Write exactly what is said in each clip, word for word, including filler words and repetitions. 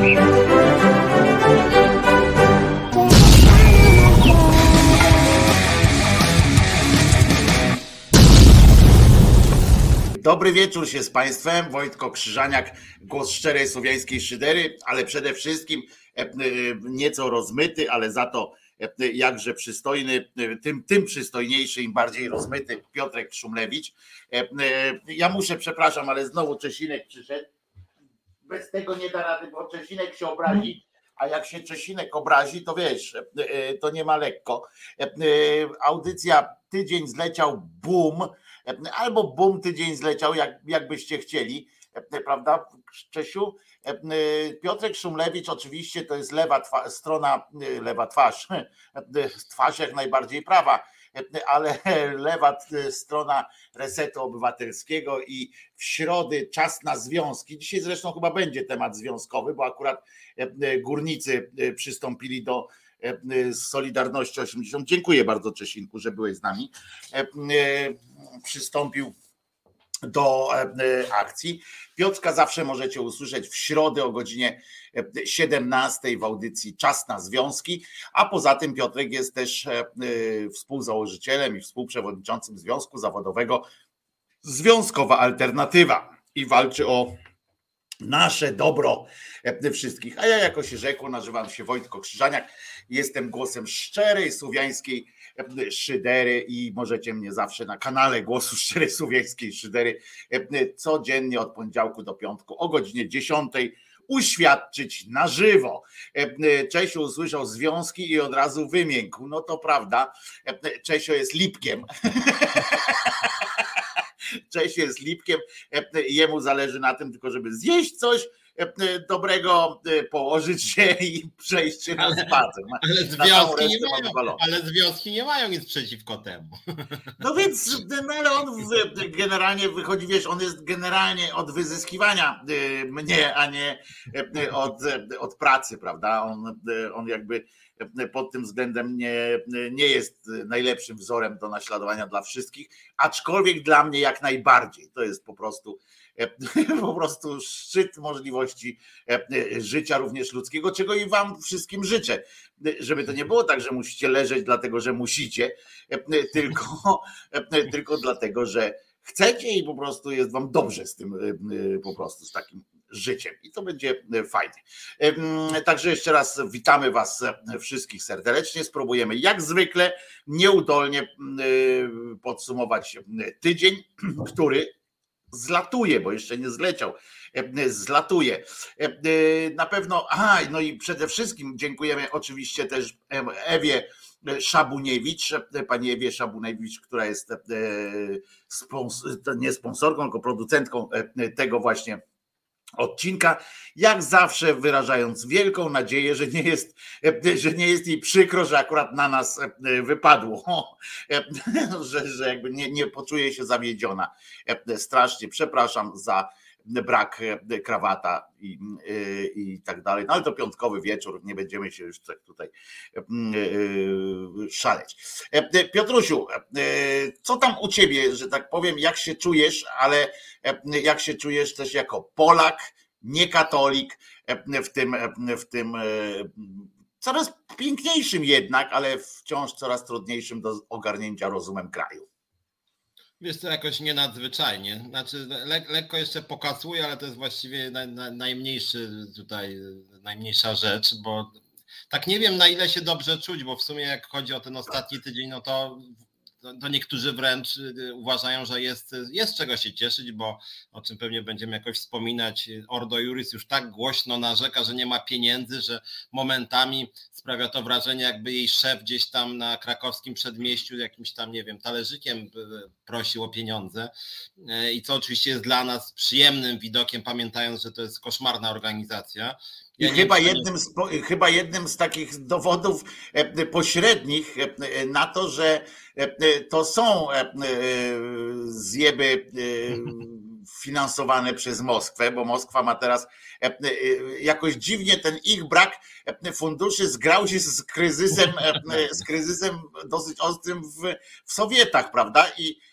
Dobry wieczór się z Państwem, Wojtko Krzyżaniak, głos szczerej słowiańskiej szydery, ale przede wszystkim nieco rozmyty, ale za to jakże przystojny, tym, tym przystojniejszy, im bardziej rozmyty Piotrek Szumlewicz. Ja muszę, przepraszam, ale znowu Czesinek przyszedł. Bez tego nie da rady, bo Czesinek się obrazi, a jak się Czesinek obrazi, to wiesz, to nie ma lekko. Audycja tydzień zleciał, boom. Albo bum, tydzień zleciał, jak, jakbyście chcieli, prawda, Czesiu? Piotrek Szumlewicz oczywiście to jest lewa twa, strona, lewa twarz, twarz jak najbardziej prawa, ale lewa strona Resetu Obywatelskiego i w środę czas na związki. Dzisiaj zresztą chyba będzie temat związkowy, bo akurat górnicy przystąpili do z Solidarności osiemdziesiąt. Dziękuję bardzo, Czesinku, że byłeś z nami. Przystąpił do akcji. Piotrka zawsze możecie usłyszeć w środę o godzinie siedemnastej w audycji Czas na Związki, a poza tym Piotrek jest też współzałożycielem i współprzewodniczącym Związku Zawodowego Związkowa Alternatywa i walczy o nasze dobro wszystkich. A ja, jako się rzekło, nazywam się Wojtko Krzyżaniak, jestem głosem szczerej słowiańskiej szydery i możecie mnie zawsze na kanale Głosu Szczerej Słowiańskiej Szydery codziennie od poniedziałku do piątku o godzinie dziesiątej uświadczyć na żywo. Czesio usłyszał związki i od razu wymiękł. No to prawda, Czesio jest lipkiem. Czesio jest lipkiem, jemu zależy na tym tylko, żeby zjeść coś dobrego, położyć się i przejść się na spacer. Ale związki, nie mają, ale związki nie mają nic przeciwko temu. No więc, no ale on generalnie wychodzi, wiesz, on jest generalnie od wyzyskiwania mnie, a nie od, od pracy, prawda? On, on jakby pod tym względem nie, nie jest najlepszym wzorem do naśladowania dla wszystkich, aczkolwiek dla mnie jak najbardziej. To jest po prostu po prostu szczyt możliwości życia również ludzkiego, czego i wam wszystkim życzę, żeby to nie było tak, że musicie leżeć dlatego, że musicie, tylko, tylko dlatego, że chcecie i po prostu jest wam dobrze z tym, po prostu z takim życiem i to będzie fajnie. Także jeszcze raz witamy was wszystkich serdecznie, spróbujemy jak zwykle nieudolnie podsumować tydzień, który zlatuje, bo jeszcze nie zleciał, zlatuje. Na pewno, aha, no i przede wszystkim dziękujemy oczywiście też Ewie Szabuniewicz, pani Ewie Szabuniewicz, która jest nie sponsorką, tylko producentką tego właśnie odcinka, jak zawsze wyrażając wielką nadzieję, że nie jest, że nie jest jej przykro, że akurat na nas wypadło, że, że jakby nie, nie poczuje się zawiedziona. Strasznie przepraszam za brak krawata i, i tak dalej, no ale to piątkowy wieczór, nie będziemy się już tutaj szaleć. Piotrusiu, co tam u ciebie, że tak powiem, jak się czujesz, ale jak się czujesz też jako Polak, nie katolik, w tym, w tym coraz piękniejszym jednak, ale wciąż coraz trudniejszym do ogarnięcia rozumem kraju? Wiesz co, jakoś nie nadzwyczajnie. Znaczy le, lekko jeszcze pokasuje, ale to jest właściwie na, na, najmniejszy tutaj, najmniejsza rzecz, bo tak nie wiem, na ile się dobrze czuć, bo w sumie jak chodzi o ten ostatni tydzień, no to to niektórzy wręcz uważają, że jest, jest czego się cieszyć, bo o czym pewnie będziemy jakoś wspominać, Ordo Iuris już tak głośno narzeka, że nie ma pieniędzy, że momentami sprawia to wrażenie, jakby jej szef gdzieś tam na krakowskim przedmieściu jakimś tam, nie wiem, talerzykiem prosił o pieniądze i co oczywiście jest dla nas przyjemnym widokiem, pamiętając, że to jest koszmarna organizacja. I ja chyba, jednym z, chyba jednym z takich dowodów pośrednich na to, że to są zjeby finansowane przez Moskwę, bo Moskwa ma teraz jakoś dziwnie ten ich brak funduszy zgrał się z kryzysem, z kryzysem dosyć ostrym w, w Sowietach, prawda? I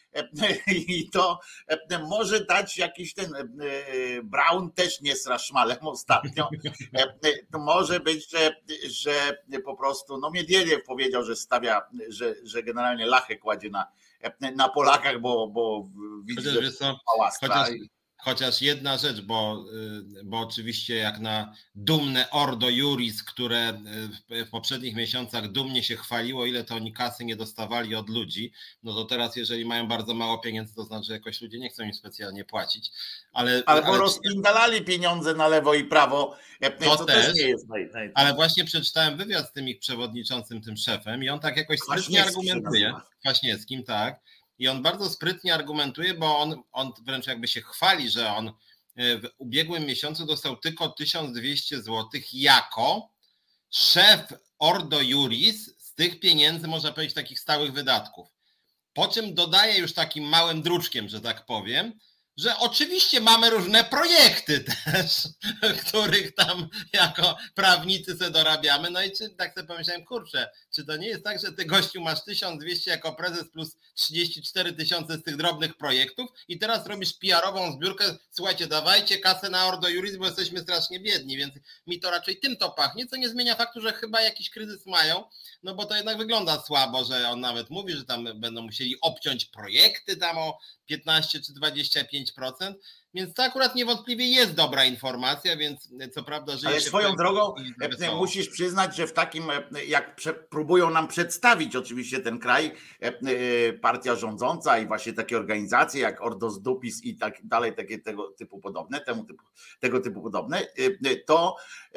i to może dać jakiś ten Brown też nie sra szmalem ostatnio. To może być, że, że po prostu, no Miedwiediew powiedział, że stawia, że, że generalnie lachę kładzie na, na Polakach, bo, bo widzi, chociaż, że co, łaska. chociaż, chociaż jedna rzecz, bo, bo oczywiście jak na dumne Ordo Juris, które w poprzednich miesiącach dumnie się chwaliło, ile to oni kasy nie dostawali od ludzi, no to teraz jeżeli mają bardzo mało pieniędzy, to znaczy, że jakoś ludzie nie chcą im specjalnie płacić. Ale, Albo ale, rozpindalali pieniądze na lewo i prawo, to, to też, też nie jest naj, naj... Ale właśnie przeczytałem wywiad z tym ich przewodniczącym, tym szefem i on tak jakoś sprytnie argumentuje, Kwaśniewskim, tak, i on bardzo sprytnie argumentuje, bo on, on wręcz jakby się chwali, że on w ubiegłym miesiącu dostał tylko tysiąc dwieście złotych jako szef Ordo Juris z tych pieniędzy, można powiedzieć, takich stałych wydatków. Po czym dodaje już takim małym druczkiem, że tak powiem, że oczywiście mamy różne projekty też, których tam jako prawnicy se dorabiamy. No i czy, tak sobie pomyślałem, kurczę, czy to nie jest tak, że ty gościu masz tysiąc dwieście jako prezes plus trzydzieści cztery tysiące z tych drobnych projektów i teraz robisz P R-ową zbiórkę, słuchajcie, dawajcie kasę na Ordo Juris, bo jesteśmy strasznie biedni, więc mi to raczej tym to pachnie, co nie zmienia faktu, że chyba jakiś kryzys mają, no bo to jednak wygląda słabo, że on nawet mówi, że tam będą musieli obciąć projekty tam o piętnaście czy dwadzieścia pięć procent, więc to akurat niewątpliwie jest dobra informacja, więc co prawda żyje Ale się... swoją drogą musisz przyznać, że w takim, jak próbują nam przedstawić oczywiście ten kraj, partia rządząca i właśnie takie organizacje jak Ordos Dupis i tak dalej, takie tego typu podobne, temu typu, tego typu podobne, to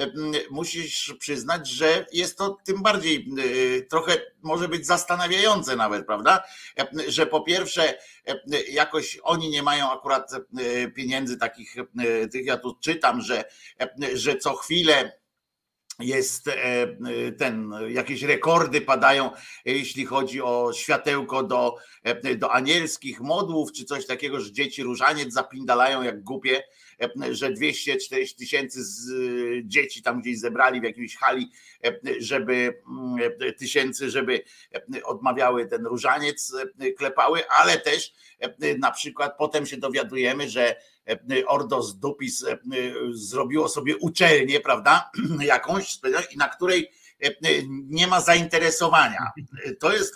musisz przyznać, że jest to tym bardziej trochę może być zastanawiające nawet, prawda? Że po pierwsze jakoś oni nie mają akurat pieniędzy takich, tych ja tu czytam, że, że co chwilę jest ten, jakieś rekordy padają, jeśli chodzi o światełko do, do anielskich modłów, czy coś takiego, że dzieci różaniec zapindalają jak głupie, że dwieście czterdzieści tysięcy z dzieci tam gdzieś zebrali w jakiejś hali, żeby tysięcy, żeby odmawiały ten różaniec, klepały, ale też na przykład potem się dowiadujemy, że Ordos Dupis zrobiło sobie uczelnię, prawda, jakąś, i na której nie ma zainteresowania. To jest,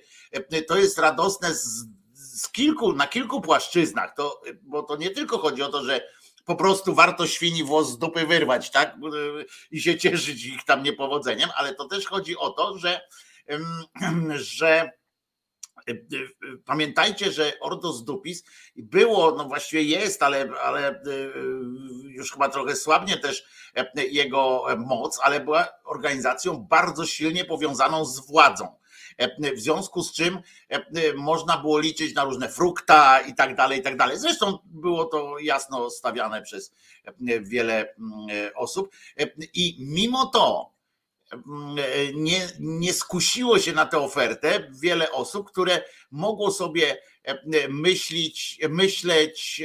to jest radosne z, z kilku, na kilku płaszczyznach, to, bo to nie tylko chodzi o to, że po prostu warto świni włos z dupy wyrwać, tak, i się cieszyć ich tam niepowodzeniem, ale to też chodzi o to, że, że pamiętajcie, że Ordos Dupis było, no właściwie jest, ale, ale już chyba trochę słabnie też jego moc, ale była organizacją bardzo silnie powiązaną z władzą. W związku z czym można było liczyć na różne frukta i tak dalej, i tak dalej. Zresztą było to jasno stawiane przez wiele osób i mimo to nie, nie skusiło się na tę ofertę wiele osób, które mogło sobie myśleć, myśleć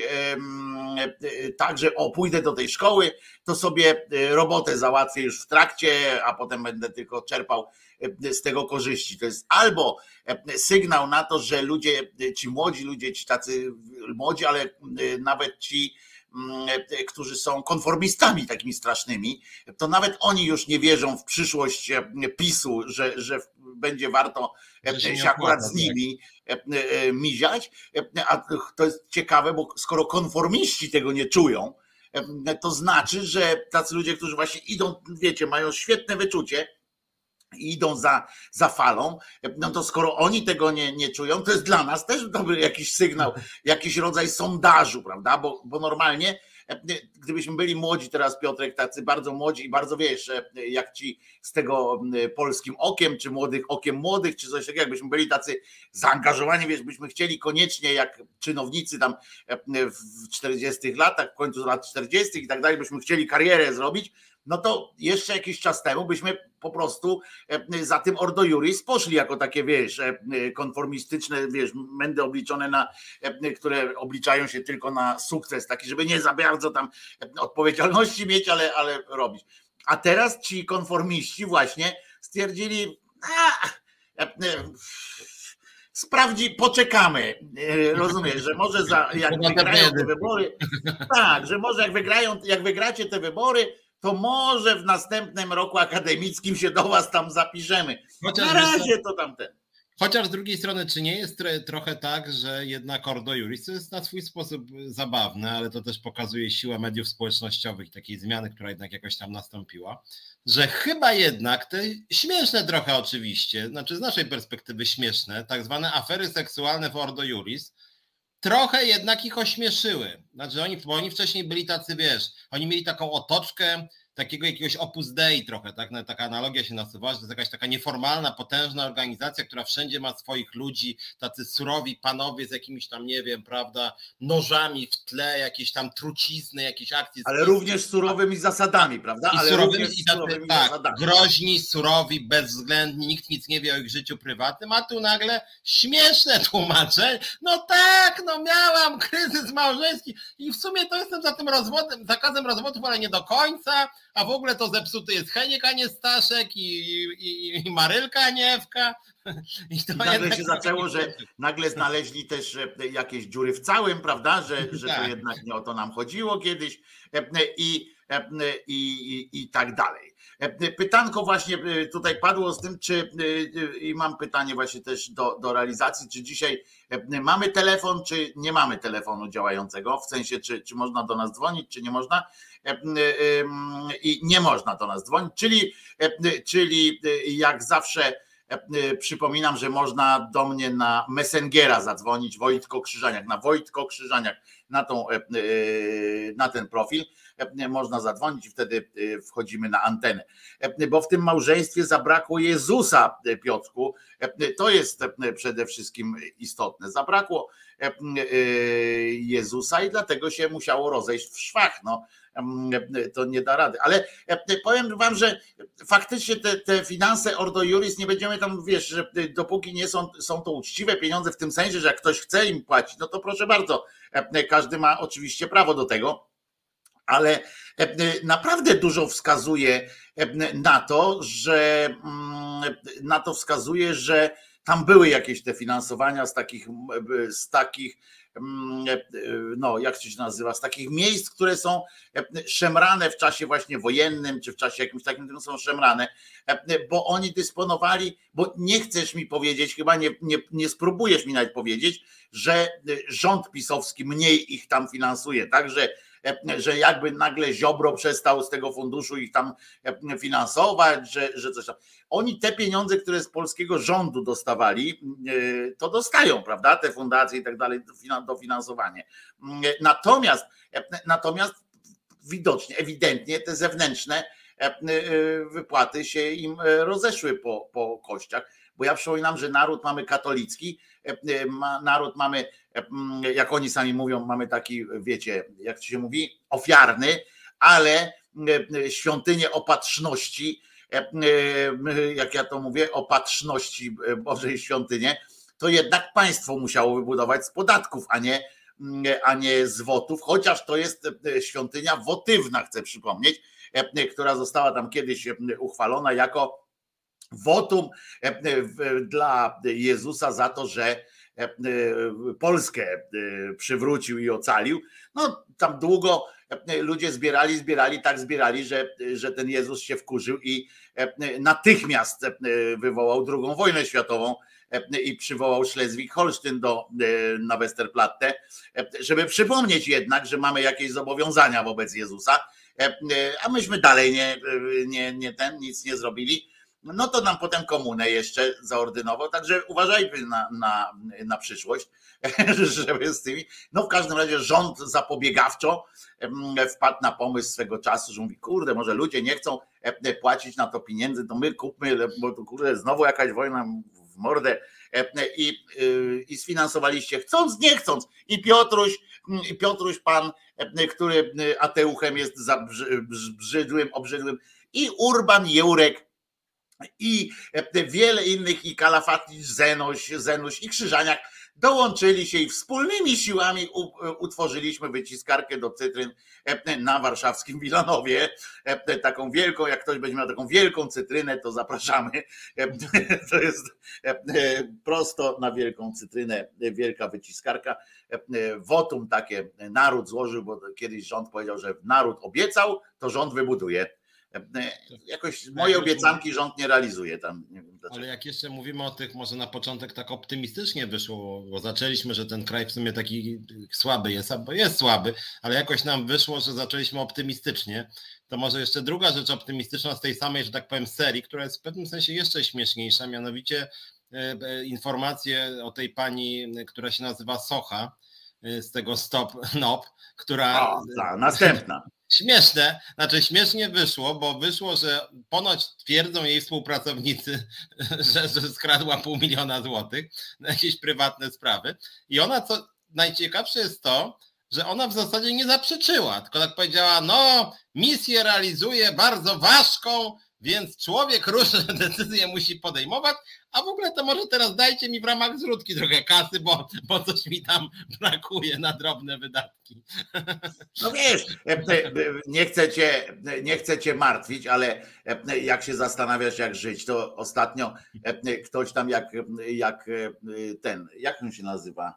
tak, że o, pójdę do tej szkoły, to sobie robotę załatwię już w trakcie, a potem będę tylko czerpał z tego korzyści. To jest albo sygnał na to, że ludzie, ci młodzi ludzie, ci tacy młodzi, ale nawet ci, którzy są konformistami takimi strasznymi, to nawet oni już nie wierzą w przyszłość PiSu, że, że będzie warto się, się akurat z nimi miziać. A to jest ciekawe, bo skoro konformiści tego nie czują, to znaczy, że tacy ludzie, którzy właśnie idą, wiecie, mają świetne wyczucie, idą za, za falą, no to skoro oni tego nie, nie czują, to jest dla nas też dobry jakiś sygnał, jakiś rodzaj sondażu, prawda, bo, bo normalnie gdybyśmy byli młodzi teraz, Piotrek, tacy bardzo młodzi i bardzo wiesz, jak ci z tego Polskim Okiem, czy młodych Okiem Młodych, czy coś takiego, jakbyśmy byli tacy zaangażowani, wiesz, byśmy chcieli koniecznie jak czynownicy tam w czterdziestych latach, w końcu lat czterdziestych i tak dalej, byśmy chcieli karierę zrobić, no to jeszcze jakiś czas temu byśmy po prostu za tym Ordo Juris poszli jako takie, wiesz, konformistyczne, wiesz, mędy obliczone na, które obliczają się tylko na sukces, taki, żeby nie za bardzo tam odpowiedzialności mieć, ale, ale robić. A teraz ci konformiści właśnie stwierdzili, a, sprawdzi, poczekamy. Rozumiesz, że może za, jak wygrają te wybory, tak, że może jak wygrają, jak wygracie te wybory, to może w następnym roku akademickim się do was tam zapiszemy. Chociaż na razie to tamten. Chociaż z drugiej strony, czy nie jest trochę tak, że jednak Ordo Iuris, to jest na swój sposób zabawne, ale to też pokazuje siłę mediów społecznościowych i takiej zmiany, która jednak jakoś tam nastąpiła, że chyba jednak te śmieszne trochę oczywiście, znaczy z naszej perspektywy śmieszne, tak zwane afery seksualne w Ordo Iuris, trochę jednak ich ośmieszyły. Znaczy oni, bo oni wcześniej byli tacy, wiesz, oni mieli taką otoczkę takiego jakiegoś opus dei trochę, tak? Taka analogia się nasuwa, że to jest jakaś taka nieformalna, potężna organizacja, która wszędzie ma swoich ludzi, tacy surowi panowie z jakimiś tam, nie wiem, prawda, nożami w tle, jakieś tam trucizny, jakieś akcje. Ale również surowymi zasadami, prawda? I Ale surowymi, również i tacy, surowymi tak, zasadami. groźni, surowi, bezwzględni, nikt nic nie wie o ich życiu prywatnym, a tu nagle śmieszne tłumacze, no tak, no miałam kryzys małżeński i w sumie to jestem za tym rozwodem, zakazem rozwodów, ale nie do końca, a w ogóle to zepsuty jest Heniek, a nie Staszek i, i, i Marylka, a nie Ewka. I, to I nagle się zaczęło, że nagle znaleźli też jakieś dziury w całym, prawda, że, że tak. To jednak nie o to nam chodziło kiedyś i, i, i, i tak dalej. Pytanko właśnie tutaj padło z tym, czy i mam pytanie właśnie też do, do realizacji, czy dzisiaj mamy telefon, czy nie mamy telefonu działającego, w sensie czy, czy można do nas dzwonić, czy nie można i nie można do nas dzwonić, czyli, czyli jak zawsze przypominam, że można do mnie na Messengera zadzwonić, Wojtko Krzyżaniak, na Wojtko Krzyżaniak, na, tą, na ten profil można zadzwonić i wtedy wchodzimy na antenę. Bo w tym małżeństwie zabrakło Jezusa, Piotrku. To jest przede wszystkim istotne. Zabrakło Jezusa i dlatego się musiało rozejść w szwach. No, to nie da rady. Ale powiem wam, że faktycznie te, te finanse Ordo Iuris nie będziemy tam, wiesz, że dopóki nie są, są to uczciwe pieniądze w tym sensie, że jak ktoś chce im płacić, no to proszę bardzo, każdy ma oczywiście prawo do tego, ale naprawdę dużo wskazuje na to, że na to wskazuje, że tam były jakieś te finansowania z takich, z takich no jak się nazywa, z takich miejsc, które są szemrane w czasie właśnie wojennym, czy w czasie jakimś takim, które są szemrane, bo oni dysponowali, bo nie chcesz mi powiedzieć, chyba nie, nie, nie spróbujesz mi nawet powiedzieć, że rząd pisowski mniej ich tam finansuje, tak, że że jakby nagle Ziobro przestał z tego funduszu ich tam finansować, że, że coś tam. Oni te pieniądze, które z polskiego rządu dostawali, to dostają, prawda, te fundacje i tak dalej, dofinansowanie. Natomiast, natomiast widocznie, ewidentnie te zewnętrzne wypłaty się im rozeszły po, po kościach, bo ja przypominam, że naród mamy katolicki, naród mamy, jak oni sami mówią, mamy taki, wiecie, jak to się mówi, ofiarny, ale świątynię opatrzności, jak ja to mówię, opatrzności Bożej świątynię, to jednak państwo musiało wybudować z podatków, a nie, a nie z wotów, chociaż to jest świątynia wotywna, chcę przypomnieć, która została tam kiedyś uchwalona jako wotum dla Jezusa za to, że Polskę przywrócił i ocalił. No tam długo ludzie zbierali, zbierali, tak zbierali, że, że ten Jezus się wkurzył i natychmiast wywołał drugą wojnę światową i przywołał Szlezwik-Holsztyn do, na Westerplatte, żeby przypomnieć jednak, że mamy jakieś zobowiązania wobec Jezusa, a myśmy dalej nie, nie, nie ten, nic nie zrobili. No to nam potem komunę jeszcze zaordynował, także uważajmy na, na, na przyszłość, żeby z tymi, no w każdym razie rząd zapobiegawczo wpadł na pomysł swego czasu, że mówi, kurde, może ludzie nie chcą płacić na to pieniędzy, to my kupmy, bo to kurde, znowu jakaś wojna w mordę i, i sfinansowaliście, chcąc, nie chcąc, i Piotruś, i Piotruś pan, który ateuchem jest zabrzydłym, obrzydłym, i Urban Jeurek, i wiele innych, i Kalafatis, Zenoś, Zenuś i Krzyżaniak dołączyli się i wspólnymi siłami utworzyliśmy wyciskarkę do cytryn na warszawskim Wilanowie. Taką wielką, jak ktoś będzie miał taką wielką cytrynę, to zapraszamy. To jest prosto na wielką cytrynę, wielka wyciskarka. Wotum takie naród złożył, bo kiedyś rząd powiedział, że naród obiecał, to rząd wybuduje. Jakoś moje obiecanki rząd nie realizuje tam. Nie wiem dlaczego. Ale jak jeszcze mówimy o tych, może na początek tak optymistycznie wyszło, bo zaczęliśmy, że ten kraj w sumie taki słaby jest, bo jest słaby, ale jakoś nam wyszło, że zaczęliśmy optymistycznie. To może jeszcze druga rzecz optymistyczna z tej samej, że tak powiem, serii, która jest w pewnym sensie jeszcze śmieszniejsza, mianowicie informacje o tej pani, która się nazywa Socha, z tego Stop N O P, która... O, ta, następna. Śmieszne, znaczy śmiesznie wyszło, bo wyszło, że ponoć twierdzą jej współpracownicy, że, że skradła pół miliona złotych na jakieś prywatne sprawy. I ona, co najciekawsze jest to, że ona w zasadzie nie zaprzeczyła, tylko tak powiedziała, no misję realizuje bardzo ważką, więc człowiek różne decyzje musi podejmować, a w ogóle to może teraz dajcie mi w ramach zrzutki trochę kasy, bo, bo coś mi tam brakuje na drobne wydatki. No wiesz, nie chcę cię, nie chcę cię martwić, ale jak się zastanawiasz, jak żyć, to ostatnio ktoś tam jak, jak ten, jak on się nazywa?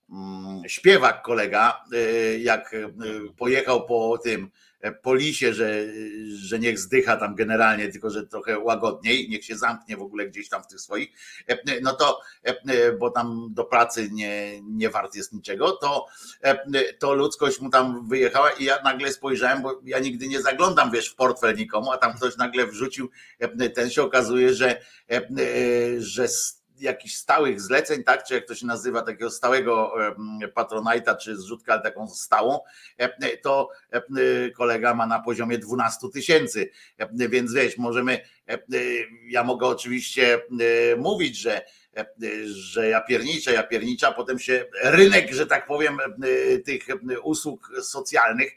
Śpiewak kolega, jak pojechał po tym, po lisie, że, że niech zdycha tam generalnie, tylko że trochę łagodniej, niech się zamknie w ogóle gdzieś tam w tych swoich, no to, bo tam do pracy nie, nie wart jest niczego, to, to ludzkość mu tam wyjechała i ja nagle spojrzałem, bo ja nigdy nie zaglądam, wiesz, w portfel nikomu, a tam ktoś nagle wrzucił, ten się okazuje, że, że jakichś stałych zleceń, tak, czy jak to się nazywa, takiego stałego patronajta, czy zrzutkę, ale taką stałą, to kolega ma na poziomie dwunastu tysięcy, więc wiesz, możemy, ja mogę oczywiście mówić, że że ja pierniczę, ja pierniczę, a potem się rynek, że tak powiem, tych usług socjalnych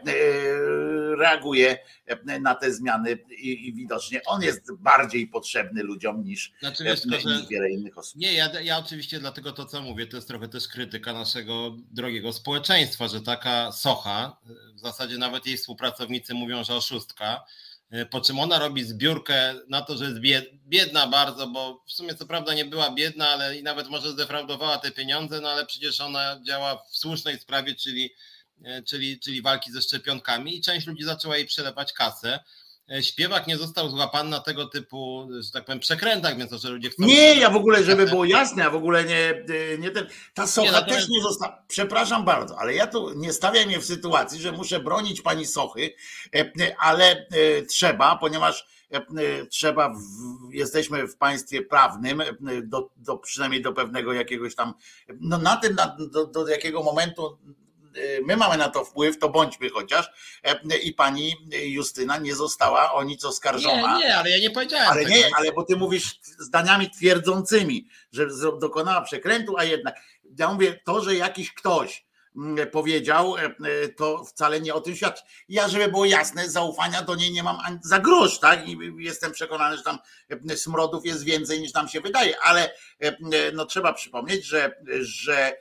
reaguje na te zmiany i, i widocznie on jest bardziej potrzebny ludziom niż, znaczy, wiesz, niż że... wiele innych osób. Nie, ja, ja oczywiście dlatego to, co mówię, to jest trochę też krytyka naszego drogiego społeczeństwa, że taka Socha, w zasadzie nawet jej współpracownicy mówią, że oszustka, po czym ona robi zbiórkę na to, że jest biedna bardzo, bo w sumie co prawda nie była biedna, ale i nawet może zdefraudowała te pieniądze, no ale przecież ona działa w słusznej sprawie, czyli, czyli, czyli walki ze szczepionkami i część ludzi zaczęła jej przelewać kasę. Śpiewak nie został złapany na tego typu, że tak powiem, przekrętach, więc to, że ludzie chcą... Nie, ja w ogóle, żeby było jasne, ja w ogóle nie, nie ten... Ta Socha nie, też nie została... Przepraszam bardzo, ale ja tu nie stawiam mnie w sytuacji, że muszę bronić pani Sochy, ale trzeba, ponieważ trzeba, w, jesteśmy w państwie prawnym, do, do, przynajmniej do pewnego jakiegoś tam... No na tym, na, do, do jakiego momentu my mamy na to wpływ, to bądźmy chociaż, i pani Justyna nie została o nic oskarżona. Nie, nie, ale ja nie powiedziałem Ale tego. nie, ale bo ty mówisz zdaniami twierdzącymi, że dokonała przekrętu, a jednak ja mówię, to, że jakiś ktoś powiedział, to wcale nie o tym świadczy. Ja, żeby było jasne, zaufania do niej nie mam ani za grosz, tak? I jestem przekonany, że tam smrodów jest więcej niż nam się wydaje, ale no trzeba przypomnieć, że, że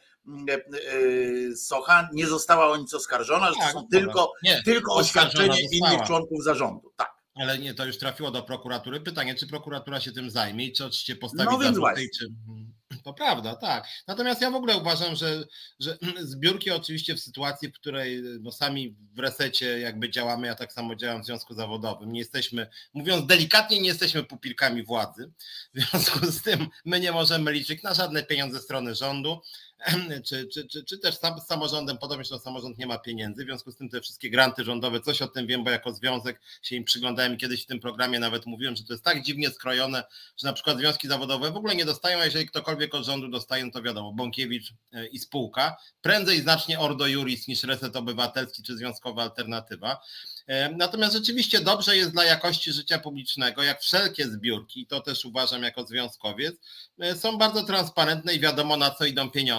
Socha nie została o nic oskarżona, że to są tylko, nie, tylko oświadczenie innych członków zarządu. Tak. Ale nie, to już trafiło do prokuratury. Pytanie, czy prokuratura się tym zajmie i czy oczywiście postawi no zarzuty i czy... To prawda, tak. Natomiast ja w ogóle uważam, że, że zbiórki oczywiście w sytuacji, w której no sami w resecie jakby działamy, ja tak samo działam w związku zawodowym, nie jesteśmy, mówiąc delikatnie, nie jesteśmy pupilkami władzy, w związku z tym my nie możemy liczyć na żadne pieniądze ze strony rządu, czy, czy, czy, czy też sam, z samorządem, podobnie, że samorząd nie ma pieniędzy, w związku z tym te wszystkie granty rządowe, coś o tym wiem, bo jako związek się im przyglądałem i kiedyś w tym programie nawet mówiłem, że to jest tak dziwnie skrojone, że na przykład związki zawodowe w ogóle nie dostają, a jeżeli ktokolwiek od rządu dostaje, to wiadomo, Bąkiewicz i spółka, prędzej znacznie Ordo Juris niż Reset Obywatelski czy Związkowa Alternatywa. Natomiast rzeczywiście dobrze jest dla jakości życia publicznego, jak wszelkie zbiórki, to też uważam jako związkowiec, są bardzo transparentne i wiadomo, na co idą pieniądze.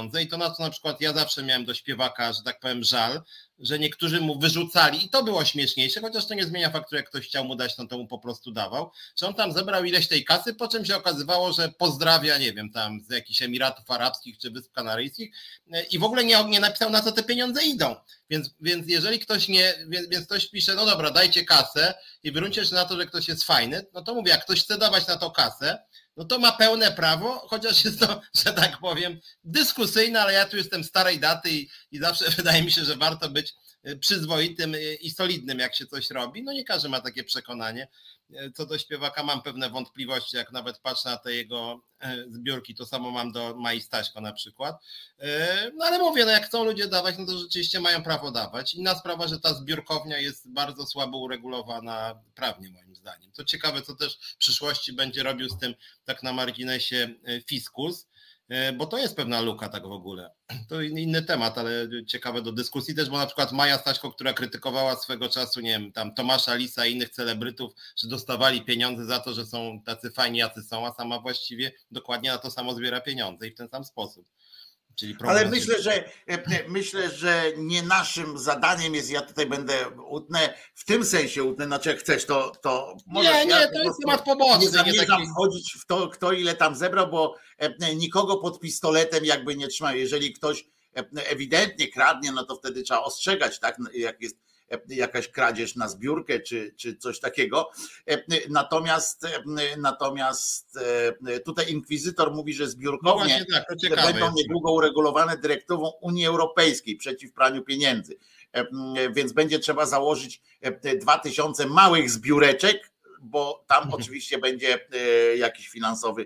pieniądze i to na co na przykład ja zawsze miałem do śpiewaka, że tak powiem, żal, że niektórzy mu wyrzucali i to było śmieszniejsze, chociaż to nie zmienia faktu, jak ktoś chciał mu dać, no to mu po prostu dawał, że on tam zebrał ileś tej kasy, po czym się okazywało, że pozdrawia, nie wiem, tam z jakichś Emiratów Arabskich czy Wysp Kanaryjskich i w ogóle nie, nie napisał, na co te pieniądze idą. Więc, więc jeżeli ktoś nie, więc, więc ktoś pisze, no dobra, dajcie kasę i wyruncie się na to, że ktoś jest fajny, no to mówię, jak ktoś chce dawać na to kasę, no to ma pełne prawo, chociaż jest to, że tak powiem, dyskusyjne, ale ja tu jestem starej daty i, i zawsze wydaje mi się, że warto być przyzwoitym i solidnym, jak się coś robi. No nie każdy ma takie przekonanie. Co do śpiewaka mam pewne wątpliwości, jak nawet patrzę na te jego zbiórki, to samo mam do Mai Staśko na przykład. No ale mówię, no jak chcą ludzie dawać, no to rzeczywiście mają prawo dawać. Inna sprawa, że ta zbiórkownia jest bardzo słabo uregulowana prawnie moim zdaniem. To ciekawe, co też w przyszłości będzie robił z tym tak na marginesie fiskus, bo to jest pewna luka tak w ogóle. To inny temat, ale ciekawe do dyskusji też, bo na przykład Maja Staśko, która krytykowała swego czasu, nie wiem, tam Tomasza Lisa i innych celebrytów, że dostawali pieniądze za to, że są tacy fajni, jacy są, a sama właściwie dokładnie na to samo zbiera pieniądze i w ten sam sposób. Czyli ale myślę, że myślę, że nie naszym zadaniem jest, ja tutaj będę utnę, w tym sensie utnę, znaczy jak chcesz, to, to możesz. Nie, nie, ja to jest temat poboczny. Nie zamierzam nie wchodzić w to, kto ile tam zebrał, bo nikogo pod pistoletem jakby nie trzymają. Jeżeli ktoś ewidentnie kradnie, no to wtedy trzeba ostrzegać, tak, jak jest jakaś kradzież na zbiórkę czy, czy coś takiego. Natomiast natomiast tutaj inkwizytor mówi, że zbiórkownie no tak, będą niedługo uregulowane dyrektywą Unii Europejskiej przeciw praniu pieniędzy. Więc będzie trzeba założyć dwa tysiące małych zbióreczek, bo tam oczywiście będzie jakiś finansowy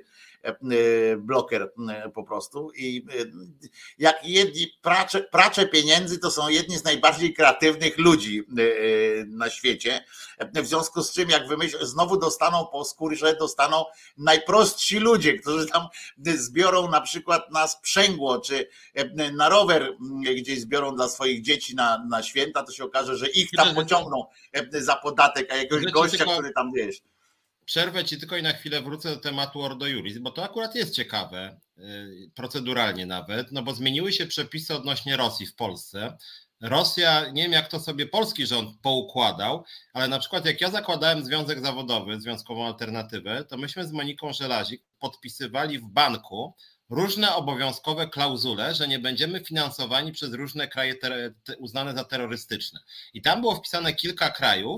bloker po prostu i jak jedni pracze, pracze pieniędzy to są jedni z najbardziej kreatywnych ludzi na świecie, w związku z czym jak wymyślą, znowu dostaną po skórze, dostaną najprostsi ludzie, którzy tam zbiorą na przykład na sprzęgło czy na rower gdzieś zbiorą dla swoich dzieci na, na święta, to się okaże, że ich tam pociągną za podatek, a jakiegoś gościa, który tam wiesz. Przerwę ci tylko i na chwilę wrócę do tematu Ordo Iuris, bo to akurat jest ciekawe, proceduralnie nawet, no bo zmieniły się przepisy odnośnie Rosji w Polsce. Rosja, nie wiem jak to sobie polski rząd poukładał, ale na przykład jak ja zakładałem związek zawodowy, związkową alternatywę, to myśmy z Moniką Żelazik podpisywali w banku różne obowiązkowe klauzule, że nie będziemy finansowani przez różne kraje ter- uznane za terrorystyczne. I tam było wpisane kilka krajów,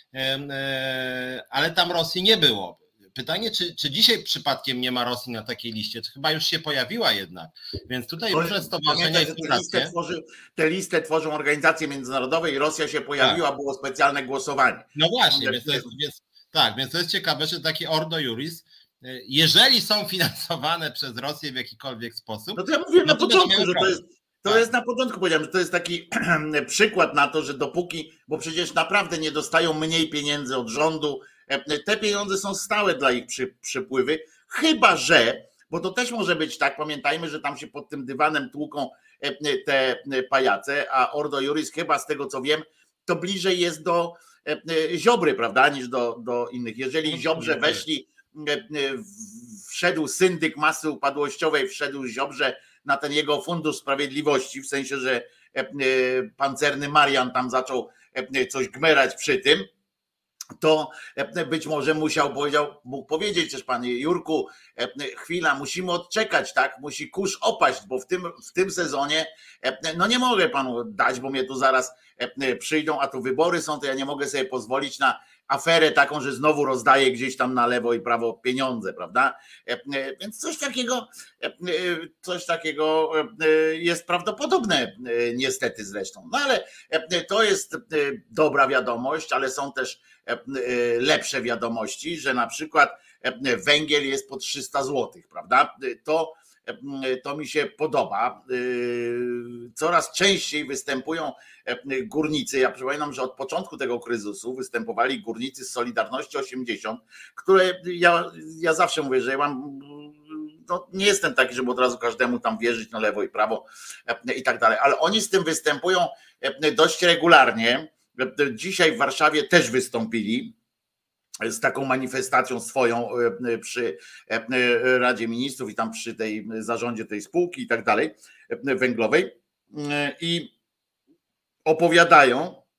ale tam Rosji nie było. Pytanie, czy, czy dzisiaj przypadkiem nie ma Rosji na takiej liście? To chyba już się pojawiła jednak. Więc tutaj różne stowarzyszenia i fundacje. Tę listę tworzą organizacje międzynarodowe i Rosja się pojawiła, tak. Było specjalne głosowanie. No właśnie, więc, to jest, więc tak, więc to jest ciekawe, że takie Ordo Iuris, jeżeli są finansowane przez Rosję w jakikolwiek sposób. No to ja mówię no na początku, że to jest. To tak. jest na początku powiedziałem, że to jest taki przykład na to, że dopóki, bo przecież naprawdę nie dostają mniej pieniędzy od rządu, te pieniądze są stałe dla ich przy, przypływy, chyba że, bo to też może być tak, pamiętajmy, że tam się pod tym dywanem tłuką te pajace, a Ordo Iuris chyba z tego co wiem, to bliżej jest do Ziobry, prawda, niż do, do innych. Jeżeli Ziobrze weszli, wszedł syndyk masy upadłościowej, wszedł Ziobrze na ten jego fundusz sprawiedliwości, w sensie, że pancerny Marian tam zaczął coś gmerać przy tym, to być może musiał, powiedział, mógł powiedzieć też panie Jurku, chwila, musimy odczekać, tak, musi kurz opaść, bo w tym, w tym sezonie no nie mogę panu dać, bo mnie tu zaraz przyjdą, a tu wybory są, to ja nie mogę sobie pozwolić na aferę taką, że znowu rozdaje gdzieś tam na lewo i prawo pieniądze, prawda? Więc coś takiego, coś takiego jest prawdopodobne niestety zresztą. No ale to jest dobra wiadomość, ale są też lepsze wiadomości, że na przykład węgiel jest po trzysta złotych, prawda? To To mi się podoba. Coraz częściej występują górnicy. Ja przypominam, że od początku tego kryzysu występowali górnicy z Solidarności osiemdziesiąt, które ja, ja zawsze mówię, że ja mam, no nie jestem taki, żeby od razu każdemu tam wierzyć na lewo i prawo i tak dalej, ale oni z tym występują dość regularnie. Dzisiaj w Warszawie też wystąpili z taką manifestacją swoją przy Radzie Ministrów i tam przy tej zarządzie tej spółki i tak dalej, węglowej, i opowiadają,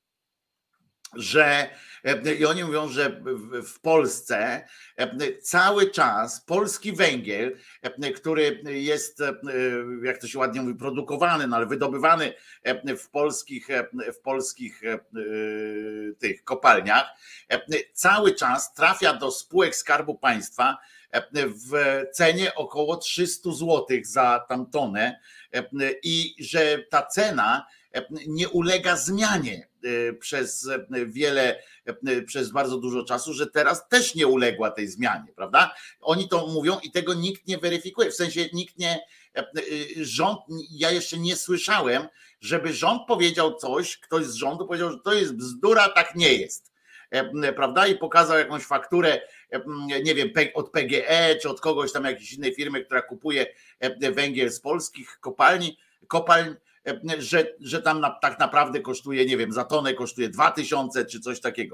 że i oni mówią, że w Polsce cały czas polski węgiel, który jest, jak to się ładnie mówi, produkowany, no ale wydobywany w polskich, w polskich tych kopalniach, cały czas trafia do spółek Skarbu Państwa w cenie około trzysta złotych za tam tonę i że ta cena nie ulega zmianie przez wiele, przez bardzo dużo czasu, że teraz też nie uległa tej zmianie, prawda? Oni to mówią i tego nikt nie weryfikuje, w sensie nikt nie, rząd, ja jeszcze nie słyszałem, żeby rząd powiedział coś, ktoś z rządu powiedział, że to jest bzdura, tak nie jest, prawda? I pokazał jakąś fakturę, nie wiem, od P G E czy od kogoś tam, jakiejś innej firmy, która kupuje węgiel z polskich kopalni, kopalń, że, że tam na, tak naprawdę kosztuje, nie wiem, za tonę kosztuje dwa tysiące czy coś takiego.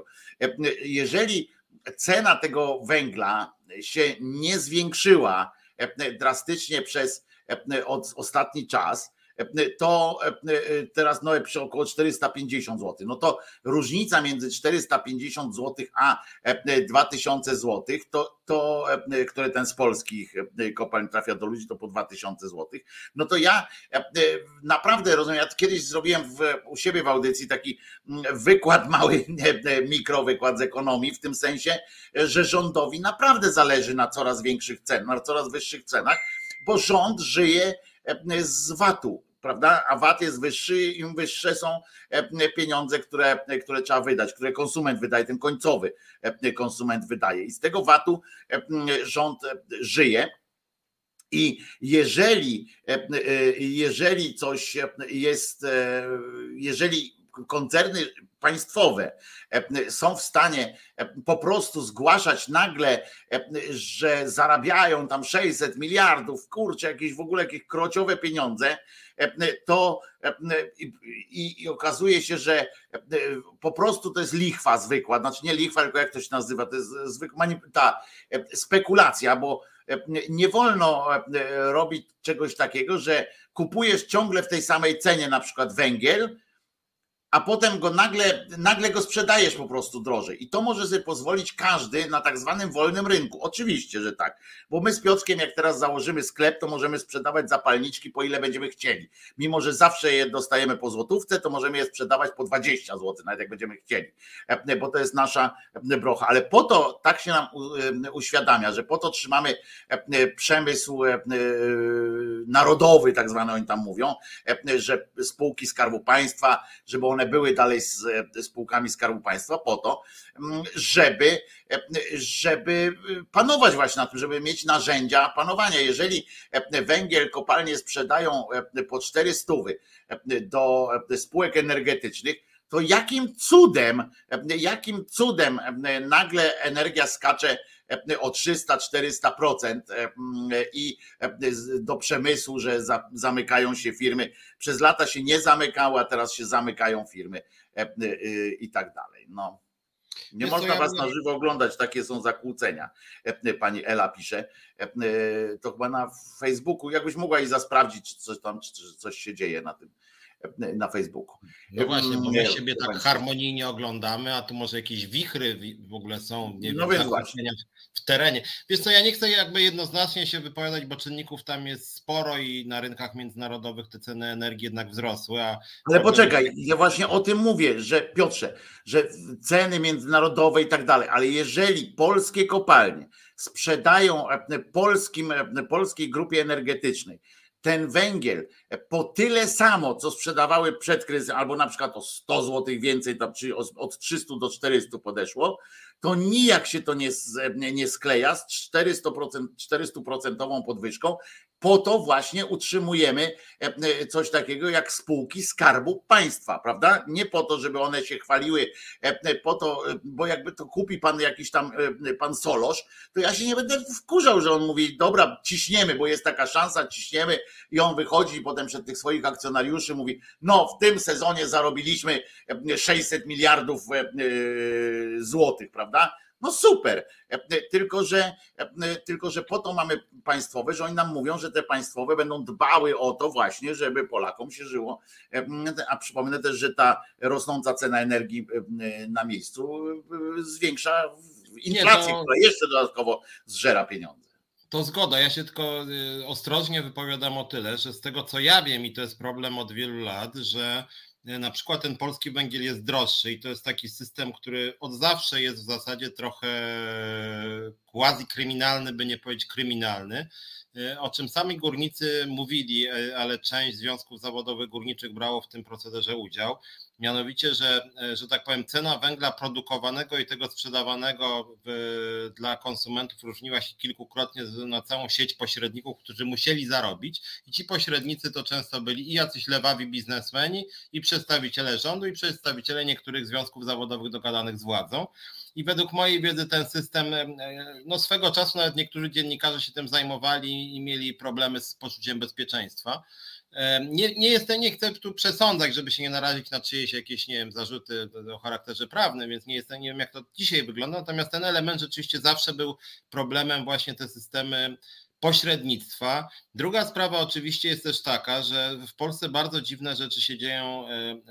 Jeżeli cena tego węgla się nie zwiększyła drastycznie przez od ostatni czas, to teraz no, przy około czterysta pięćdziesiąt złotych. No to różnica między czterysta pięćdziesiąt złotych a dwa tysiące złotych, to, to, które ten z polskich kopalń trafia do ludzi, to po dwa tysiące złotych. No to ja naprawdę rozumiem, ja kiedyś zrobiłem w, u siebie w audycji taki wykład, mały mikrowykład z ekonomii, w tym sensie, że rządowi naprawdę zależy na coraz większych cenach, na coraz wyższych cenach, bo rząd żyje z vatu, prawda? A V A T jest wyższy, im wyższe są pieniądze, które, które trzeba wydać, które konsument wydaje, ten końcowy konsument wydaje. I z tego V A T-u rząd żyje. I jeżeli, jeżeli coś jest, jeżeli koncerny państwowe są w stanie po prostu zgłaszać nagle, że zarabiają tam sześćset miliardów, kurczę, jakieś w ogóle jakieś krociowe pieniądze, to i, i okazuje się, że po prostu to jest lichwa zwykła, znaczy nie lichwa, tylko jak to się nazywa, to jest zwykła ta spekulacja, bo nie wolno robić czegoś takiego, że kupujesz ciągle w tej samej cenie na przykład węgiel, a potem go nagle, nagle go sprzedajesz po prostu drożej. I to może sobie pozwolić każdy na tak zwanym wolnym rynku. Oczywiście, że tak. Bo my z Piotrkiem, jak teraz założymy sklep, to możemy sprzedawać zapalniczki po ile będziemy chcieli. Mimo że zawsze je dostajemy po złotówce, to możemy je sprzedawać po dwadzieścia złotych, nawet jak będziemy chcieli. Bo to jest nasza brocha. Ale po to tak się nam uświadamia, że po to trzymamy przemysł narodowy, tak zwany oni tam mówią, że spółki Skarbu Państwa, żeby one były dalej z spółkami Skarbu Państwa po to, żeby, żeby panować właśnie na tym, żeby mieć narzędzia panowania. Jeżeli węgiel kopalnie sprzedają po cztery stówy do spółek energetycznych, to jakim cudem, jakim cudem nagle energia skacze o trzysta czterysta procent i do przemysłu, że zamykają się firmy. Przez lata się nie zamykały, a teraz się zamykają firmy i tak dalej. No. Nie Wiesz można co, was ja... na żywo oglądać, takie są zakłócenia. Pani Ela pisze. To chyba na Facebooku. Jakbyś mogła i zasprawdzić, czy coś tam, czy coś się dzieje na tym. Na Facebooku. No właśnie, bo my siebie tak harmonijnie oglądamy, a tu może jakieś wichry w ogóle są, nie no wiem, zakłócenia w terenie. Wiesz co, ja nie chcę jakby jednoznacznie się wypowiadać, bo czynników tam jest sporo i na rynkach międzynarodowych te ceny energii jednak wzrosły. A Ale poczekaj, ja właśnie o tym mówię, że Piotrze, że ceny międzynarodowe i tak dalej, ale jeżeli polskie kopalnie sprzedają polskim, polskiej grupie energetycznej ten węgiel po tyle samo, co sprzedawały przed kryzysem, albo na przykład o sto złotych więcej, tam, czyli od trzysta do czterystu podeszło, to nijak się to nie, nie skleja z czterysta procent podwyżką. Po to właśnie utrzymujemy coś takiego jak spółki Skarbu Państwa, prawda? Nie po to, żeby one się chwaliły, po to, bo jakby to kupi pan jakiś tam pan Solosz, to ja się nie będę wkurzał, że on mówi, dobra, ciśniemy, bo jest taka szansa, ciśniemy i on wychodzi i potem przed tych swoich akcjonariuszy mówi, no w tym sezonie zarobiliśmy sześćset miliardów złotych, prawda? No super, tylko że, tylko że po to mamy państwowe, że oni nam mówią, że te państwowe będą dbały o to właśnie, żeby Polakom się żyło. A przypomnę też, że ta rosnąca cena energii na miejscu zwiększa inflację, to... która jeszcze dodatkowo zżera pieniądze. To zgoda, ja się tylko ostrożnie wypowiadam o tyle, że z tego co ja wiem, i to jest problem od wielu lat, że na przykład ten polski węgiel jest droższy i to jest taki system, który od zawsze jest w zasadzie trochę quasi-kryminalny, by nie powiedzieć kryminalny, o czym sami górnicy mówili, ale część związków zawodowych górniczych brało w tym procederze udział. Mianowicie, że, że tak powiem, cena węgla produkowanego i tego sprzedawanego w, dla konsumentów różniła się kilkukrotnie na całą sieć pośredników, którzy musieli zarobić i ci pośrednicy to często byli i jacyś lewawi biznesmeni, i przedstawiciele rządu, i przedstawiciele niektórych związków zawodowych dogadanych z władzą. I według mojej wiedzy ten system, no swego czasu nawet niektórzy dziennikarze się tym zajmowali i mieli problemy z poczuciem bezpieczeństwa. Nie, nie jestem, nie chcę tu przesądzać, żeby się nie narazić na czyjeś jakieś, nie wiem, zarzuty o charakterze prawnym, więc nie jestem, nie wiem jak to dzisiaj wygląda, natomiast ten element rzeczywiście zawsze był problemem, właśnie te systemy pośrednictwa. Druga sprawa oczywiście jest też taka, że w Polsce bardzo dziwne rzeczy się dzieją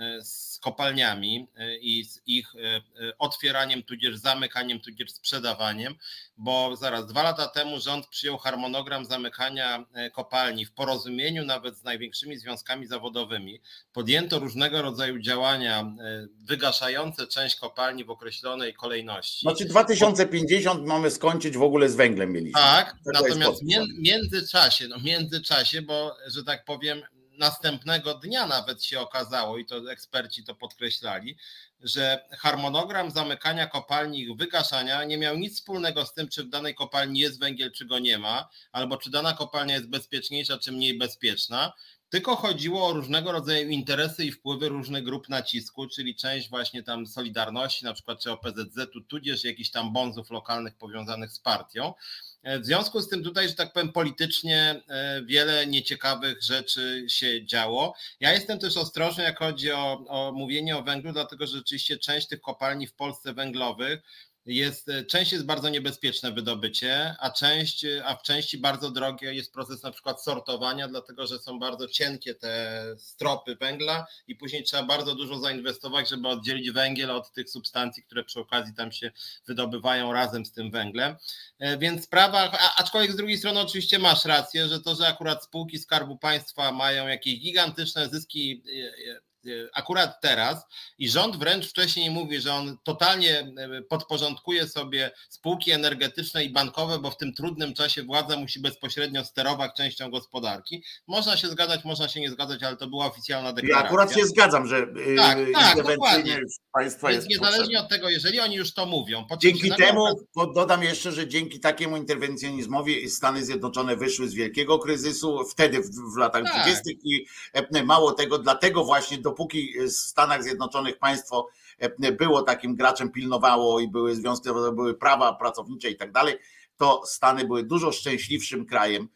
z kopalniami i z ich otwieraniem, tudzież zamykaniem, tudzież sprzedawaniem, bo zaraz dwa lata temu rząd przyjął harmonogram zamykania kopalni w porozumieniu nawet z największymi związkami zawodowymi. Podjęto różnego rodzaju działania wygaszające część kopalni w określonej kolejności. Znaczy dwa tysiące pięćdziesiąt mamy skończyć w ogóle z węglem mieliśmy. Tak, Tego natomiast w międzyczasie, no w międzyczasie, bo że tak powiem następnego dnia nawet się okazało i to eksperci to podkreślali, że harmonogram zamykania kopalni i ich wygaszania nie miał nic wspólnego z tym, czy w danej kopalni jest węgiel, czy go nie ma, albo czy dana kopalnia jest bezpieczniejsza, czy mniej bezpieczna, tylko chodziło o różnego rodzaju interesy i wpływy różnych grup nacisku, czyli część właśnie tam Solidarności, na przykład czy O P Z Z-u, tudzież jakichś tam bonzów lokalnych powiązanych z partią. W związku z tym tutaj, że tak powiem, politycznie wiele nieciekawych rzeczy się działo. Ja jestem też ostrożny, jak chodzi o, o mówienie o węglu, dlatego że rzeczywiście część tych kopalni w Polsce węglowych jest, część jest bardzo niebezpieczne wydobycie, a część, a w części bardzo drogie jest proces na przykład sortowania, dlatego że są bardzo cienkie te stropy węgla i później trzeba bardzo dużo zainwestować, żeby oddzielić węgiel od tych substancji, które przy okazji tam się wydobywają razem z tym węglem. Więc sprawa, aczkolwiek z drugiej strony oczywiście masz rację, że to, że akurat spółki Skarbu Państwa mają jakieś gigantyczne zyski akurat teraz i rząd wręcz wcześniej mówi, że on totalnie podporządkuje sobie spółki energetyczne i bankowe, bo w tym trudnym czasie władza musi bezpośrednio sterować częścią gospodarki. Można się zgadzać, można się nie zgadzać, ale to była oficjalna deklaracja. Ja akurat się zgadzam, że tak, tak, interwencyjnie państwa Więc jest niezależnie potrzebne. od tego, jeżeli oni już to mówią. Dzięki temu, dodam jeszcze, że dzięki takiemu interwencjonizmowi Stany Zjednoczone wyszły z wielkiego kryzysu wtedy w, w latach tak. dwudziestych i mało tego, dlatego właśnie dopóki w Stanach Zjednoczonych państwo było takim graczem, pilnowało i były związki, były prawa pracownicze i tak dalej, to Stany były dużo szczęśliwszym krajem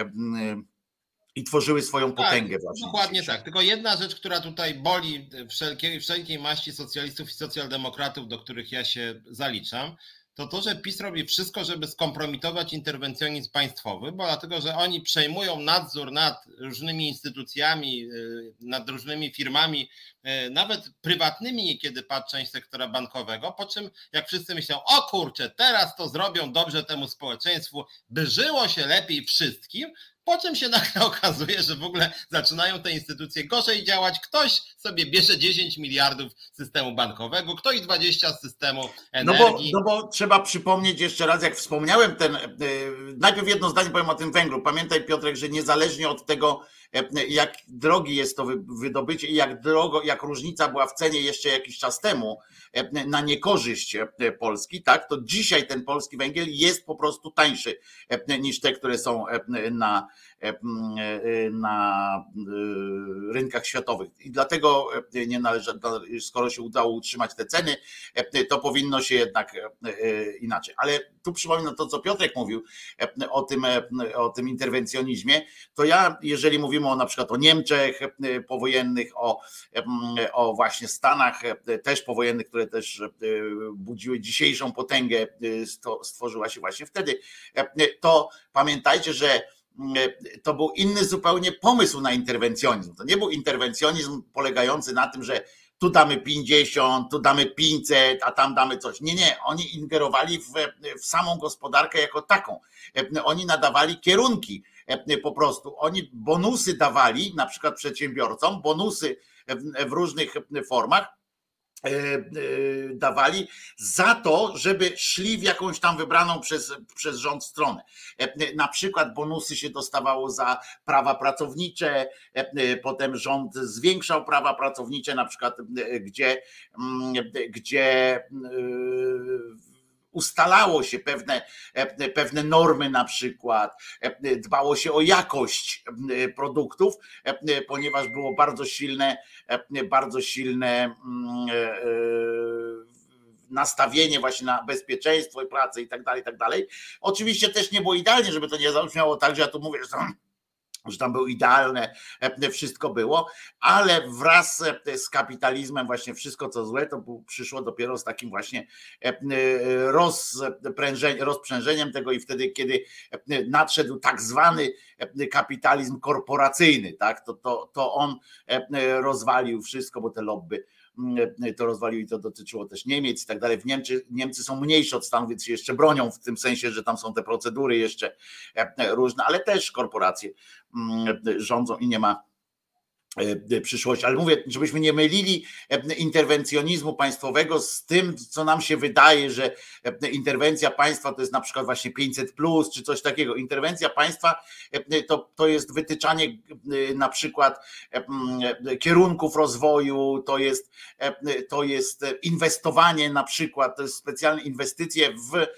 i tworzyły swoją potęgę tak, właśnie. Dokładnie tak. Tylko jedna rzecz, która tutaj boli wszelkiej, wszelkiej maści socjalistów i socjaldemokratów, do których ja się zaliczam, to to, że PiS robi wszystko, żeby skompromitować interwencjonizm państwowy, bo dlatego, że oni przejmują nadzór nad różnymi instytucjami, nad różnymi firmami, nawet prywatnymi niekiedy, patrz, część sektora bankowego, po czym jak wszyscy myślą, o kurczę, teraz to zrobią dobrze temu społeczeństwu, by żyło się lepiej wszystkim, po czym się nagle okazuje, że w ogóle zaczynają te instytucje gorzej działać. Ktoś sobie bierze dziesięć miliardów z systemu bankowego, ktoś dwadzieścia z systemu energii. No bo, no bo trzeba przypomnieć jeszcze raz, jak wspomniałem, ten najpierw jedno zdanie powiem o tym węglu. Pamiętaj, Piotrek, że niezależnie od tego, jak drogi jest to wydobycie i jak drogo, jak różnica była w cenie jeszcze jakiś czas temu na niekorzyść Polski, tak, to dzisiaj ten polski węgiel jest po prostu tańszy niż te, które są na na rynkach światowych. I dlatego nie należy, skoro się udało utrzymać te ceny, to powinno się jednak inaczej. Ale tu przypominam to, co Piotrek mówił o tym, o tym interwencjonizmie, to ja, jeżeli mówimy o na przykład o Niemczech powojennych, o, o właśnie Stanach też powojennych, które też budziły dzisiejszą potęgę, stworzyła się właśnie wtedy, to pamiętajcie, że to był inny zupełnie pomysł na interwencjonizm. To nie był interwencjonizm polegający na tym, że tu damy pięćdziesiąt, tu damy pięćset, a tam damy coś. Nie, nie, oni ingerowali w, w samą gospodarkę jako taką. Oni nadawali kierunki po prostu. Oni bonusy dawali, na przykład przedsiębiorcom, bonusy w, w różnych formach, dawali za to, żeby szli w jakąś tam wybraną przez, przez rząd stronę. Na przykład bonusy się dostawało za prawa pracownicze, potem rząd zwiększał prawa pracownicze, na przykład gdzie, gdzie ustalało się pewne, pewne normy, na przykład dbało się o jakość produktów, ponieważ było bardzo silne, bardzo silne nastawienie właśnie na bezpieczeństwo i pracę i tak dalej, i tak dalej. Oczywiście też nie było idealnie, żeby to nie zabrzmiało tak, że ja tu mówię, że tam że tam było idealne, wszystko było, ale wraz z kapitalizmem właśnie wszystko co złe to przyszło dopiero z takim właśnie rozprzężeniem tego i wtedy, kiedy nadszedł tak zwany kapitalizm korporacyjny, tak, to, to, to on rozwalił wszystko, bo te lobby to rozwalił i to dotyczyło też Niemiec i tak dalej. W Niemcy, Niemcy są mniejsze od Stanów, więc się jeszcze bronią w tym sensie, że tam są te procedury jeszcze różne, ale też korporacje rządzą i nie ma przyszłości. Ale mówię, żebyśmy nie mylili interwencjonizmu państwowego z tym, co nam się wydaje, że interwencja państwa to jest na przykład właśnie pięćset plus czy coś takiego. Interwencja państwa to, to jest wytyczanie na przykład kierunków rozwoju, to jest, to jest inwestowanie na przykład, to jest specjalne inwestycje w,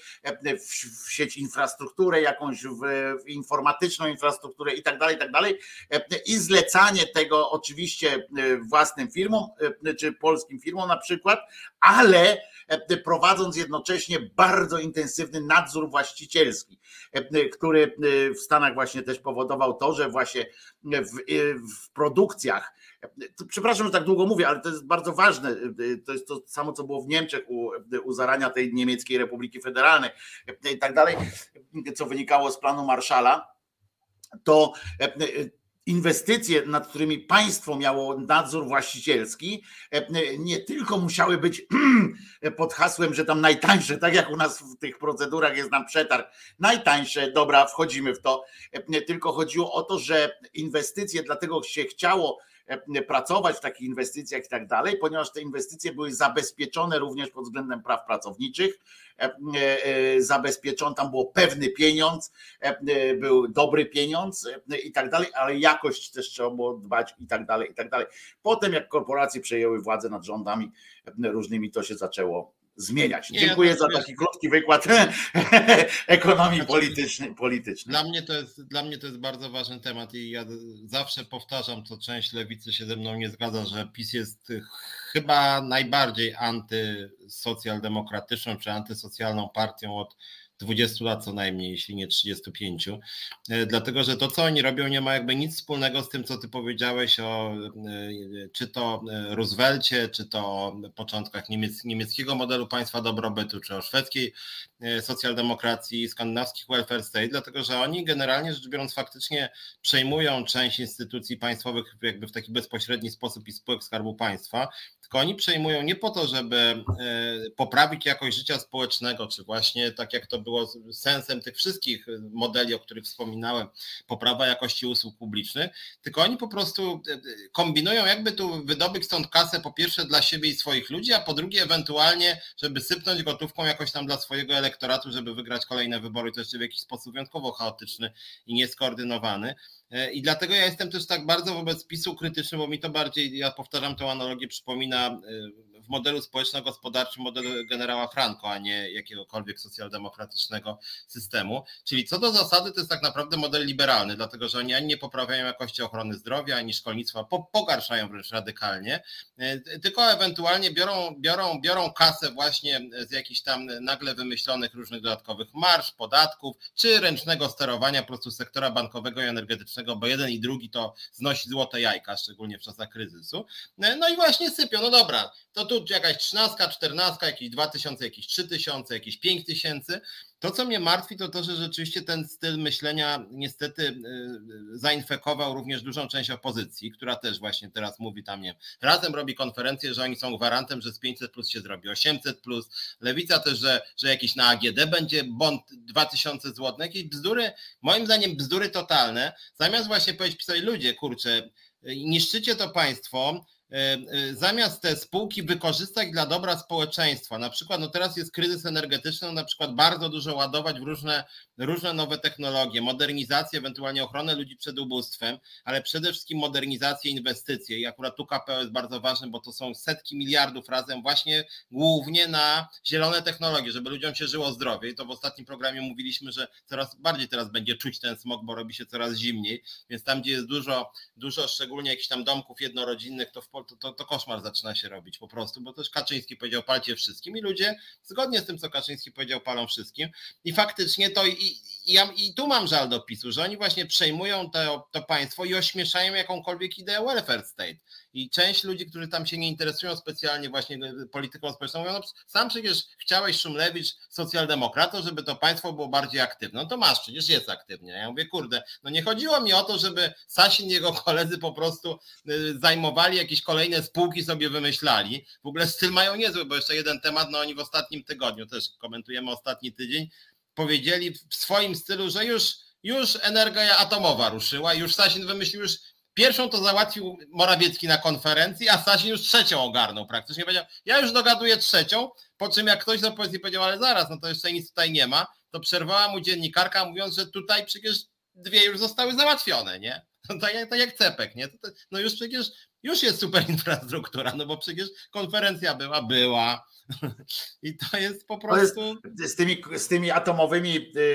w sieć infrastrukturę, jakąś w, w informatyczną infrastrukturę i tak dalej, i tak dalej. I zlecanie tego oczywiście własnym firmom, czy polskim firmom na przykład, ale prowadząc jednocześnie bardzo intensywny nadzór właścicielski, który w Stanach właśnie też powodował to, że właśnie w, w produkcjach, przepraszam, że tak długo mówię, ale to jest bardzo ważne, to jest to samo, co było w Niemczech u, u zarania tej niemieckiej Republiki Federalnej i tak dalej, co wynikało z planu Marshalla, to inwestycje, nad którymi państwo miało nadzór właścicielski, nie tylko musiały być pod hasłem, że tam najtańsze, tak jak u nas w tych procedurach jest nam przetarg, najtańsze, dobra, wchodzimy w to, tylko chodziło o to, że inwestycje, dlatego się chciało pracować w takich inwestycjach i tak dalej, ponieważ te inwestycje były zabezpieczone również pod względem praw pracowniczych, zabezpieczony, tam było pewny pieniądz, był dobry pieniądz i tak dalej, ale jakość też trzeba było dbać i tak dalej, i tak dalej. Potem jak korporacje przejęły władzę nad rządami różnymi, to się zaczęło zmieniać. Nie, Dziękuję za taki krótki wykład ekonomii politycznej, politycznej. Dla mnie to jest, dla mnie to jest bardzo ważny temat i ja zawsze powtarzam, co część lewicy się ze mną nie zgadza, że PiS jest chyba najbardziej antysocjaldemokratyczną czy antysocjalną partią od dwudziestu lat co najmniej, jeśli nie trzydziestu pięciu, dlatego że to, co oni robią, nie ma jakby nic wspólnego z tym, co ty powiedziałeś o czy to Roosevelcie, czy to o początkach niemiec, niemieckiego modelu państwa dobrobytu, czy o szwedzkiej socjaldemokracji, skandynawskich welfare state, dlatego że oni generalnie rzecz biorąc faktycznie przejmują część instytucji państwowych jakby w taki bezpośredni sposób i spółek Skarbu Państwa, tylko oni przejmują nie po to, żeby poprawić jakość życia społecznego, czy właśnie tak jak to było sensem tych wszystkich modeli, o których wspominałem, poprawa jakości usług publicznych, tylko oni po prostu kombinują, jakby tu wydobyć stąd kasę po pierwsze dla siebie i swoich ludzi, a po drugie ewentualnie, żeby sypnąć gotówką jakoś tam dla swojego elektoratu, żeby wygrać kolejne wybory, to jeszcze w jakiś sposób wyjątkowo chaotyczny i nieskoordynowany. I dlatego ja jestem też tak bardzo wobec PiSu krytyczny, bo mi to bardziej, ja powtarzam tę analogię, przypomina w modelu społeczno-gospodarczym modelu generała Franco, a nie jakiegokolwiek socjaldemokratycznego systemu. Czyli co do zasady to jest tak naprawdę model liberalny, dlatego że oni ani nie poprawiają jakości ochrony zdrowia, ani szkolnictwa, po, pogarszają wręcz radykalnie, tylko ewentualnie biorą, biorą, biorą kasę właśnie z jakichś tam nagle wymyślonych różnych dodatkowych marż, podatków, czy ręcznego sterowania po prostu sektora bankowego i energetycznego, bo jeden i drugi to znosi złote jajka, szczególnie w czasach kryzysu. No i właśnie sypią, no dobra, to tu jakaś trzynastka, czternastka, jakieś dwa tysiące, jakieś trzy tysiące, jakieś pięć tysięcy. To, co mnie martwi, to to, że rzeczywiście ten styl myślenia niestety zainfekował również dużą część opozycji, która też właśnie teraz mówi tam, nie, razem robi konferencję, że oni są gwarantem, że z pięćset plus się zrobi osiemset plus. Lewica też, że, że jakiś na A G D będzie bond dwa tysiące złotych. Jakieś bzdury, moim zdaniem bzdury totalne. Zamiast właśnie powiedzieć sobie, ludzie, kurczę, niszczycie to państwo, zamiast te spółki wykorzystać dla dobra społeczeństwa, na przykład no teraz jest kryzys energetyczny, na przykład bardzo dużo ładować w różne, różne nowe technologie, modernizację, ewentualnie ochronę ludzi przed ubóstwem, ale przede wszystkim modernizację, inwestycje i akurat tu K P O jest bardzo ważne, bo to są setki miliardów razem właśnie głównie na zielone technologie, żeby ludziom się żyło zdrowiej. To w ostatnim programie mówiliśmy, że coraz bardziej teraz będzie czuć ten smog, bo robi się coraz zimniej, więc tam gdzie jest dużo, dużo szczególnie jakichś tam domków jednorodzinnych, to w To, to, to koszmar zaczyna się robić po prostu, bo też Kaczyński powiedział palcie wszystkim i ludzie zgodnie z tym, co Kaczyński powiedział, palą wszystkim i faktycznie to i, i, ja, i tu mam żal do PiSu, że oni właśnie przejmują to, to państwo i ośmieszają jakąkolwiek ideę welfare state i część ludzi, którzy tam się nie interesują specjalnie właśnie polityką społeczną, mówią, no sam przecież chciałeś, Szumlewicz, socjaldemokrato, żeby to państwo było bardziej aktywne, no to masz, przecież jest aktywnie. Ja mówię, kurde, no nie chodziło mi o to, żeby Sasin i jego koledzy po prostu zajmowali jakieś kolejne spółki, sobie wymyślali. W ogóle styl mają niezły, bo jeszcze jeden temat, no oni w ostatnim tygodniu, też komentujemy ostatni tydzień, powiedzieli w swoim stylu, że już, już energia atomowa ruszyła, już Sasin wymyślił, już pierwszą to załatwił Morawiecki na konferencji, a Sasin już trzecią ogarnął praktycznie. Powiedział, ja już dogaduję trzecią, po czym jak ktoś z opozycji powiedział, ale zaraz, no to jeszcze nic tutaj nie ma, to przerwała mu dziennikarka, mówiąc, że tutaj przecież dwie już zostały załatwione, nie? No tak jak, tak jak Cepek, nie? To, to, no już przecież już jest super infrastruktura, no bo przecież konferencja była, była i to jest po prostu... To jest, z, tymi, z tymi atomowymi,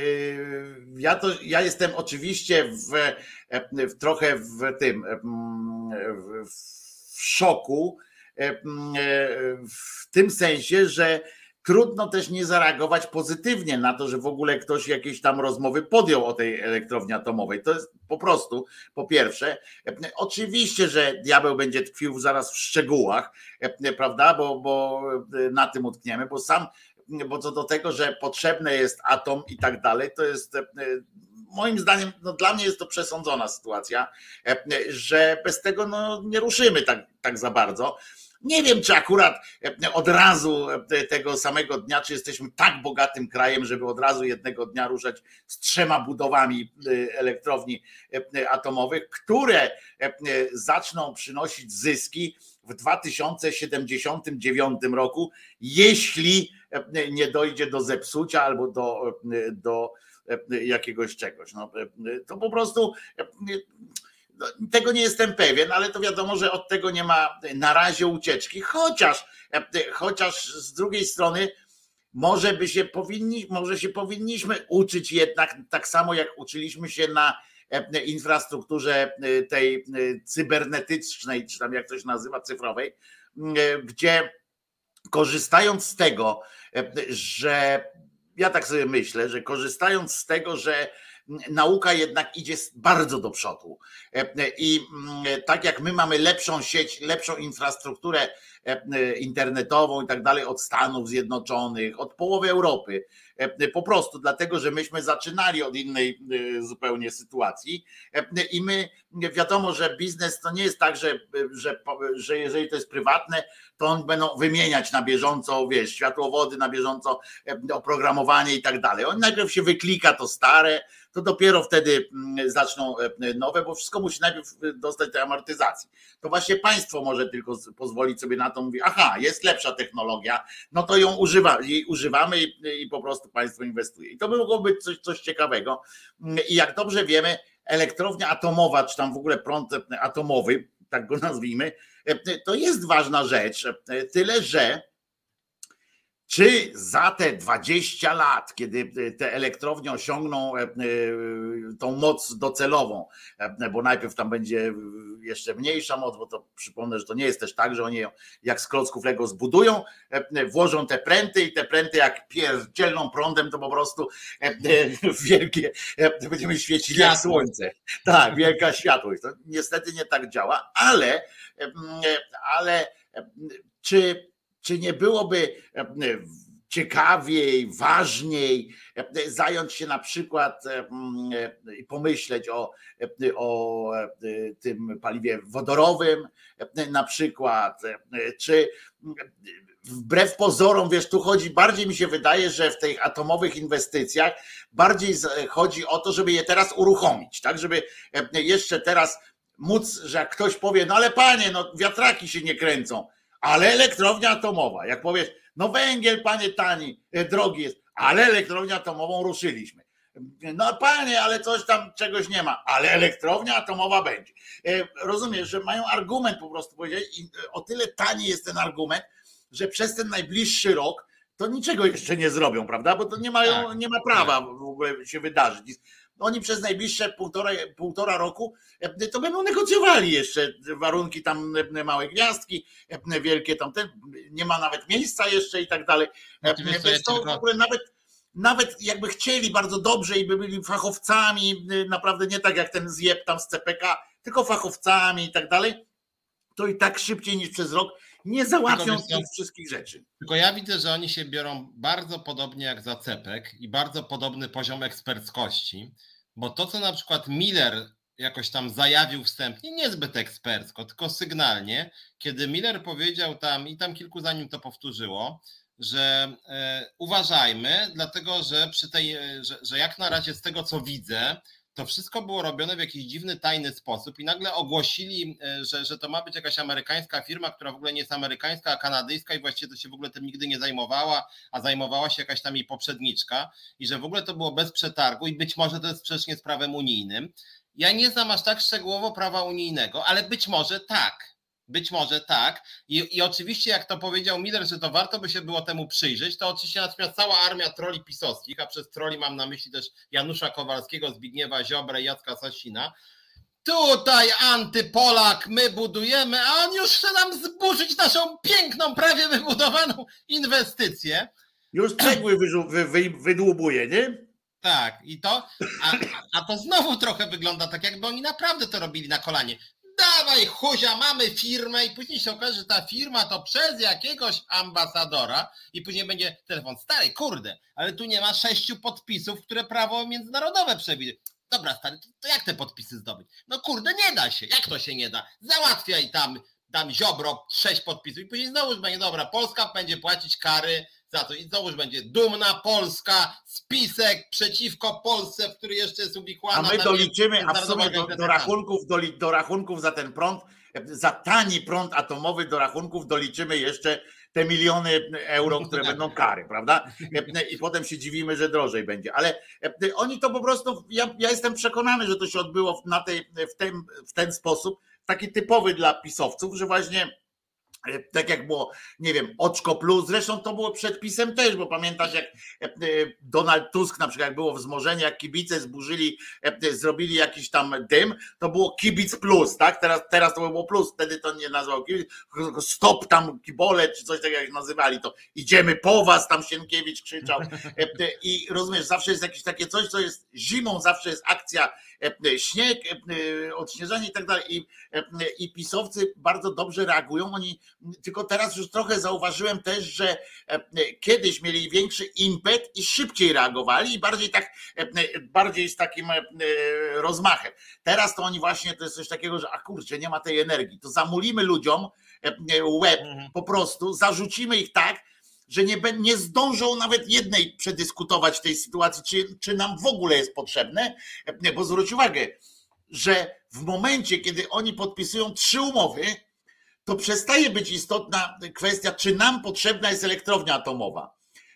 yy, ja, to, ja jestem oczywiście w, w trochę w tym, w, w szoku, w tym sensie, że trudno też nie zareagować pozytywnie na to, że w ogóle ktoś jakieś tam rozmowy podjął o tej elektrowni atomowej. To jest po prostu, po pierwsze, oczywiście, że diabeł będzie tkwił zaraz w szczegółach, prawda, bo, bo na tym utkniemy, bo sam, bo co do tego, że potrzebny jest atom i tak dalej, to jest moim zdaniem, no dla mnie jest to przesądzona sytuacja, że bez tego no, nie ruszymy tak, tak za bardzo. Nie wiem, czy akurat od razu tego samego dnia, czy jesteśmy tak bogatym krajem, żeby od razu jednego dnia ruszać z trzema budowami elektrowni atomowych, które zaczną przynosić zyski w dwa tysiące siedemdziesiątym dziewiątym roku, jeśli nie dojdzie do zepsucia albo do, do jakiegoś czegoś. No, to po prostu... Tego nie jestem pewien, ale to wiadomo, że od tego nie ma na razie ucieczki, chociaż, chociaż z drugiej strony może by się powinni, może się powinniśmy uczyć jednak tak samo jak uczyliśmy się na infrastrukturze tej cybernetycznej, czy tam jak to się nazywa, cyfrowej, gdzie korzystając z tego, że ja tak sobie myślę, że korzystając z tego, że nauka jednak idzie bardzo do przodu i tak jak my mamy lepszą sieć, lepszą infrastrukturę internetową i tak dalej od Stanów Zjednoczonych, od połowy Europy, po prostu dlatego, że myśmy zaczynali od innej zupełnie sytuacji i my wiadomo, że biznes to nie jest tak, że, że, że jeżeli to jest prywatne, to oni będą wymieniać na bieżąco, wiesz, światłowody na bieżąco, oprogramowanie i tak dalej. On najpierw się wyklika to stare, to dopiero wtedy zaczną nowe, bo wszystko musi najpierw dostać tej amortyzacji. To właśnie państwo może tylko pozwolić sobie na to, mówi, aha, jest lepsza technologia, no to ją używa, jej używamy i, i po prostu państwo inwestuje. I to by mogło być coś, coś ciekawego. I jak dobrze wiemy, elektrownia atomowa, czy tam w ogóle prąd atomowy, tak go nazwijmy, to jest ważna rzecz, tyle że czy za te dwadzieścia lat, kiedy te elektrownie osiągną tą moc docelową, bo najpierw tam będzie jeszcze mniejsza moc, bo to przypomnę, że to nie jest też tak, że oni ją jak z klocków Lego zbudują, włożą te pręty i te pręty jak pierdzielną prądem, to po prostu wielkie, będziemy świecili jak słońce. Tak, wielka światłość. To niestety nie tak działa, ale, ale czy Czy nie byłoby ciekawiej, ważniej zająć się na przykład i pomyśleć o, o tym paliwie wodorowym na przykład, czy wbrew pozorom, wiesz, tu chodzi, bardziej mi się wydaje, że w tych atomowych inwestycjach bardziej chodzi o to, żeby je teraz uruchomić, tak, żeby jeszcze teraz móc, że jak ktoś powie, no ale panie, no wiatraki się nie kręcą, ale elektrownia atomowa, jak powiesz, no węgiel, panie, tani, drogi jest, ale elektrownię atomową ruszyliśmy. No panie, ale coś tam, czegoś nie ma, ale elektrownia atomowa będzie. Rozumiesz, że mają argument po prostu powiedzieć i o tyle tani jest ten argument, że przez ten najbliższy rok to niczego jeszcze nie zrobią, prawda? Bo to nie mają, tak, nie ma prawa w ogóle się wydarzyć. Oni przez najbliższe półtora, półtora roku to będą negocjowali jeszcze warunki tam, małe gwiazdki, wielkie tam, ten, nie ma nawet miejsca jeszcze i tak dalej. Więc to w ogóle nawet, nawet jakby chcieli bardzo dobrze i by byli fachowcami, naprawdę nie tak jak ten zjeb tam z C P K, tylko fachowcami i tak dalej, to i tak szybciej niż przez rok nie załatwią tych wszystkich rzeczy. Tylko ja widzę, że oni się biorą bardzo podobnie jak za Cepek i bardzo podobny poziom eksperckości, bo to, co na przykład Miller jakoś tam zajawił wstępnie, niezbyt ekspercko, tylko sygnalnie, kiedy Miller powiedział tam, i tam kilku za nim to powtórzyło, że e, uważajmy, dlatego że przy tej, że, że jak na razie z tego, co widzę, to wszystko było robione w jakiś dziwny, tajny sposób i nagle ogłosili, że, że to ma być jakaś amerykańska firma, która w ogóle nie jest amerykańska, a kanadyjska i właściwie to się w ogóle tym nigdy nie zajmowała, a zajmowała się jakaś tam jej poprzedniczka i że w ogóle to było bez przetargu i być może to jest sprzecznie z prawem unijnym. Ja nie znam aż tak szczegółowo prawa unijnego, ale być może tak. Być może tak. I, I oczywiście jak to powiedział Miller, że to warto by się było temu przyjrzeć, to oczywiście natomiast cała armia troli pisowskich, a przez troli mam na myśli też Janusza Kowalskiego, Zbigniewa Ziobrę i Jacka Sasina, tutaj antypolak, my budujemy, a on już chce nam zburzyć naszą piękną, prawie wybudowaną inwestycję. Już cegły wy, wy, wydłubuje, nie? Tak, i to, a, a to znowu trochę wygląda tak, jakby oni naprawdę to robili na kolanie. Dawaj chuzia, mamy firmę i później się okaże, że ta firma to przez jakiegoś ambasadora i później będzie telefon, stary, kurde, ale tu nie ma sześciu podpisów, które prawo międzynarodowe przewiduje. Dobra, stary, to jak te podpisy zdobyć? No kurde, nie da się. Jak to się nie da? Załatwiaj tam, tam Ziobro sześć podpisów i później znowu będzie, dobra, Polska będzie płacić kary za to i znowu będzie dumna Polska, spisek przeciwko Polsce, w który jeszcze jest uwikłana. A my doliczymy, a w sumie do, do, rachunków, do, do rachunków za ten prąd, za tani prąd atomowy do rachunków doliczymy jeszcze te miliony euro, które będą kary, prawda? I potem się dziwimy, że drożej będzie. Ale oni to po prostu, ja, ja jestem przekonany, że to się odbyło na tej, w, ten, w ten sposób, taki typowy dla pisowców, że właśnie tak jak było, nie wiem, oczko plus, zresztą to było przed PiS-em też, bo pamiętasz jak Donald Tusk na przykład jak było wzmożenie, jak kibice zburzyli, zrobili jakiś tam dym, to było kibic plus, tak? Teraz, teraz to było plus, wtedy to nie nazwał kibic, stop tam kibole, czy coś takiego jak nazywali to, idziemy po was, tam Sienkiewicz krzyczał i rozumiesz, zawsze jest jakieś takie coś, co jest zimą, zawsze jest akcja śnieg, odśnieżanie i tak dalej i, i pisowcy bardzo dobrze reagują, oni tylko teraz już trochę zauważyłem też, że kiedyś mieli większy impet i szybciej reagowali i bardziej tak, bardziej z takim rozmachem. Teraz to oni właśnie, to jest coś takiego, że a kurczę, nie ma tej energii, to zamulimy ludziom łeb po prostu, zarzucimy ich tak, że nie, nie zdążą nawet jednej przedyskutować tej sytuacji, czy, czy nam w ogóle jest potrzebne, bo zwróć uwagę, że w momencie, kiedy oni podpisują trzy umowy, to przestaje być istotna kwestia, czy nam potrzebna jest elektrownia atomowa.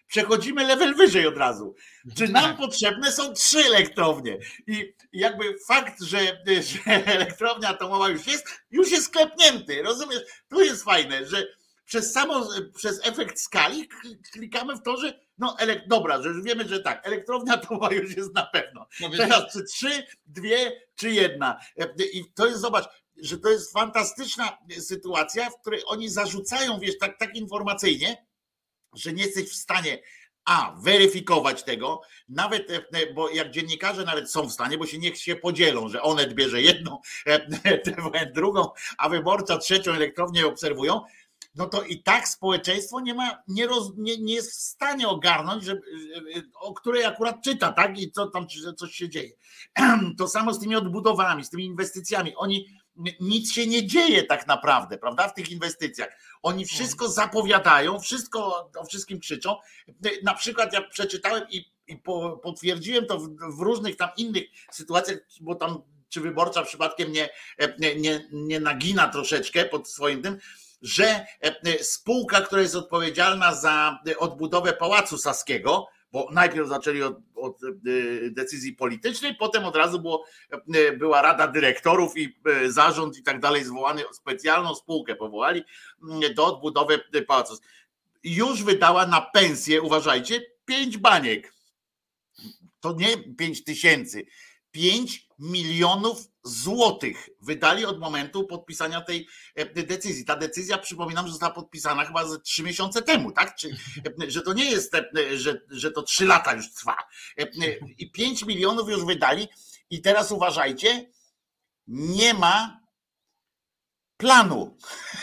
przechodzimy level wyżej od razu. Czy nam potrzebne są trzy elektrownie? I jakby fakt, że, że elektrownia atomowa już jest, już jest klepnięty, rozumiesz? To jest fajne, że przez samo, przez efekt skali klikamy w to, że no elek- dobra, że już wiemy, że tak, elektrownia atomowa już jest na pewno. No wiesz, Teraz czy trzy, dwie, czy jedna. I to jest, zobacz, że to jest fantastyczna sytuacja, w której oni zarzucają, wiesz, tak, tak informacyjnie, że nie jesteś w stanie a, weryfikować tego, nawet, bo jak dziennikarze nawet są w stanie, bo się niech się podzielą, że Onet bierze jedną, T V N drugą, a Wyborcza trzecią elektrownię obserwują, no to i tak społeczeństwo nie ma, nie, roz, nie, nie jest w stanie ogarnąć, że, o której akurat czyta, tak? I co tam, że coś się dzieje. To samo z tymi odbudowami, z tymi inwestycjami. Oni, nic się nie dzieje tak naprawdę, prawda? W tych inwestycjach. Oni wszystko zapowiadają, wszystko o wszystkim krzyczą. Na przykład ja przeczytałem i, i po, potwierdziłem to w, w różnych tam innych sytuacjach, bo tam czy Wyborcza przypadkiem nie, nie, nie, nie nagina troszeczkę pod swoim tym, że spółka, która jest odpowiedzialna za odbudowę Pałacu Saskiego, bo najpierw zaczęli od, od decyzji politycznej, potem od razu było, była Rada Dyrektorów i zarząd i tak dalej zwołany, specjalną spółkę powołali do odbudowy Pałacu. Już wydała na pensję, uważajcie, pięć baniek. To nie pięć tysięcy. pięć milionów złotych wydali od momentu podpisania tej decyzji. Ta decyzja, przypominam, że została podpisana chyba ze trzy miesiące temu, tak? Czy, że to nie jest, że, że to trzy lata już trwa. I pięć milionów już wydali i teraz uważajcie, nie ma planu.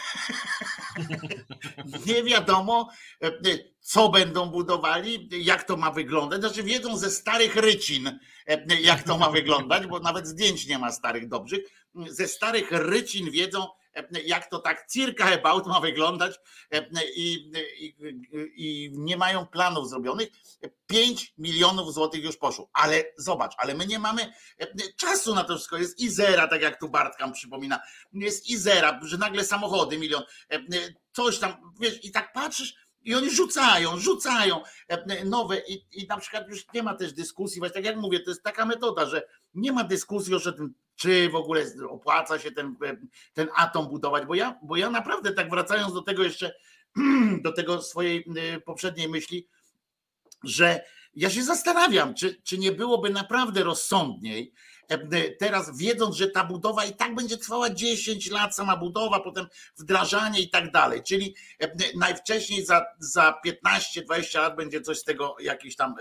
Nie wiadomo, co będą budowali, jak to ma wyglądać. Znaczy wiedzą ze starych rycin, jak to ma wyglądać, bo nawet zdjęć nie ma starych dobrych. Ze starych rycin wiedzą, jak to tak circa about ma wyglądać i, i, i nie mają planów zrobionych. pięć milionów złotych już poszło. Ale zobacz, ale my nie mamy czasu na to wszystko. Jest Izera, tak jak tu Bartkam przypomina, jest Izera, że nagle samochody milion, coś tam, wiesz, i tak patrzysz, i oni rzucają, rzucają nowe i, i na przykład już nie ma też dyskusji, właśnie tak jak mówię, to jest taka metoda, że nie ma dyskusji już o tym, czy w ogóle opłaca się ten, ten atom budować, bo ja, bo ja naprawdę tak wracając do tego jeszcze, do tego swojej poprzedniej myśli, że ja się zastanawiam, czy, czy nie byłoby naprawdę rozsądniej, teraz wiedząc, że ta budowa i tak będzie trwała dziesięć lat, sama budowa, potem wdrażanie i tak dalej, czyli najwcześniej za, za piętnaście dwadzieścia lat będzie coś z tego jakiś tam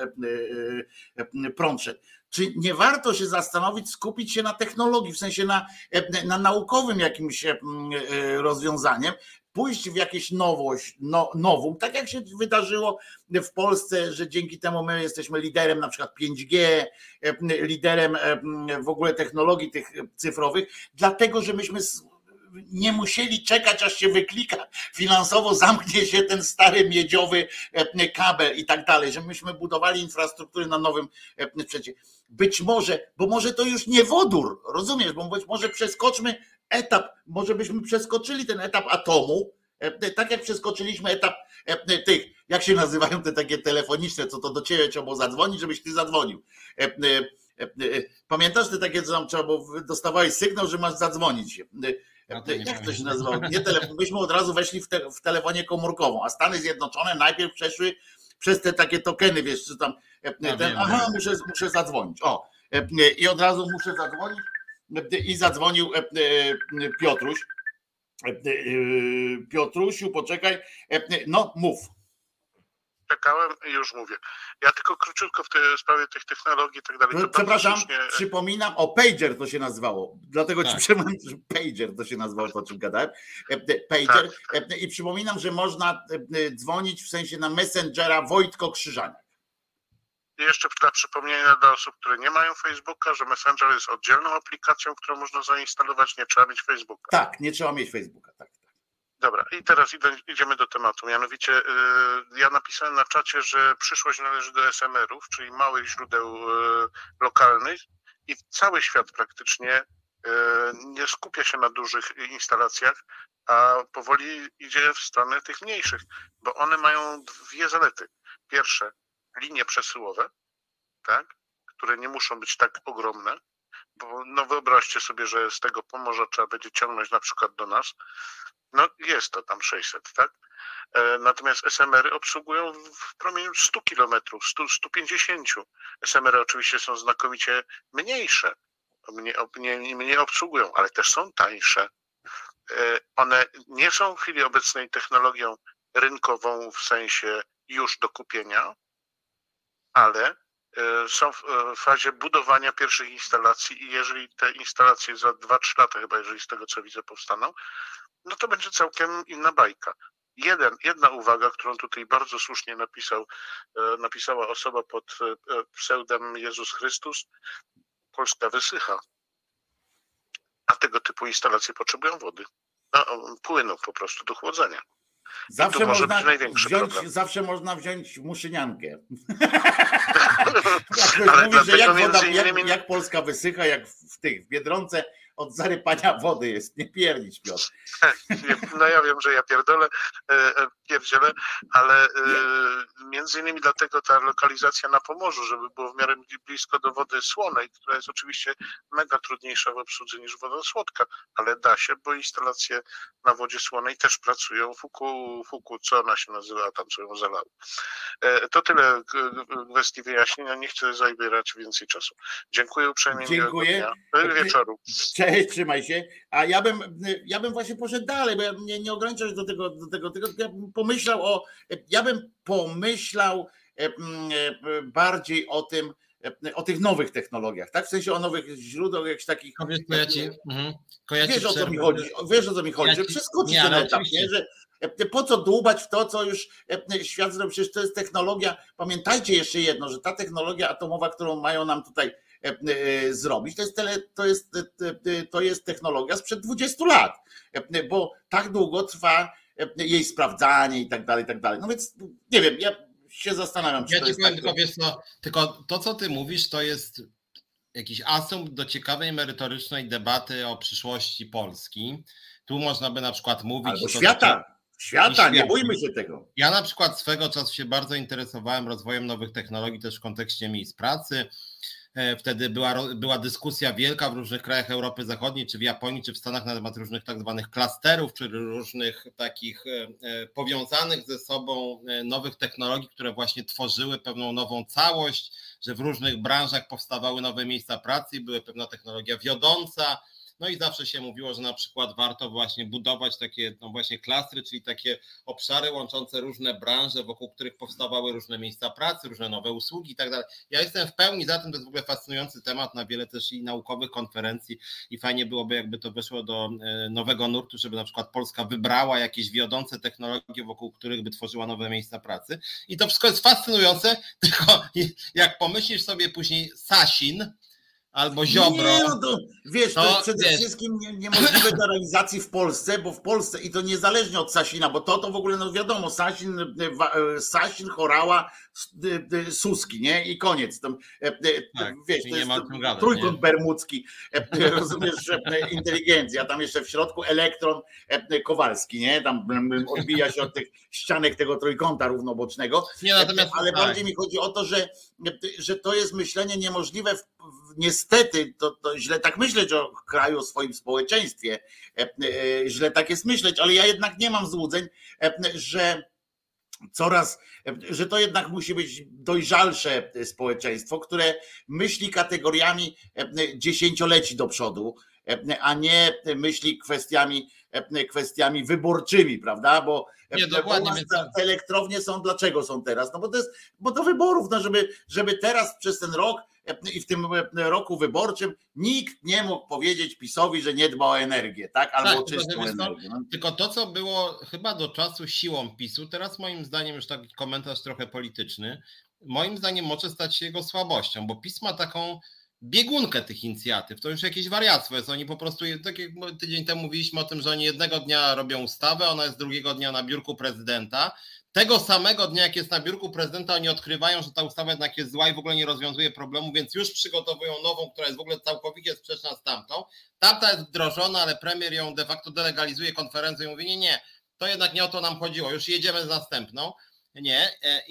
prąd szedł. Czy nie warto się zastanowić, skupić się na technologii, w sensie na, na naukowym jakimś rozwiązaniem, pójść w jakieś nowość, no, nowum, tak jak się wydarzyło w Polsce, że dzięki temu my jesteśmy liderem na przykład pięć G, liderem w ogóle technologii tych cyfrowych, dlatego, że myśmy nie musieli czekać, aż się wyklika, finansowo zamknie się ten stary miedziowy kabel i tak dalej, że myśmy budowali infrastrukturę na nowym sprzęcie. Być może, bo może to już nie wodór, rozumiesz, bo być może przeskoczmy etap, może byśmy przeskoczyli ten etap atomu, tak jak przeskoczyliśmy etap tych, jak się nazywają te takie telefoniczne, co to do ciebie trzeba było zadzwonić, żebyś ty zadzwonił. Pamiętasz te takie, co tam trzeba było, dostawałeś sygnał, że masz zadzwonić. No to jak to się nazywało? Nie telefon, myśmy od razu weszli w, te, w telefonię komórkową, a Stany Zjednoczone najpierw przeszły przez te takie tokeny, wiesz, czy tam, ten, wiem, aha, muszę, muszę zadzwonić. O, i od razu muszę zadzwonić i zadzwonił Piotruś. Piotrusiu, poczekaj, no mów. Czekałem i już mówię. Ja tylko króciutko w tej sprawie tych technologii i tak dalej. Przepraszam, słusznie... przypominam, o pager to się nazywało. Dlatego tak. Ci przypominam, że pager to się nazywało, to o czym gadałem. Pager. Tak, tak. I przypominam, że można dzwonić w sensie na Messengera Wojtko Krzyżaniak. I jeszcze dla przypomnienia dla osób, które nie mają Facebooka, że Messenger jest oddzielną aplikacją, którą można zainstalować, nie trzeba mieć Facebooka. Tak, nie trzeba mieć Facebooka, tak. Dobra, i teraz idziemy do tematu. Mianowicie yy, ja napisałem na czacie, że przyszłość należy do S M R-ów, czyli małych źródeł yy, lokalnych i cały świat praktycznie yy, nie skupia się na dużych instalacjach, a powoli idzie w stronę tych mniejszych, bo one mają dwie zalety. pierwsze linie przesyłowe, tak, które nie muszą być tak ogromne, bo no wyobraźcie sobie, że z tego Pomorza trzeba będzie ciągnąć na przykład do nas, no jest to tam sześćset, tak? Natomiast es em ery obsługują w promieniu stu kilometrów, stu, stu pięćdziesięciu. es em ery oczywiście są znakomicie mniejsze, mniej, mniej, mniej obsługują, ale też są tańsze. One nie są w chwili obecnej technologią rynkową w sensie już do kupienia, ale są w fazie budowania pierwszych instalacji i jeżeli te instalacje za dwa trzy lata chyba, jeżeli z tego co widzę powstaną, no to będzie całkiem inna bajka. Jeden, jedna uwaga, którą tutaj bardzo słusznie napisał, napisała osoba pod pseudem Jezus Chrystus, Polska wysycha, a tego typu instalacje potrzebują wody, no, płynu po prostu do chłodzenia. Zawsze można, wziąć, zawsze można wziąć muszyniankę. Jak Ale mówi, że jak, woda, innymi... jak, jak Polska wysycha, jak w tych w Biedronce od zarypania wody jest, nie pierdzić, Piotr. No ja wiem, że ja pierdolę, pierdzielę, ale między innymi dlatego ta lokalizacja na Pomorzu, żeby było w miarę blisko do wody słonej, która jest oczywiście mega trudniejsza w obsłudze niż woda słodka, ale da się, bo instalacje na wodzie słonej też pracują. Fuku, fuku co ona się nazywa, tam co ją zalało. To tyle kwestii wyjaśnienia, nie chcę zabierać więcej czasu. Dziękuję uprzejmie. Dziękuję. Wieczoru. Cześć, trzymaj się. A ja bym, ja bym właśnie poszedł dalej, bo ja nie, nie ograniczam się do tego, do tego, tego, ja bym pomyślał o, ja bym pomyślał bardziej o tym, o tych nowych technologiach, tak? W sensie o nowych źródłach, jakichś takich. Wiesz, to ja ci, mhm. ja wiesz, o co mi chodzi, wiesz o co mi chodzi, ja że przeskoczyć ten etap, nie? Że po co dłubać w to, co już świat zrobił, przecież to jest technologia, pamiętajcie jeszcze jedno, że ta technologia atomowa, którą mają nam tutaj zrobić, to jest, tele, to, jest, to jest technologia sprzed dwudziestu lat, bo tak długo trwa jej sprawdzanie i tak dalej, i tak dalej. No więc nie wiem, ja się zastanawiam, czy ja to ci jest powiem, tak, tylko, wiesz, no, tylko to, co ty mówisz, to jest jakiś asumpt do ciekawej, merytorycznej debaty o przyszłości Polski. Tu można by na przykład mówić... Albo to, świata, to, świata, nie bójmy się tego. Ja na przykład swego czasu się bardzo interesowałem rozwojem nowych technologii też w kontekście miejsc pracy. Wtedy była, była dyskusja wielka w różnych krajach Europy Zachodniej, czy w Japonii, czy w Stanach na temat różnych tak zwanych klasterów, czy różnych takich powiązanych ze sobą nowych technologii, które właśnie tworzyły pewną nową całość, że w różnych branżach powstawały nowe miejsca pracy, była pewna technologia wiodąca. No i zawsze się mówiło, że na przykład warto właśnie budować takie no właśnie klastry, czyli takie obszary łączące różne branże, wokół których powstawały różne miejsca pracy, różne nowe usługi i tak dalej. Ja jestem w pełni za tym, to jest w ogóle fascynujący temat na wiele też i naukowych konferencji i fajnie byłoby, jakby to weszło do nowego nurtu, żeby na przykład Polska wybrała jakieś wiodące technologie, wokół których by tworzyła nowe miejsca pracy. I to wszystko jest fascynujące, tylko jak pomyślisz sobie później Sasin, albo Ziobro. Nie, no to, wiesz, to, to jest przede wiesz. wszystkim nie, niemożliwe do realizacji w Polsce, bo w Polsce i to niezależnie od Sasina, bo to to w ogóle, no wiadomo, Sasin, Sasin, Chorała, Suski, nie? I koniec. Tam, tak, wiesz, to nie jest ma gadać, trójkąt nie? bermudzki, rozumiesz, inteligencja, tam jeszcze w środku elektron Kowalski, nie? Tam odbija się od tych ścianek tego trójkąta równobocznego. Nie, natomiast, ale tak. bardziej mi chodzi o to, że, że to jest myślenie niemożliwe w niestety, to, to źle tak myśleć o kraju, o swoim społeczeństwie, źle tak jest myśleć, ale ja jednak nie mam złudzeń, że coraz, że to jednak musi być dojrzalsze społeczeństwo, które myśli kategoriami dziesięcioleci do przodu, a nie myśli kwestiami, kwestiami wyborczymi, prawda? Bo, nie, dokładnie, bo te elektrownie są, dlaczego są teraz? No bo to jest, bo do wyborów, no żeby, żeby teraz przez ten rok i w tym roku wyborczym nikt nie mógł powiedzieć PiS-owi, że nie dba o energię, tak? Albo tak, o czystą energię. No. Tylko to, co było chyba do czasu siłą PiS-u, teraz moim zdaniem już taki komentarz trochę polityczny, moim zdaniem może stać się jego słabością, bo PiS ma taką biegunkę tych inicjatyw, to już jakieś wariactwo jest, oni po prostu, tak jak tydzień temu mówiliśmy o tym, że oni jednego dnia robią ustawę, ona jest drugiego dnia na biurku prezydenta, tego samego dnia, jak jest na biurku prezydenta, oni odkrywają, że ta ustawa jednak jest zła i w ogóle nie rozwiązuje problemu, więc już przygotowują nową, która jest w ogóle całkowicie sprzeczna z tamtą. Tamta jest wdrożona, ale premier ją de facto delegalizuje konferencją i mówi, nie, nie, to jednak nie o to nam chodziło, już jedziemy z następną. Nie, i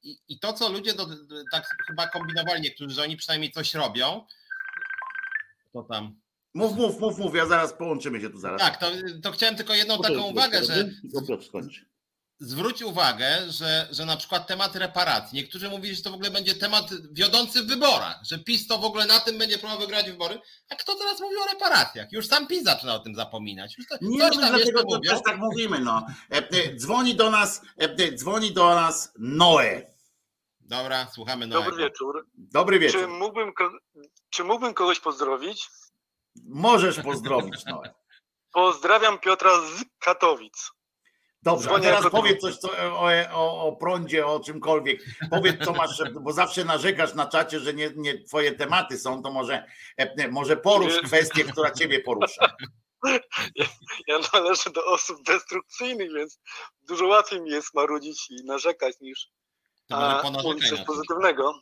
i, i to, co ludzie do, tak chyba kombinowali niektórzy, że oni przynajmniej coś robią, to tam... Mów, mów, mów, mów, ja zaraz połączymy się tu zaraz. Tak, to, to chciałem tylko jedną taką uwagę, że zwróć uwagę, że, że na przykład temat reparacji, niektórzy mówili, że to w ogóle będzie temat wiodący w wyborach, że PiS to w ogóle na tym będzie próbował wygrać wybory, a kto teraz mówi o reparacjach? Już sam PiS zaczyna o tym zapominać. Już to, nie, coś no, tam dlatego jeszcze to mówią. też tak mówimy, no. Dzwoni do nas, dzwoni do nas Noe. Dobra, słuchamy Noego. Dobry wieczór. Dobry wieczór. Czy mógłbym, czy mógłbym kogoś pozdrowić? Możesz pozdrowić, Noe. Pozdrawiam Piotra z Katowic. Dobrze, a Dzwonię teraz jako powiedz coś co, o, o, o prądzie, o czymkolwiek. Powiedz, co masz, bo zawsze narzekasz na czacie, że nie, nie twoje tematy są, to może, może porusz kwestię, która ciebie porusza. Ja, ja należę do osób destrukcyjnych, więc dużo łatwiej mi jest marudzić i narzekać niż To a, mówić coś pozytywnego.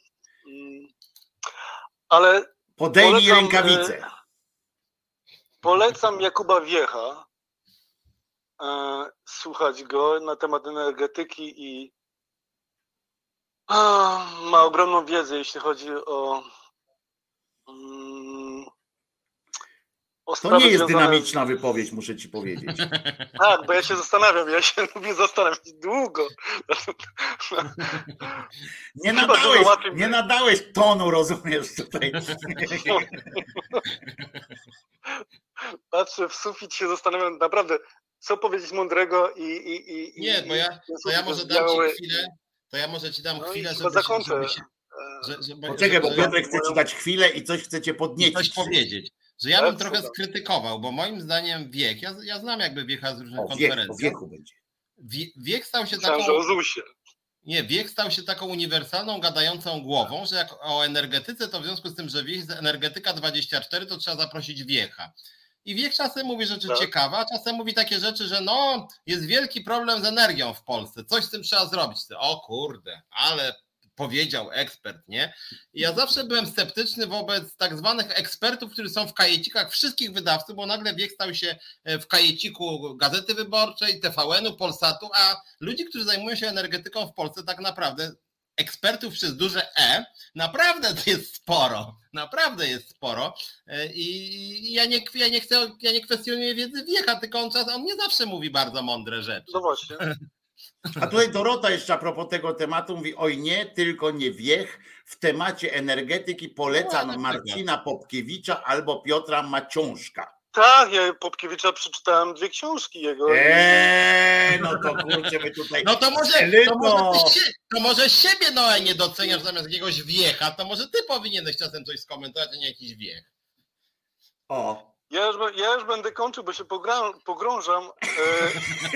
Ale podejmij polecam, rękawice. Polecam Jakuba Wiecha. Słuchać go na temat energetyki i a, ma ogromną wiedzę, jeśli chodzi o, um, o to nie jest związane... dynamiczna wypowiedź, muszę ci powiedzieć. Tak, bo ja się zastanawiam, ja się lubię zastanawiać długo. Nie nadałeś, nie nadałeś tonu, rozumiesz tutaj. Patrzę w sufit, się zastanawiam naprawdę, co powiedzieć mądrego i... i, i nie, bo ja, to ja może dam ci chwilę, to ja może ci dam no chwilę, żeby, zakończę. żeby się... Że, żeby, Poczekaj, bo Piotrek chce ci dać chwilę i coś chcecie podnieść. Coś powiedzieć. Że ja bym trochę skrytykował, bo moim zdaniem Wiek, ja, ja znam jakby Wiecha z różnych o, konferencji. O Wieku będzie. Wie, Wiek stał się Myślałem, taką... że o Zusie. Nie, Wiek stał się taką uniwersalną, gadającą głową, że jak o energetyce, to w związku z tym, że Wiek z Energetyka dwadzieścia cztery, to trzeba zaprosić Wiecha. I Wiek czasem mówi rzeczy tak. ciekawe, a czasem mówi takie rzeczy, że no, jest wielki problem z energią w Polsce, coś z tym trzeba zrobić. O kurde, ale powiedział ekspert, nie? I ja zawsze byłem sceptyczny wobec tak zwanych ekspertów, którzy są w kajecikach wszystkich wydawców, bo nagle Wiek stał się w kajeciku Gazety Wyborczej, T V N-u, Polsatu, a ludzi, którzy zajmują się energetyką w Polsce, tak naprawdę ekspertów przez duże E, naprawdę to jest sporo, naprawdę jest sporo i ja nie, ja nie chcę, ja nie kwestionuję wiedzy Wiecha, tylko on, czas, on nie zawsze mówi bardzo mądre rzeczy. No właśnie. A tutaj Dorota jeszcze a propos tego tematu mówi, oj nie, tylko nie Wiech, w temacie energetyki polecam no, Marcina Popkiewicza albo Piotra Maciążka. Tak, ja Popkiewicza przeczytałem dwie książki jego. Eee, no to kurczę, my tutaj... No to może, to może, ty, to może siebie Noe nie doceniasz zamiast jakiegoś Wiecha, to może ty powinieneś czasem coś skomentować, a nie jakiś Wiech. O. Ja już, ja już będę kończył, bo się pogra, pogrążam. E,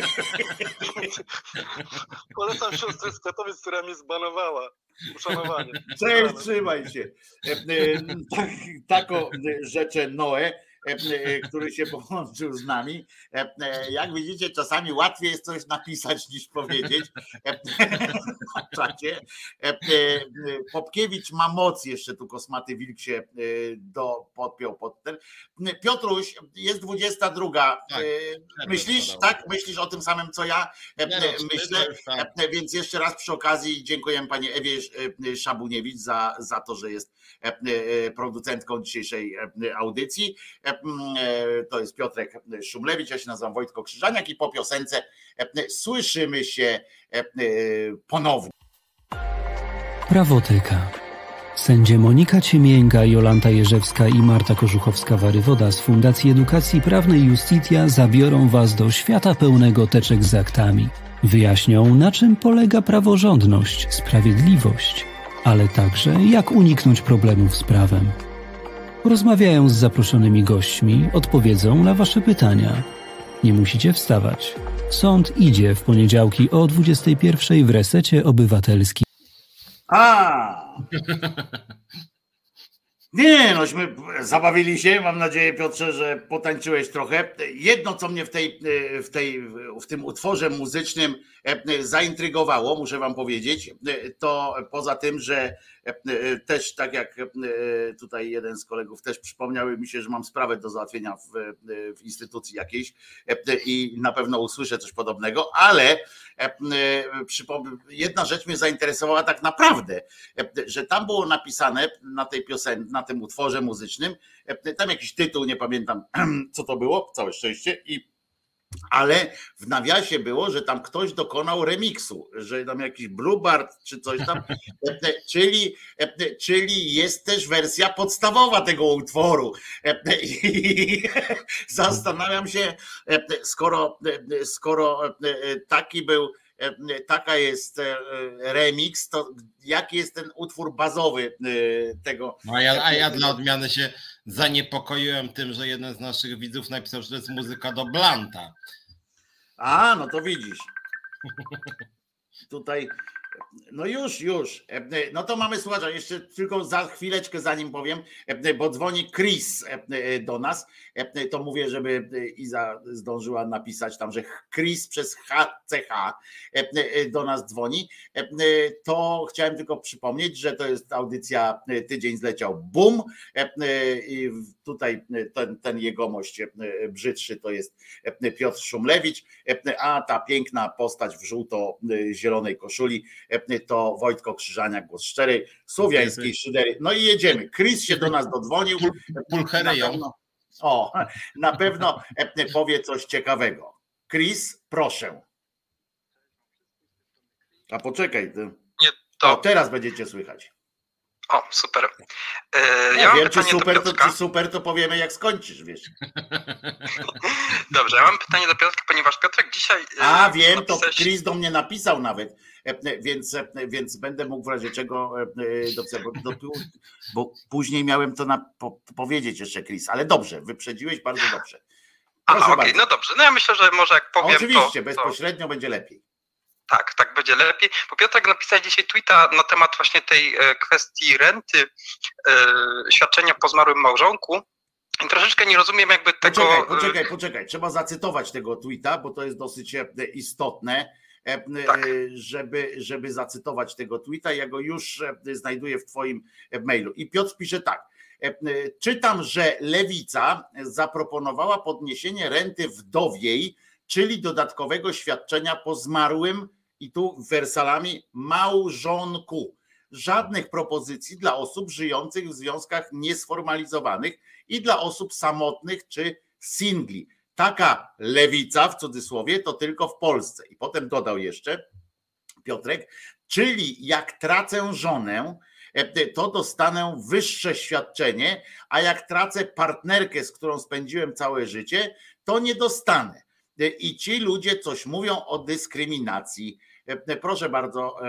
polecam siostrę z Katowic, która mnie zbanowała. Uszanowanie. Cześć, trzymaj się. E, e, tak, taką rzeczę Noe, który się połączył z nami. Jak widzicie, czasami łatwiej jest coś napisać niż powiedzieć na czacie. Popkiewicz ma moc, jeszcze tu Kosmaty Wilk się do, podpiął pod ten. Piotruś, jest dwudziesta druga. Tak, myślisz, tak? Myślisz o tym samym, co ja myślę. Więc jeszcze raz przy okazji dziękujemy pani Ewie Szabuniewicz za, za to, że jest producentką dzisiejszej audycji. To jest Piotrek Szumlewicz, ja się nazywam Wojtko Krzyżaniak i po piosence słyszymy się ponownie. Prawoteka. Sędzie Monika Ciemięga, Jolanta Jerzewska i Marta Korzuchowska-Warywoda z Fundacji Edukacji Prawnej Justitia zabiorą Was do świata pełnego teczek z aktami. Wyjaśnią, na czym polega praworządność, sprawiedliwość, ale także jak uniknąć problemów z prawem. Porozmawiają z zaproszonymi gośćmi, odpowiedzą na Wasze pytania. Nie musicie wstawać. Sąd idzie w poniedziałki o dwudziestej pierwszej w Resecie Obywatelskim. A! Nie, nośmy zabawili się, mam nadzieję, Piotrze, że potańczyłeś trochę. Jedno, co mnie w, tej, w, tej, w tym utworze muzycznym zaintrygowało, muszę wam powiedzieć, to poza tym, że też tak jak tutaj jeden z kolegów też przypomniał mi się, że mam sprawę do załatwienia w, w instytucji jakiejś i na pewno usłyszę coś podobnego, ale jedna rzecz mnie zainteresowała tak naprawdę, że tam było napisane na tej piosence, na tym utworze muzycznym, tam jakiś tytuł, nie pamiętam co to było, całe szczęście, i ale w nawiasie było, że tam ktoś dokonał remiksu, że tam jakiś Bluebird czy coś tam, czyli, czyli jest też wersja podstawowa tego utworu. I zastanawiam się, skoro, skoro taki był, taka jest remix, to jaki jest ten utwór bazowy tego? No a ja, a ja dla odmiany się zaniepokoiłem tym, że jeden z naszych widzów napisał, że to jest muzyka do Blanta. A, no to widzisz. Tutaj, no już, już. No to mamy słuchacza, jeszcze tylko za chwileczkę zanim powiem, bo dzwoni Chris do nas, to mówię, żeby Iza zdążyła napisać tam, że Chris przez H C H do nas dzwoni, to chciałem tylko przypomnieć, że to jest audycja Tydzień zleciał bum i tutaj ten, ten jegomość brzydszy to jest Piotr Szumlewicz, a ta piękna postać w żółto-zielonej koszuli to Wojtko Krzyżaniak, głos szczerej, słowiańskiej szydery. No i jedziemy. Chris się do nas dodzwonił. Pulcheryją. O, na pewno powie coś ciekawego. Chris, proszę. A poczekaj. Nie, to... O, teraz będziecie słychać. O, super. Yy, ja ja wiem, mam czy super, do to, czy super, to powiemy jak skończysz, wiesz. Dobrze, ja mam pytanie do Piotrka, ponieważ Piotrek dzisiaj... Yy, A wiem, napisałeś... to Chris do mnie napisał nawet, więc, więc będę mógł w razie czego dobrze, bo, do, bo później miałem to na, po, powiedzieć jeszcze, Chris, ale dobrze, wyprzedziłeś bardzo dobrze. Proszę A, okej, okay, no dobrze, no ja myślę, że może jak powiem... Oczywiście, to, bezpośrednio to... będzie lepiej. Tak, tak będzie lepiej. Bo Piotrek napisał dzisiaj tweeta na temat właśnie tej kwestii renty, e, świadczenia po zmarłym małżonku. I troszeczkę nie rozumiem jakby tego... Poczekaj, poczekaj, poczekaj. Trzeba zacytować tego tweeta, bo to jest dosyć istotne, tak. żeby, żeby zacytować tego tweeta. Ja go już znajduję w twoim mailu. I Piotr pisze tak. Czytam, że Lewica zaproponowała podniesienie renty wdowiej, czyli dodatkowego świadczenia po zmarłym, i tu wersalami, małżonku. Żadnych propozycji dla osób żyjących w związkach niesformalizowanych i dla osób samotnych czy singli. Taka lewica, w cudzysłowie, to tylko w Polsce. I potem dodał jeszcze Piotrek, czyli jak tracę żonę, to dostanę wyższe świadczenie, a jak tracę partnerkę, z którą spędziłem całe życie, to nie dostanę. I ci ludzie coś mówią o dyskryminacji. Proszę bardzo,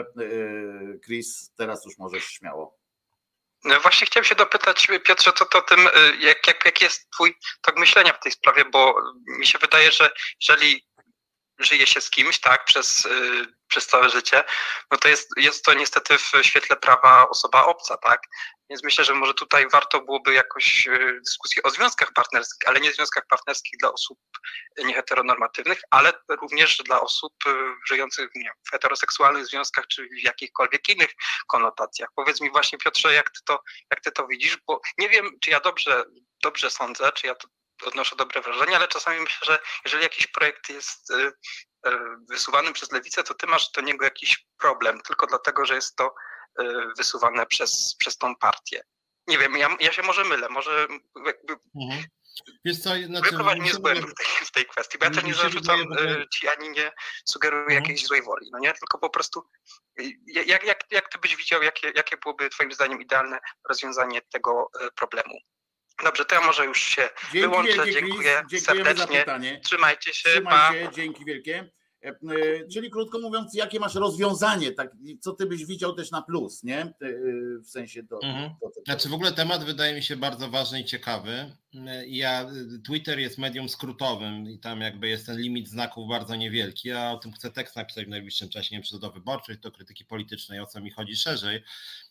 Chris, teraz już możesz śmiało. No właśnie chciałem się dopytać, Piotrze, co to o tym, jak, jak, jak jest twój tok myślenia w tej sprawie, bo mi się wydaje, że jeżeli żyje się z kimś, tak, przez, przez całe życie, no to jest, jest to niestety w świetle prawa osoba obca, tak? Więc myślę, że może tutaj warto byłoby jakoś dyskusję o związkach partnerskich, ale nie związkach partnerskich dla osób nieheteronormatywnych, ale również dla osób żyjących nie, w heteroseksualnych związkach czy w jakichkolwiek innych konotacjach. Powiedz mi właśnie, Piotrze, jak ty to, jak ty to widzisz, bo nie wiem, czy ja dobrze, dobrze sądzę, czy ja to odnoszę dobre wrażenie, ale czasami myślę, że jeżeli jakiś projekt jest wysuwany przez lewicę, to ty masz do niego jakiś problem, tylko dlatego, że jest to wysuwane przez, przez tą partię. Nie wiem, ja, ja się może mylę, może jakby mhm. Wiesz co, znaczy, wyprowadź mnie z błędu w tej, w tej kwestii, bo ja też nie zarzucam ci ani nie sugeruję mhm. jakiejś złej woli, no nie, tylko po prostu jak, jak, jak ty byś widział, jakie, jakie byłoby twoim zdaniem idealne rozwiązanie tego problemu? Dobrze, to ja może już się dzięki wyłączę, wielkie, dziękuję Chris, serdecznie, trzymajcie się, Trzymaj pa. się, dzięki wielkie. Czyli krótko mówiąc, jakie masz rozwiązanie, tak, co ty byś widział też na plus, nie? W sensie do, mhm. do tego. Znaczy w ogóle temat wydaje mi się bardzo ważny i ciekawy. Ja, Twitter jest medium skrótowym i tam jakby jest ten limit znaków bardzo niewielki. Ja o tym chcę tekst napisać w najbliższym czasie, nie wiem, czy to do wyborczej, to krytyki politycznej, o co mi chodzi szerzej.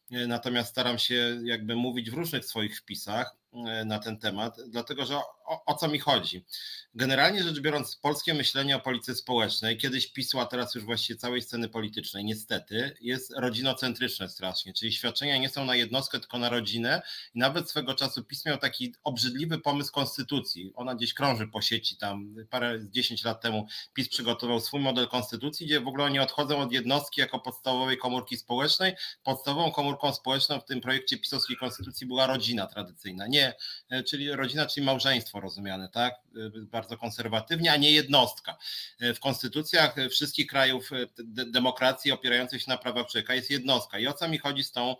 natomiast staram się jakby mówić w różnych swoich wpisach na ten temat, dlatego że o, o co mi chodzi? Generalnie rzecz biorąc, polskie myślenie o polityce społecznej, kiedyś PiS-u, a teraz już właściwie całej sceny politycznej, niestety, jest rodzinocentryczne strasznie, czyli świadczenia nie są na jednostkę, tylko na rodzinę i nawet swego czasu PiS miał taki obrzydliwy pomysł konstytucji, ona gdzieś krąży po sieci, tam parę, dziesięć lat temu PiS przygotował swój model konstytucji, gdzie w ogóle oni odchodzą od jednostki jako podstawowej komórki społecznej, podstawową komórką społeczną w tym projekcie pisowskiej konstytucji była rodzina tradycyjna, nie, czyli rodzina, czyli małżeństwo rozumiane, tak, bardzo konserwatywnie, a nie jednostka. W konstytucjach wszystkich krajów demokracji opierających się na prawach człowieka jest jednostka. I o co mi chodzi z tą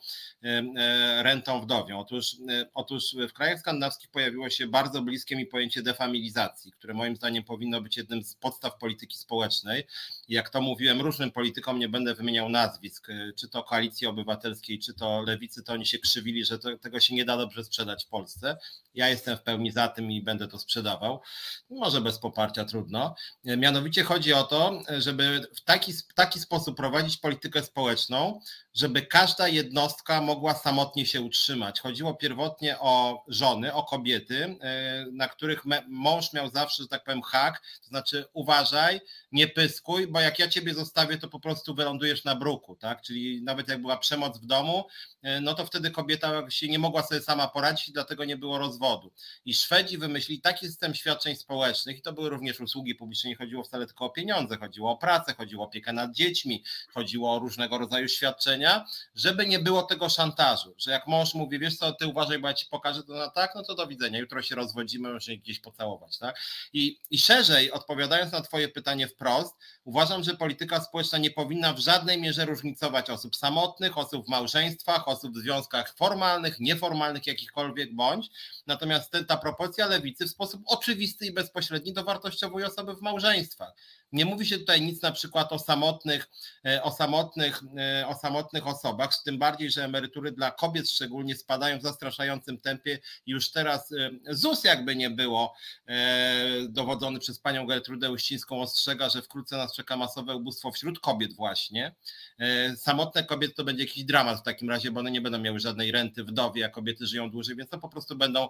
rentą wdowią? Otóż, otóż w krajach skandynawskich pojawiło się bardzo bliskie mi pojęcie defamilizacji, które moim zdaniem powinno być jednym z podstaw polityki społecznej. I jak to mówiłem różnym politykom, nie będę wymieniał nazwisk, czy to Koalicji Obywatelskiej, czy to Lewicy, to oni się krzywili, że to, tego się nie da dobrze sprzedać w Polsce. Ja jestem w pełni za tym i będę to sprzedawał. Może bez poparcia, trudno. Mianowicie chodzi o to, żeby w taki, taki sposób prowadzić politykę społeczną, żeby każda jednostka mogła samotnie się utrzymać. Chodziło pierwotnie o żony, o kobiety, na których mąż miał zawsze, że tak powiem, hak, to znaczy uważaj, nie pyskuj, bo jak ja ciebie zostawię, to po prostu wylądujesz na bruku, tak? Czyli nawet jak była przemoc w domu, no to wtedy kobieta się nie mogła sobie sama poradzić i dlatego nie było rozwodu. I Szwedzi wymyślili taki system świadczeń społecznych i to były również usługi publiczne, nie chodziło wcale tylko o pieniądze, chodziło o pracę, chodziło o opiekę nad dziećmi, chodziło o różnego rodzaju świadczenia, żeby nie było tego szantażu, że jak mąż mówi, wiesz co, ty uważaj, bo ja ci pokażę, to no tak, no to do widzenia, jutro się rozwodzimy, możemy gdzieś pocałować, tak? I, i szerzej, odpowiadając na twoje pytanie wprost, uważam, że polityka społeczna nie powinna w żadnej mierze różnicować osób samotnych, osób w małżeństwach, osób w związkach formalnych, nieformalnych, jakichkolwiek bądź, natomiast ten, ta proporcja lewicy w sposób oczywisty i bezpośredni dowartościowuje osoby w małżeństwach. Nie mówi się tutaj nic na przykład o samotnych, o samotnych, o samotnych osobach, tym bardziej, że emerytury dla kobiet szczególnie spadają w zastraszającym tempie. Już teraz ZUS jakby nie było dowodzony przez panią Gertrudę Uścińską ostrzega, że wkrótce nas czeka masowe ubóstwo wśród kobiet właśnie. Samotne kobiety to będzie jakiś dramat w takim razie, bo one nie będą miały żadnej renty wdowie, a kobiety żyją dłużej, więc to po prostu będą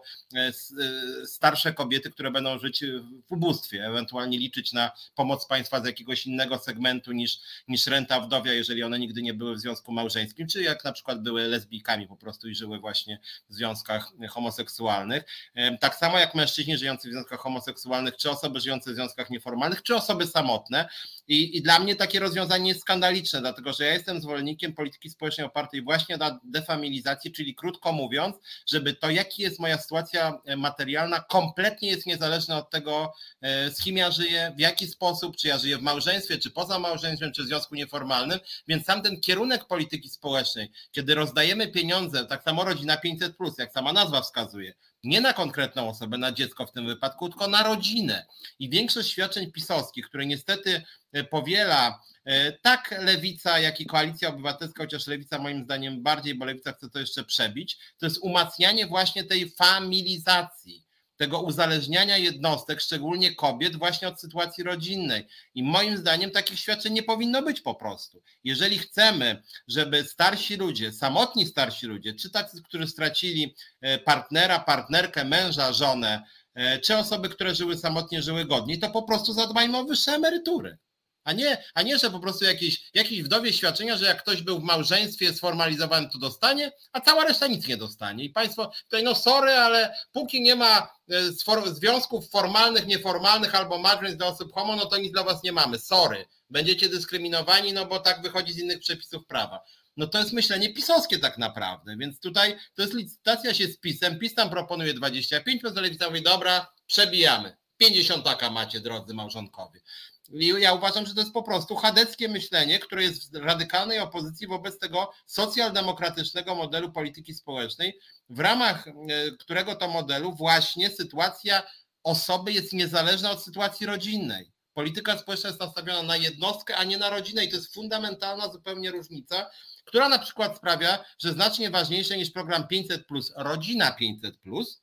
starsze kobiety, które będą żyć w ubóstwie, ewentualnie liczyć na pomoc państwa z jakiegoś innego segmentu niż, niż renta wdowia, jeżeli one nigdy nie były w związku małżeńskim, czy jak na przykład były lesbijkami po prostu i żyły właśnie w związkach homoseksualnych. Tak samo jak mężczyźni żyjący w związkach homoseksualnych, czy osoby żyjące w związkach nieformalnych, czy osoby samotne. I, I dla mnie takie rozwiązanie jest skandaliczne, dlatego że ja jestem zwolennikiem polityki społecznej opartej właśnie na defamilizacji, czyli krótko mówiąc, żeby to, jaki jest moja sytuacja materialna, kompletnie jest niezależne od tego, z kim ja żyję, w jaki sposób, czy ja żyję w małżeństwie, czy poza małżeństwem, czy w związku nieformalnym, więc sam ten kierunek polityki społecznej, kiedy rozdajemy pieniądze, tak samo Rodzina pięćset plus, jak sama nazwa wskazuje, nie na konkretną osobę, na dziecko w tym wypadku, tylko na rodzinę. I większość świadczeń pisowskich, które niestety powiela tak Lewica, jak i Koalicja Obywatelska, chociaż Lewica moim zdaniem bardziej, bo Lewica chce to jeszcze przebić, to jest umacnianie właśnie tej familizacji, tego uzależniania jednostek, szczególnie kobiet, właśnie od sytuacji rodzinnej. I moim zdaniem takich świadczeń nie powinno być po prostu. Jeżeli chcemy, żeby starsi ludzie, samotni starsi ludzie, czy tacy, którzy stracili partnera, partnerkę, męża, żonę, czy osoby, które żyły samotnie, żyły godniej, to po prostu zadbajmy o wyższe emerytury. A nie, a nie, że po prostu jakieś, jakieś wdowie świadczenia, że jak ktoś był w małżeństwie sformalizowanym, to dostanie, a cała reszta nic nie dostanie. I państwo tutaj, no sorry, ale póki nie ma związków formalnych, nieformalnych albo małżeństw dla osób homo, no to nic dla was nie mamy. Sorry, będziecie dyskryminowani, no bo tak wychodzi z innych przepisów prawa. No to jest myślenie pisowskie tak naprawdę, więc tutaj to jest licytacja się z PiS-em. PiS tam proponuje dwadzieścia pięć procent, Lewica mówi, dobra, przebijamy. pięćdziesiąt taka macie, drodzy małżonkowie. I ja uważam, że to jest po prostu chadeckie myślenie, które jest w radykalnej opozycji wobec tego socjaldemokratycznego modelu polityki społecznej, w ramach którego to modelu właśnie sytuacja osoby jest niezależna od sytuacji rodzinnej. Polityka społeczna jest nastawiona na jednostkę, a nie na rodzinę i to jest fundamentalna zupełnie różnica, która na przykład sprawia, że znacznie ważniejsze niż program pięćset plus, Rodzina pięćset plus,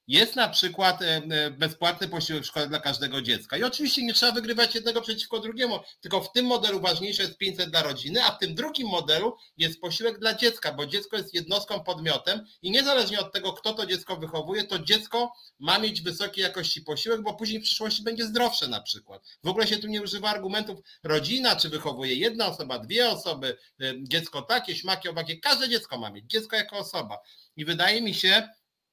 jest na przykład bezpłatny posiłek w szkole dla każdego dziecka. I oczywiście nie trzeba wygrywać jednego przeciwko drugiemu, tylko w tym modelu ważniejsze jest pięćset dla rodziny, a w tym drugim modelu jest posiłek dla dziecka, bo dziecko jest jednostką, podmiotem i niezależnie od tego, kto to dziecko wychowuje, to dziecko ma mieć wysokiej jakości posiłek, bo później w przyszłości będzie zdrowsze na przykład. W ogóle się tu nie używa argumentów rodzina, czy wychowuje jedna osoba, dwie osoby, dziecko takie, śmakie, owakie. Każde dziecko ma mieć, dziecko jako osoba. I wydaje mi się,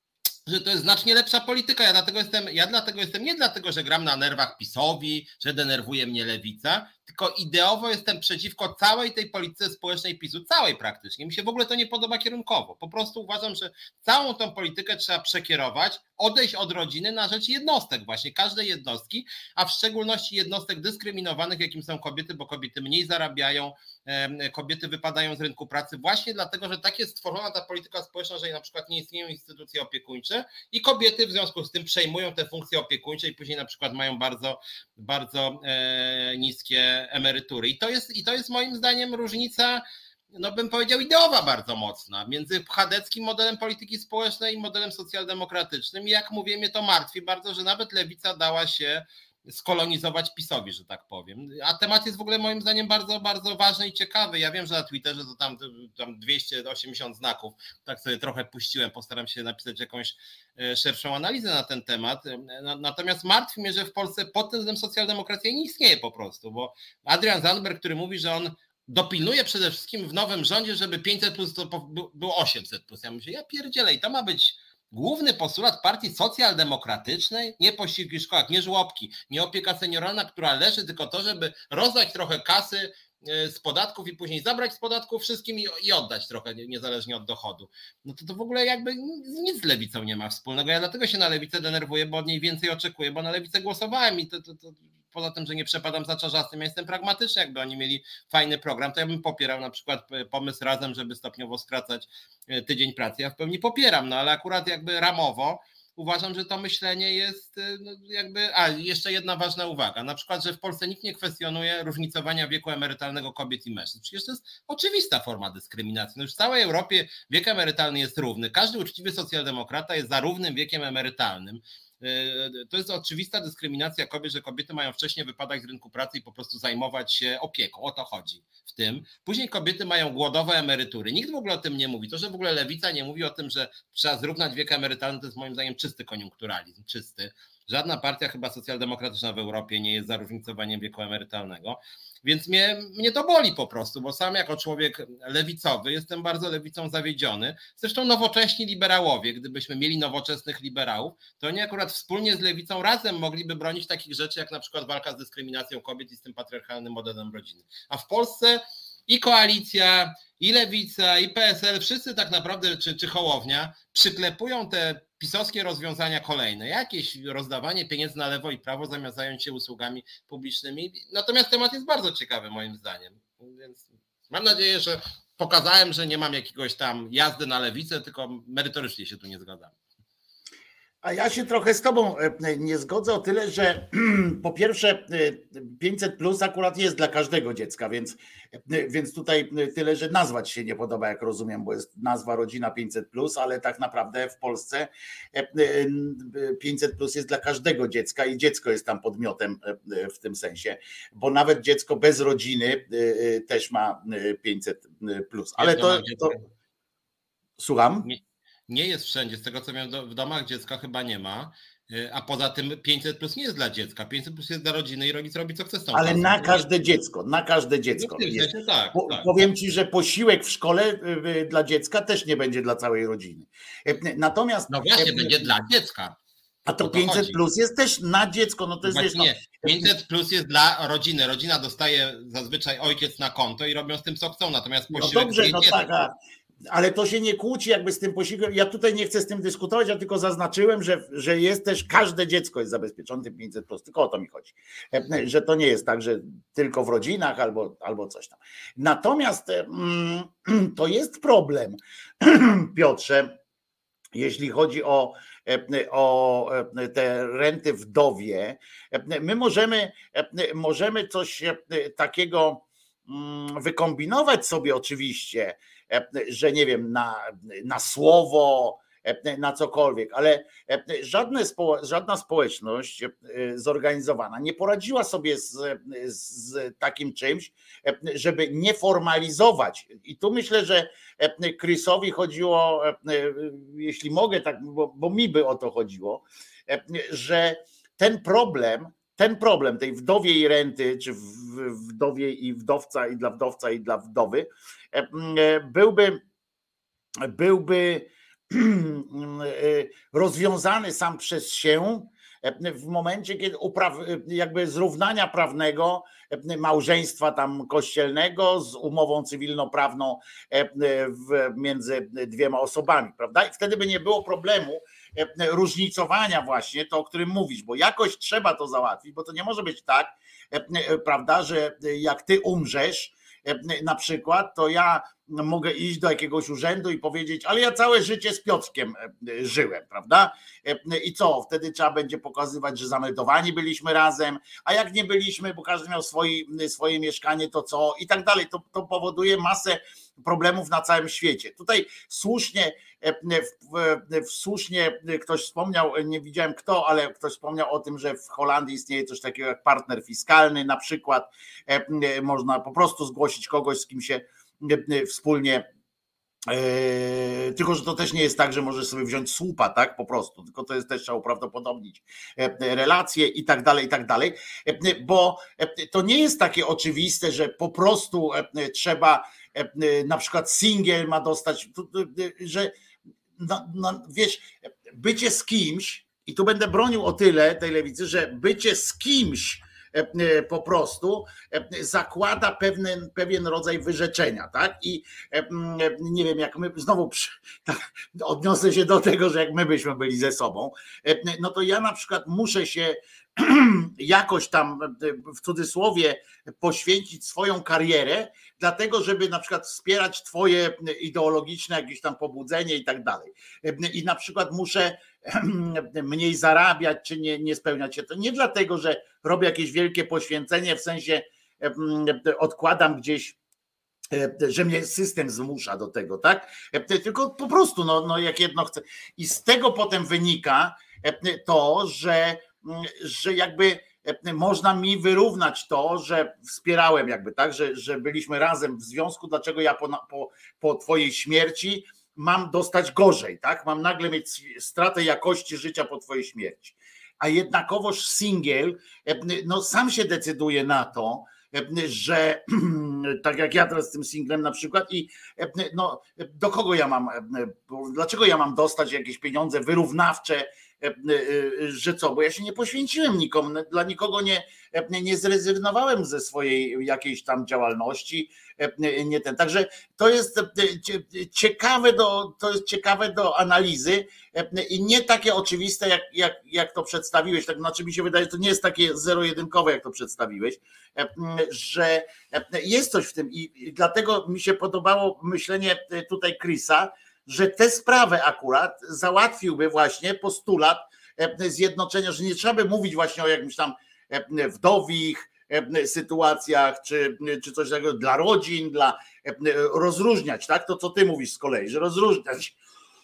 że to jest znacznie lepsza polityka. Ja dlatego jestem, ja dlatego jestem nie dlatego, że gram na nerwach PiS-owi, że denerwuje mnie lewica, tylko ideowo jestem przeciwko całej tej polityce społecznej PiS-u, całej praktycznie. Mi się w ogóle to nie podoba kierunkowo. Po prostu uważam, że całą tą politykę trzeba przekierować, odejść od rodziny na rzecz jednostek, właśnie każdej jednostki, a w szczególności jednostek dyskryminowanych, jakim są kobiety, bo kobiety mniej zarabiają, kobiety wypadają z rynku pracy właśnie dlatego, że tak jest stworzona ta polityka społeczna, że na przykład nie istnieją instytucje opiekuńcze i kobiety w związku z tym przejmują te funkcje opiekuńcze i później na przykład mają bardzo, bardzo e, niskie emerytury. I to jest, i to jest moim zdaniem różnica, no bym powiedział, ideowa bardzo mocna między chadeckim modelem polityki społecznej i modelem socjaldemokratycznym. I jak mówię, mnie to martwi bardzo, że nawet lewica dała się skolonizować PiS-owi, że tak powiem. A temat jest w ogóle moim zdaniem bardzo, bardzo ważny i ciekawy. Ja wiem, że na Twitterze to tam, tam dwieście osiemdziesiąt znaków, tak sobie trochę puściłem, postaram się napisać jakąś szerszą analizę na ten temat. Natomiast martwi mnie, że w Polsce pod tym względem socjaldemokracja nie istnieje po prostu, bo Adrian Zandberg, który mówi, że on dopilnuje przede wszystkim w nowym rządzie, żeby pięćset plus to było osiemset plus. Ja myślę, ja pierdzielę, i to ma być główny postulat partii socjaldemokratycznej, nie posiłki w szkołach, nie żłobki, nie opieka senioralna, która leży, tylko to, żeby rozdać trochę kasy z podatków i później zabrać z podatków wszystkim i, i oddać trochę niezależnie od dochodu. No to to w ogóle jakby nic z lewicą nie ma wspólnego. Ja dlatego się na lewicę denerwuję, bo od niej więcej oczekuję, bo na lewicę głosowałem i to, to, to poza tym, że nie przepadam za czarzastym, ja jestem pragmatyczny, jakby oni mieli fajny program, to ja bym popierał na przykład pomysł Razem, żeby stopniowo skracać tydzień pracy. Ja w pełni popieram, no ale akurat jakby ramowo uważam, że to myślenie jest no jakby... A, jeszcze jedna ważna uwaga, na przykład, że w Polsce nikt nie kwestionuje różnicowania wieku emerytalnego kobiet i mężczyzn. Przecież to jest oczywista forma dyskryminacji. No już w całej Europie wiek emerytalny jest równy. Każdy uczciwy socjaldemokrata jest za równym wiekiem emerytalnym. To jest oczywista dyskryminacja kobiet, że kobiety mają wcześniej wypadać z rynku pracy i po prostu zajmować się opieką. O to chodzi w tym. Później kobiety mają głodowe emerytury. Nikt w ogóle o tym nie mówi. To, że w ogóle lewica nie mówi o tym, że trzeba zrównać wiek emerytalny, to jest moim zdaniem czysty koniunkturalizm. Czysty. Żadna partia chyba socjaldemokratyczna w Europie nie jest za różnicowaniem wieku emerytalnego. Więc mnie, mnie to boli po prostu, bo sam jako człowiek lewicowy jestem bardzo lewicą zawiedziony. Zresztą nowocześni liberałowie, gdybyśmy mieli nowoczesnych liberałów, to oni akurat wspólnie z lewicą razem mogliby bronić takich rzeczy, jak na przykład walka z dyskryminacją kobiet i z tym patriarchalnym modelem rodziny. A w Polsce i koalicja, i lewica, i P S L, wszyscy tak naprawdę, czy, czy Hołownia, przyklepują te pisowskie rozwiązania kolejne, jakieś rozdawanie pieniędzy na lewo i prawo zamiast zająć się usługami publicznymi. Natomiast temat jest bardzo ciekawy moim zdaniem, więc mam nadzieję, że pokazałem, że nie mam jakiegoś tam jazdy na lewicę, tylko merytorycznie się tu nie zgadzam. A ja się trochę z tobą nie zgodzę o tyle, że po pierwsze pięćset plus akurat jest dla każdego dziecka, więc, więc tutaj tyle, że nazwać się nie podoba, jak rozumiem, bo jest nazwa rodzina pięćset plus, ale tak naprawdę w Polsce pięćset plus jest dla każdego dziecka i dziecko jest tam podmiotem w tym sensie, bo nawet dziecko bez rodziny też ma pięćset plus. Ale to... to... Słucham? Nie jest wszędzie, z tego co wiem, w domach dziecka chyba nie ma, a poza tym pięćset plus nie jest dla dziecka, pięćset plus jest dla rodziny i rodzic robi co chce z tą Ale kasą. na każde dziecko, na każde dziecko. No, jest. Tak, po, tak. Powiem ci, że posiłek w szkole dla dziecka też nie będzie dla całej rodziny. Natomiast... No właśnie, będzie dla dziecka. A to, to pięćset chodzi. Plus jest też na dziecko, no to jest... Wiesz, nie, pięćset plus jest dla rodziny, rodzina dostaje zazwyczaj ojciec na konto i robią z tym co chcą, natomiast posiłek... No dobrze, no tak, a... Ale to się nie kłóci jakby z tym posiłkiem. Ja tutaj nie chcę z tym dyskutować, ja tylko zaznaczyłem, że, że jest też, każde dziecko jest zabezpieczone tym pięćset plus, tylko o to mi chodzi. Że to nie jest tak, że tylko w rodzinach albo, albo coś tam. Natomiast mm, to jest problem, Piotrze, jeśli chodzi o, o te renty wdowie. My możemy, możemy coś takiego wykombinować sobie oczywiście, że nie wiem, na, na słowo na cokolwiek, ale żadne spo, żadna społeczność zorganizowana nie poradziła sobie z, z takim czymś, żeby nie formalizować. I tu myślę, że Chrisowi chodziło, jeśli mogę tak, bo, bo mi by o to chodziło, że ten problem, ten problem tej wdowiej renty, czy wdowiej i wdowca, i dla wdowca, i dla wdowy, byłby, byłby rozwiązany sam przez się w momencie, kiedy upraw, jakby zrównania prawnego małżeństwa tam kościelnego z umową cywilnoprawną między dwiema osobami, prawda? I wtedy by nie było problemu różnicowania właśnie, to o którym mówisz, bo jakoś trzeba to załatwić, bo to nie może być tak, prawda, że jak ty umrzesz na przykład, to ja mogę iść do jakiegoś urzędu i powiedzieć, ale ja całe życie z Piotrkiem żyłem, prawda? I co? Wtedy trzeba będzie pokazywać, że zameldowani byliśmy razem, a jak nie byliśmy, bo każdy miał swoje, swoje mieszkanie, to co? I tak dalej. To, to powoduje masę problemów na całym świecie. Tutaj słusznie, słusznie ktoś wspomniał, nie widziałem kto, ale ktoś wspomniał o tym, że w Holandii istnieje coś takiego jak partner fiskalny, na przykład można po prostu zgłosić kogoś, z kim się wspólnie, tylko że to też nie jest tak, że możesz sobie wziąć słupa, tak, po prostu, tylko to jest też, trzeba uprawdopodobnić relacje i tak dalej, i tak dalej, bo to nie jest takie oczywiste, że po prostu trzeba, na przykład singiel ma dostać, że no, no, wiesz, bycie z kimś, i tu będę bronił o tyle tej lewicy, że bycie z kimś po prostu zakłada pewien, pewien rodzaj wyrzeczenia, tak? I nie wiem, jak my, znowu tak, odniosę się do tego, że jak my byśmy byli ze sobą, no to ja na przykład muszę się jakoś tam w cudzysłowie poświęcić swoją karierę, dlatego żeby na przykład wspierać twoje ideologiczne jakieś tam pobudzenie i tak dalej. I na przykład muszę mniej zarabiać, czy nie, nie spełniać się. To nie dlatego, że robię jakieś wielkie poświęcenie, w sensie odkładam gdzieś, że mnie system zmusza do tego, tak? Tylko po prostu, no, no jak jedno chcę. I z tego potem wynika to, że, że jakby można mi wyrównać to, że wspierałem jakby, tak, że, że byliśmy razem w związku, dlaczego ja po, po, po twojej śmierci mam dostać gorzej, tak? Mam nagle mieć stratę jakości życia po twojej śmierci. A jednakowoż singiel, no sam się decyduje na to, że tak jak ja teraz z tym singlem na przykład, i no do kogo ja mam, dlaczego ja mam dostać jakieś pieniądze wyrównawcze, że co, bo ja się nie poświęciłem nikomu, dla nikogo nie, nie zrezygnowałem ze swojej jakiejś tam działalności, nie ten. Także to jest ciekawe do, to jest ciekawe do analizy i nie takie oczywiste, jak, jak, jak to przedstawiłeś. Tak znaczy mi się wydaje, że to nie jest takie zero-jedynkowe, jak to przedstawiłeś, że jest coś w tym i dlatego mi się podobało myślenie tutaj Chrisa, że tę sprawę akurat załatwiłby właśnie postulat zjednoczenia, że nie trzeba by mówić właśnie o jakimś tam wdowich sytuacjach, czy, czy coś takiego dla rodzin, dla rozróżniać, tak? To co ty mówisz z kolei, że rozróżniać,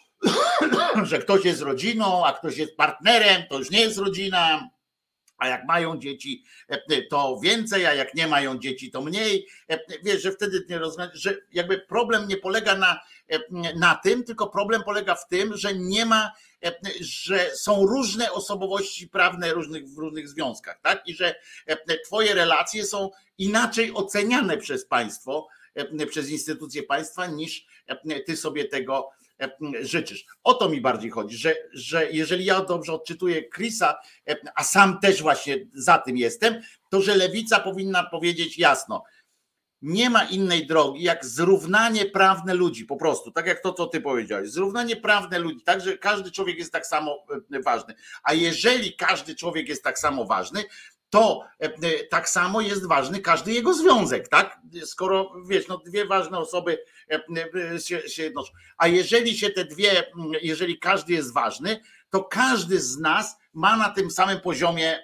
że ktoś jest rodziną, a ktoś jest partnerem, to już nie jest rodzina, a jak mają dzieci, to więcej, a jak nie mają dzieci, to mniej. Wiesz, że wtedy nie rozumiem, że jakby problem nie polega na, na tym, tylko problem polega w tym, że nie ma, że są różne osobowości prawne różnych, w różnych związkach, tak? I że twoje relacje są inaczej oceniane przez państwo, przez instytucje państwa, niż ty sobie tego życzysz. O to mi bardziej chodzi, że, że jeżeli ja dobrze odczytuję Chrisa, a sam też właśnie za tym jestem, to że lewica powinna powiedzieć jasno, nie ma innej drogi jak zrównanie prawne ludzi, po prostu, tak jak to, co ty powiedziałeś, zrównanie prawne ludzi, tak, że każdy człowiek jest tak samo ważny, a jeżeli każdy człowiek jest tak samo ważny, to tak samo jest ważny każdy jego związek, tak? Skoro, wiesz, no dwie ważne osoby się, się jednoczą. A jeżeli się te dwie, jeżeli każdy jest ważny, to każdy z nas ma na tym samym poziomie,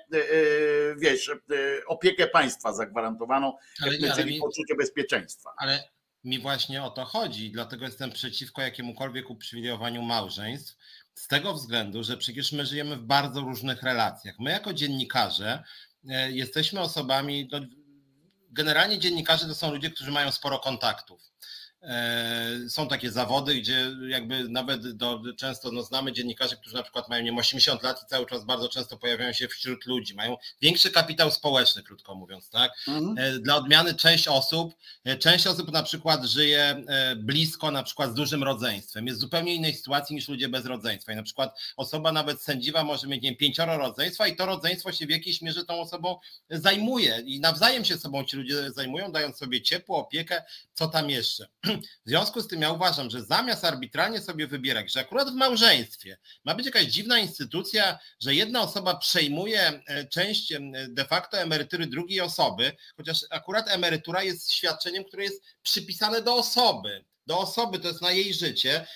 wiesz, opiekę państwa zagwarantowaną, ale, czyli ale mi, poczucie bezpieczeństwa. Ale mi właśnie o to chodzi, dlatego jestem przeciwko jakiemukolwiek uprzywilejowaniu małżeństw, z tego względu, że przecież my żyjemy w bardzo różnych relacjach. My jako dziennikarze jesteśmy osobami, no, generalnie dziennikarze to są ludzie, którzy mają sporo kontaktów. Są takie zawody, gdzie jakby nawet do, często no, znamy dziennikarzy, którzy na przykład mają nie wiem, osiemdziesiąt lat i cały czas bardzo często pojawiają się wśród ludzi, mają większy kapitał społeczny, krótko mówiąc, tak? Mhm. Dla odmiany część osób, część osób na przykład żyje blisko na przykład z dużym rodzeństwem, jest w zupełnie innej sytuacji niż ludzie bez rodzeństwa i na przykład osoba nawet sędziwa może mieć nie wiem, pięcioro rodzeństwa i to rodzeństwo się w jakiejś mierze tą osobą zajmuje i nawzajem się sobą ci ludzie zajmują, dając sobie ciepło, opiekę, co tam jeszcze. W związku z tym ja uważam, że zamiast arbitralnie sobie wybierać, że akurat w małżeństwie ma być jakaś dziwna instytucja, że jedna osoba przejmuje część de facto emerytury drugiej osoby, chociaż akurat emerytura jest świadczeniem, które jest przypisane do osoby. do osoby, to jest na jej życie,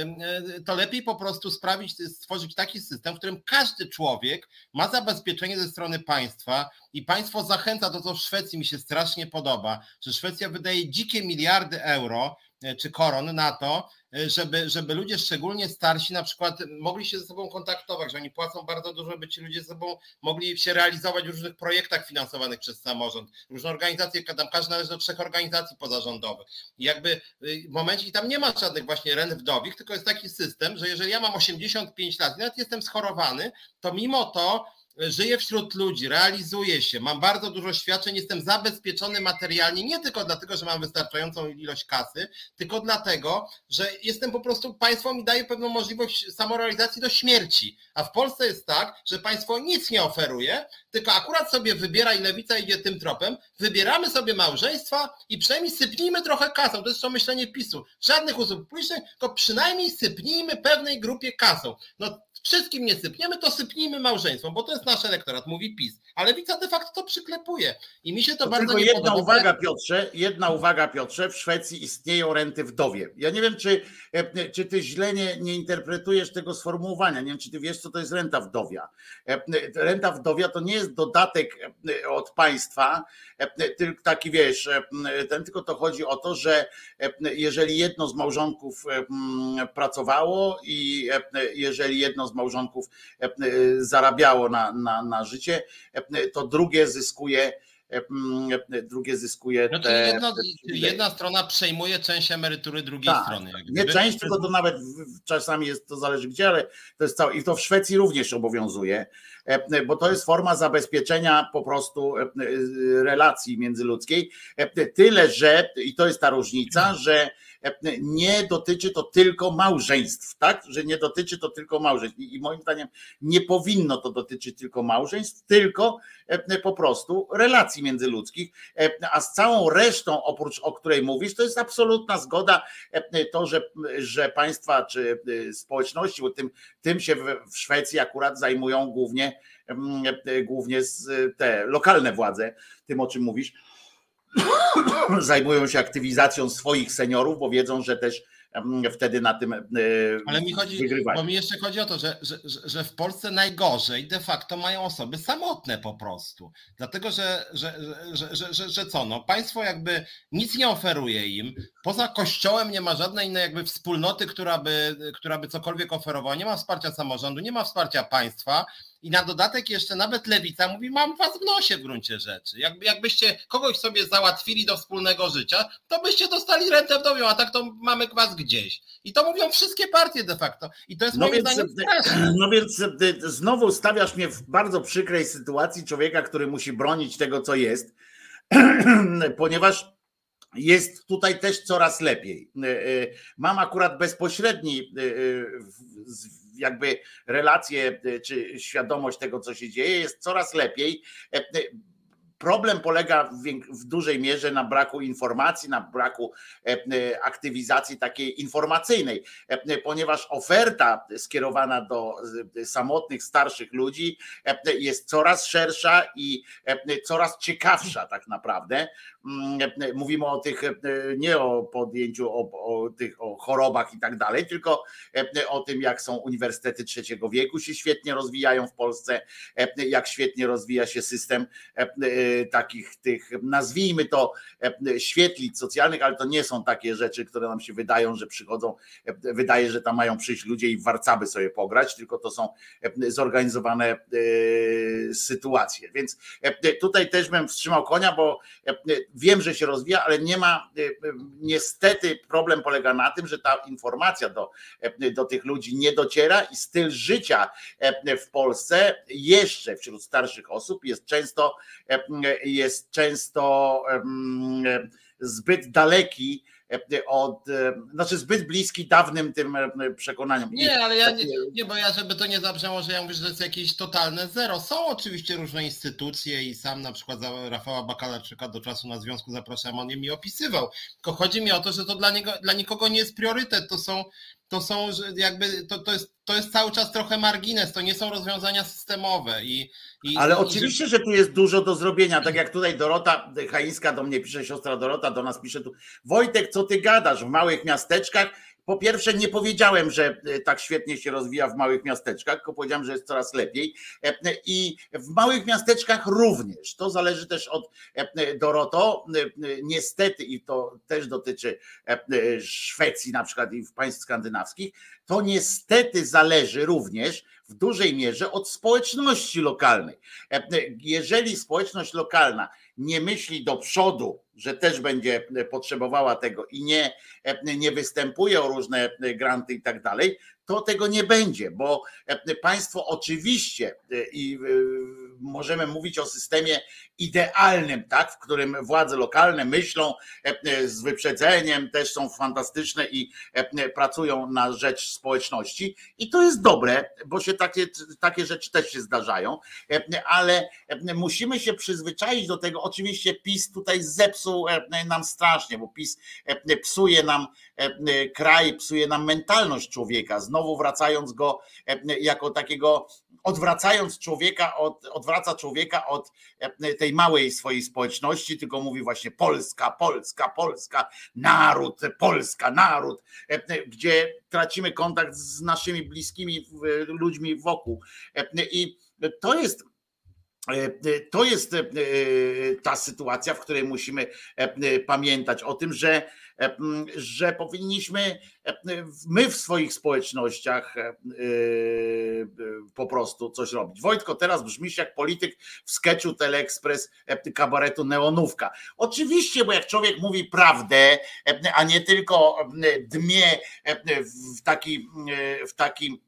to lepiej po prostu sprawić, stworzyć taki system, w którym każdy człowiek ma zabezpieczenie ze strony państwa i państwo zachęca to, co w Szwecji mi się strasznie podoba, że Szwecja wydaje dzikie miliardy euro czy koron na to, żeby, żeby ludzie szczególnie starsi na przykład mogli się ze sobą kontaktować, że oni płacą bardzo dużo, by ci ludzie ze sobą mogli się realizować w różnych projektach finansowanych przez samorząd. Różne organizacje, tam każdy należy do trzech organizacji pozarządowych. I jakby w momencie, i tam nie ma żadnych właśnie rent wdowich, tylko jest taki system, że jeżeli ja mam osiemdziesiąt pięć lat i nawet jestem schorowany, to mimo to żyję wśród ludzi, realizuję się, mam bardzo dużo świadczeń, jestem zabezpieczony materialnie, nie tylko dlatego, że mam wystarczającą ilość kasy, tylko dlatego, że jestem po prostu, państwo mi daje pewną możliwość samorealizacji do śmierci. A w Polsce jest tak, że państwo nic nie oferuje, tylko akurat sobie wybiera i lewica idzie tym tropem, wybieramy sobie małżeństwa i przynajmniej sypnijmy trochę kasą. To jest to myślenie PiSu. Żadnych usług publicznych, tylko przynajmniej sypnijmy pewnej grupie kasą. No wszystkim nie sypniemy, to sypnijmy małżeństwom, bo to jest nasz elektorat, mówi PiS. Ale lewica de facto to przyklepuje. I mi się to, to bardzo tylko nie jedna podoba. uwaga, Piotrze, jedna uwaga, Piotrze, w Szwecji istnieją renty wdowie. Ja nie wiem, czy, czy ty źle nie, nie interpretujesz tego sformułowania. Nie wiem, czy ty wiesz, co to jest renta wdowia. Renta wdowia to nie jest dodatek od państwa, tylko taki, wiesz, ten, tylko to chodzi o to, że jeżeli jedno z małżonków pracowało i jeżeli jedno z małżonków zarabiało na, na, na życie, to drugie zyskuje, drugie zyskuje no to te, jedna, te jedna strona przejmuje część emerytury drugiej tak, strony. Nie część, tylko to nawet czasami jest, to zależy gdzie, ale to jest całe, i to w Szwecji również obowiązuje, bo to jest forma zabezpieczenia po prostu relacji międzyludzkiej, tyle, że, i to jest ta różnica, że nie dotyczy to tylko małżeństw, tak? Że nie dotyczy to tylko małżeństw. I moim zdaniem nie powinno to dotyczyć tylko małżeństw, tylko po prostu relacji międzyludzkich. A z całą resztą, oprócz o której mówisz, to jest absolutna zgoda, to, że, że państwa czy społeczności, bo tym, tym się w Szwecji akurat zajmują głównie, głównie te lokalne władze, tym o czym mówisz. Zajmują się aktywizacją swoich seniorów, bo wiedzą, że też wtedy na tym Ale mi chodzi, wygrywają. bo mi jeszcze chodzi o to, że, że, że w Polsce najgorzej de facto mają osoby samotne po prostu. Dlatego, że, że, że, że, że, że co, no państwo jakby nic nie oferuje im, poza kościołem nie ma żadnej innej jakby wspólnoty, która by, która by cokolwiek oferowała, nie ma wsparcia samorządu, nie ma wsparcia państwa. I na dodatek jeszcze nawet lewica mówi, mam was w nosie w gruncie rzeczy. Jakby, jakbyście kogoś sobie załatwili do wspólnego życia, to byście dostali rentę wdowią, a tak to mamy was gdzieś. I to mówią wszystkie partie de facto. I to jest no moim więc, zdaniem straszne. No więc znowu stawiasz mnie w bardzo przykrej sytuacji człowieka, który musi bronić tego, co jest, ponieważ jest tutaj też coraz lepiej. Mam akurat bezpośredni jakby relację czy świadomość tego, co się dzieje, jest coraz lepiej. Problem polega w, w dużej mierze na braku informacji, na braku aktywizacji takiej informacyjnej, ponieważ oferta skierowana do samotnych, starszych ludzi jest coraz szersza i coraz ciekawsza tak naprawdę. Mówimy o tych, nie o podjęciu, o, o tych o chorobach i tak dalej, tylko o tym, jak są uniwersytety trzeciego wieku się świetnie rozwijają w Polsce, jak świetnie rozwija się system takich tych, nazwijmy to, świetlic socjalnych, ale to nie są takie rzeczy, które nam się wydają, że przychodzą, wydaje, że tam mają przyjść ludzie i w warcaby sobie pograć, tylko to są zorganizowane sytuacje. Więc tutaj też bym wstrzymał konia, bo wiem, że się rozwija, ale nie ma, niestety problem polega na tym, że ta informacja do, do tych ludzi nie dociera i styl życia w Polsce jeszcze wśród starszych osób jest często jest często zbyt daleki od, znaczy zbyt bliski dawnym tym przekonaniom. Nie, ale ja nie, nie, bo ja, żeby to nie zabrzmiało, że ja mówię, że to jest jakieś totalne zero. Są oczywiście różne instytucje i sam na przykład za Rafała Bakalarczyka do Czasu na Związku zapraszam, on je mi opisywał. Tylko chodzi mi o to, że to dla niego, dla nikogo nie jest priorytet, to są to są jakby, to, to, jest, to jest cały czas trochę margines, to nie są rozwiązania systemowe. I, i Ale i, oczywiście, że tu jest dużo do zrobienia, tak jak tutaj Dorota Chaińska do mnie pisze, siostra Dorota do nas pisze tu, Wojtek, co ty gadasz, w małych miasteczkach? Po pierwsze, nie powiedziałem, że tak świetnie się rozwija w małych miasteczkach, tylko powiedziałem, że jest coraz lepiej. I w małych miasteczkach również. To zależy też od, Doroto, niestety, i to też dotyczy Szwecji na przykład i w państw skandynawskich, to niestety zależy również w dużej mierze od społeczności lokalnej. Jeżeli społeczność lokalna nie myśli do przodu, że też będzie potrzebowała tego i nie, nie występuje o różne granty i tak dalej, to tego nie będzie, bo państwo oczywiście i możemy mówić o systemie idealnym, tak, w którym władze lokalne myślą z wyprzedzeniem, też są fantastyczne i pracują na rzecz społeczności i to jest dobre, bo się takie, takie rzeczy też się zdarzają, ale musimy się przyzwyczaić do tego. Oczywiście PiS tutaj zepsuł nam strasznie, bo PiS psuje nam kraj, psuje nam mentalność człowieka, znowu wracając go jako takiego, odwracając człowieka od, odwraca człowieka od tej małej swojej społeczności, tylko mówi właśnie Polska, Polska, Polska, naród, Polska, naród, gdzie tracimy kontakt z naszymi bliskimi ludźmi wokół. I to jest To jest ta sytuacja, w której musimy pamiętać o tym, że, że powinniśmy my w swoich społecznościach po prostu coś robić. Wojtko, teraz brzmisz jak polityk w sketchu Teleexpress kabaretu Neonówka. Oczywiście, bo jak człowiek mówi prawdę, a nie tylko dmie w taki, w taki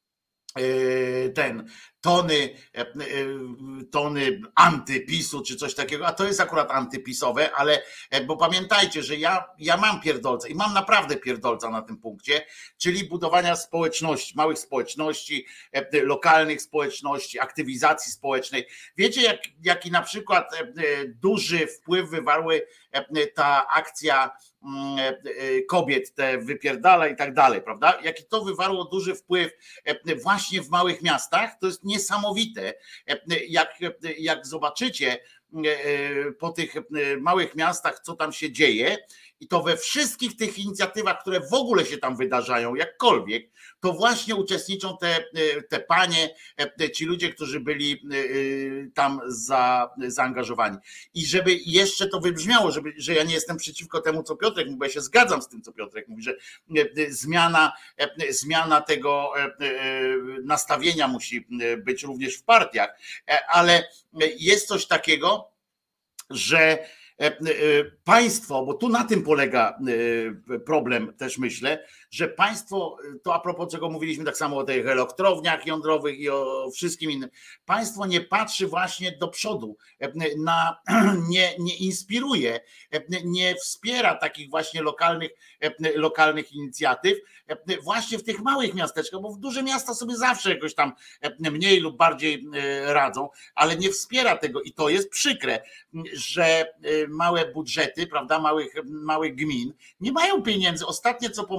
ten tony, tony antypisu czy coś takiego, a to jest akurat antypisowe, ale bo pamiętajcie, że ja, ja mam pierdolca i mam naprawdę pierdolca na tym punkcie, czyli budowania społeczności, małych społeczności, lokalnych społeczności, aktywizacji społecznej. Wiecie, jak, jaki na przykład duży wpływ wywarły ta akcja kobiet, te wypierdala i tak dalej, prawda? Jaki to wywarło duży wpływ właśnie w małych miastach, to jest niesamowite. Jak, jak zobaczycie po tych małych miastach, co tam się dzieje, i to we wszystkich tych inicjatywach, które w ogóle się tam wydarzają, jakkolwiek, to właśnie uczestniczą te, te panie, ci ludzie, którzy byli tam za, zaangażowani. I żeby jeszcze to wybrzmiało, żeby, że ja nie jestem przeciwko temu, co Piotrek mówi, bo ja się zgadzam z tym, co Piotrek mówi, że zmiana, zmiana tego nastawienia musi być również w partiach, ale jest coś takiego, że państwo, bo tu na tym polega problem też myślę, że państwo, to a propos czego mówiliśmy tak samo o tych elektrowniach jądrowych i o wszystkim innym, państwo nie patrzy właśnie do przodu, na, nie, nie inspiruje, nie wspiera takich właśnie lokalnych, lokalnych inicjatyw właśnie w tych małych miasteczkach, bo w duże miasta sobie zawsze jakoś tam mniej lub bardziej radzą, ale nie wspiera tego i to jest przykre, że małe budżety, prawda, małych, małych gmin nie mają pieniędzy. Ostatnie co pomyślą,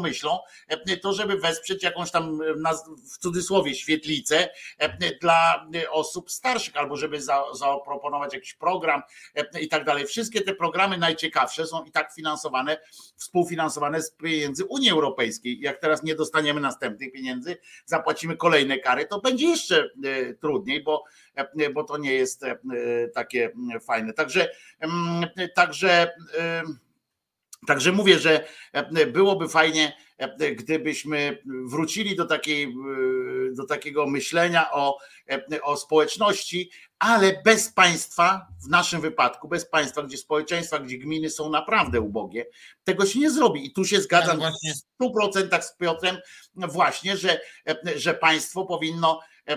to, to żeby wesprzeć jakąś tam w cudzysłowie świetlicę dla osób starszych, albo żeby za, zaproponować jakiś program i tak dalej. Wszystkie te programy najciekawsze są i tak finansowane, współfinansowane z pieniędzy Unii Europejskiej. Jak teraz nie dostaniemy następnych pieniędzy, zapłacimy kolejne kary, to będzie jeszcze trudniej, bo, bo to nie jest takie fajne. Także, także Także mówię, że byłoby fajnie, gdybyśmy wrócili do takiej, do takiego myślenia o, o społeczności, ale bez państwa, w naszym wypadku, bez państwa, gdzie społeczeństwa, gdzie gminy są naprawdę ubogie, tego się nie zrobi. I tu się zgadzam w stu procentach z Piotrem właśnie, że, że państwo powinno,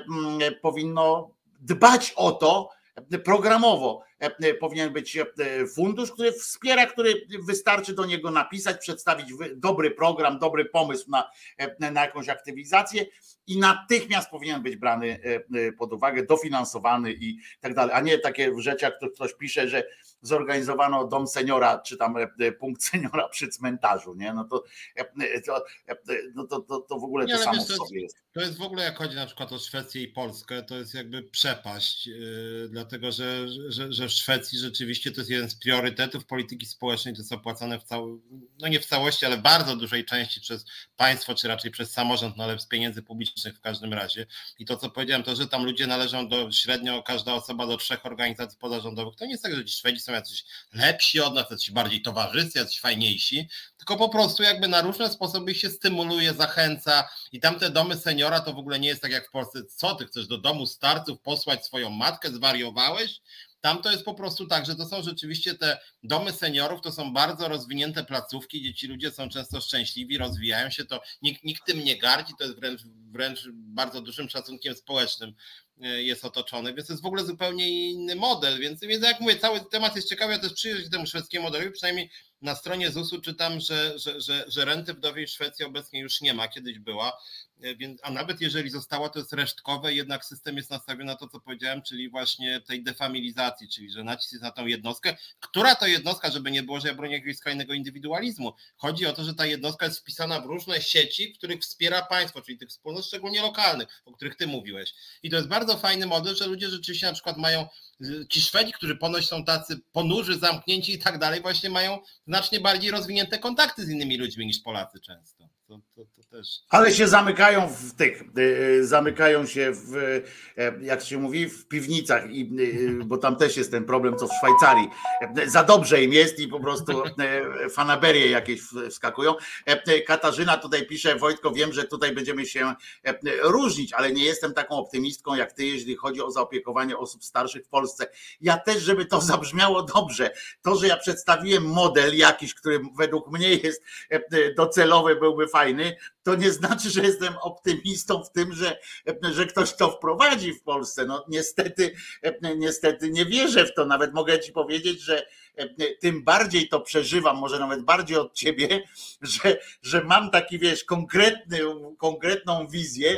powinno dbać o to, programowo powinien być fundusz, który wspiera, który wystarczy do niego napisać, przedstawić dobry program, dobry pomysł na, na jakąś aktywizację i natychmiast powinien być brany pod uwagę, dofinansowany i tak dalej, a nie takie rzeczy, jak ktoś pisze, że zorganizowano dom seniora, czy tam punkt seniora przy cmentarzu, nie? No to, to, no to, to, to w ogóle to samo w sobie jest. To jest w ogóle, jak chodzi na przykład o Szwecję i Polskę, to jest jakby przepaść, yy, dlatego że, że, że w Szwecji rzeczywiście to jest jeden z priorytetów polityki społecznej, to jest opłacane w całym, no nie w całości, ale w bardzo dużej części przez państwo, czy raczej przez samorząd, no ale z pieniędzy publicznych w każdym razie. I to, co powiedziałem, to, że tam ludzie należą do średnio każda osoba do trzech organizacji pozarządowych, to nie jest tak, że ci Szwedzi są jacyś lepsi od nas, jacyś bardziej towarzyscy, jacyś fajniejsi, tylko po prostu jakby na różne sposoby ich się stymuluje, zachęca i tamte domy seniora to w ogóle nie jest tak jak w Polsce, co ty chcesz do domu starców posłać swoją matkę, zwariowałeś? Tam to jest po prostu tak, że to są rzeczywiście te domy seniorów, to są bardzo rozwinięte placówki, gdzie ci ludzie są często szczęśliwi, rozwijają się, to nikt, nikt tym nie gardzi, to jest wręcz, wręcz bardzo dużym szacunkiem społecznym jest otoczony, więc to jest w ogóle zupełnie inny model, więc, więc jak mówię, cały temat jest ciekawy, ja też przyjrzę się temu szwedzkiemu modelowi, przynajmniej na stronie zusu czytam, że, że, że, że renty wdowiej w Szwecji obecnie już nie ma, kiedyś była, więc, a nawet jeżeli została, to jest resztkowe, jednak system jest nastawiony na to, co powiedziałem, czyli właśnie tej defamilizacji, czyli że nacisk jest na tą jednostkę, która to jednostka, żeby nie było, że ja bronię jakiegoś skrajnego indywidualizmu, chodzi o to, że ta jednostka jest wpisana w różne sieci, w których wspiera państwo, czyli tych wspólnot szczególnie lokalnych, o których ty mówiłeś. I to jest bardzo fajny model, że ludzie rzeczywiście na przykład mają, ci Szwedzi, którzy ponoć są tacy ponurzy, zamknięci i tak dalej, właśnie mają znacznie bardziej rozwinięte kontakty z innymi ludźmi niż Polacy często. To, to, to też. Ale się zamykają w tych, zamykają się w, jak się mówi, w piwnicach, i, bo tam też jest ten problem, co w Szwajcarii. Za dobrze im jest i po prostu fanaberie jakieś wskakują. Katarzyna tutaj pisze, Wojtko, wiem, że tutaj będziemy się różnić, ale nie jestem taką optymistką jak ty, jeżeli chodzi o zaopiekowanie osób starszych w Polsce. Ja też, żeby to zabrzmiało dobrze. To, że ja przedstawiłem model jakiś, który według mnie jest docelowy, byłby fajny, to nie znaczy, że jestem optymistą w tym, że, że ktoś to wprowadzi w Polsce. No niestety, niestety nie wierzę w to. Nawet mogę ci powiedzieć, że tym bardziej to przeżywam, może nawet bardziej od ciebie, że, że mam taki, wiesz, konkretny, konkretną wizję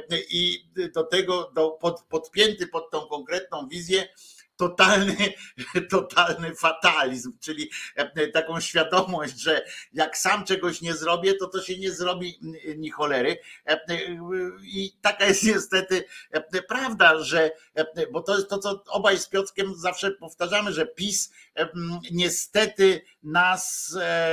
i do tego do, pod, podpięty pod tą konkretną wizję totalny, totalny fatalizm, czyli taką świadomość, że jak sam czegoś nie zrobię, to to się nie zrobi ni cholery. I taka jest niestety prawda, że, bo to jest to, co obaj z Piotrkiem zawsze powtarzamy, że PiS niestety nas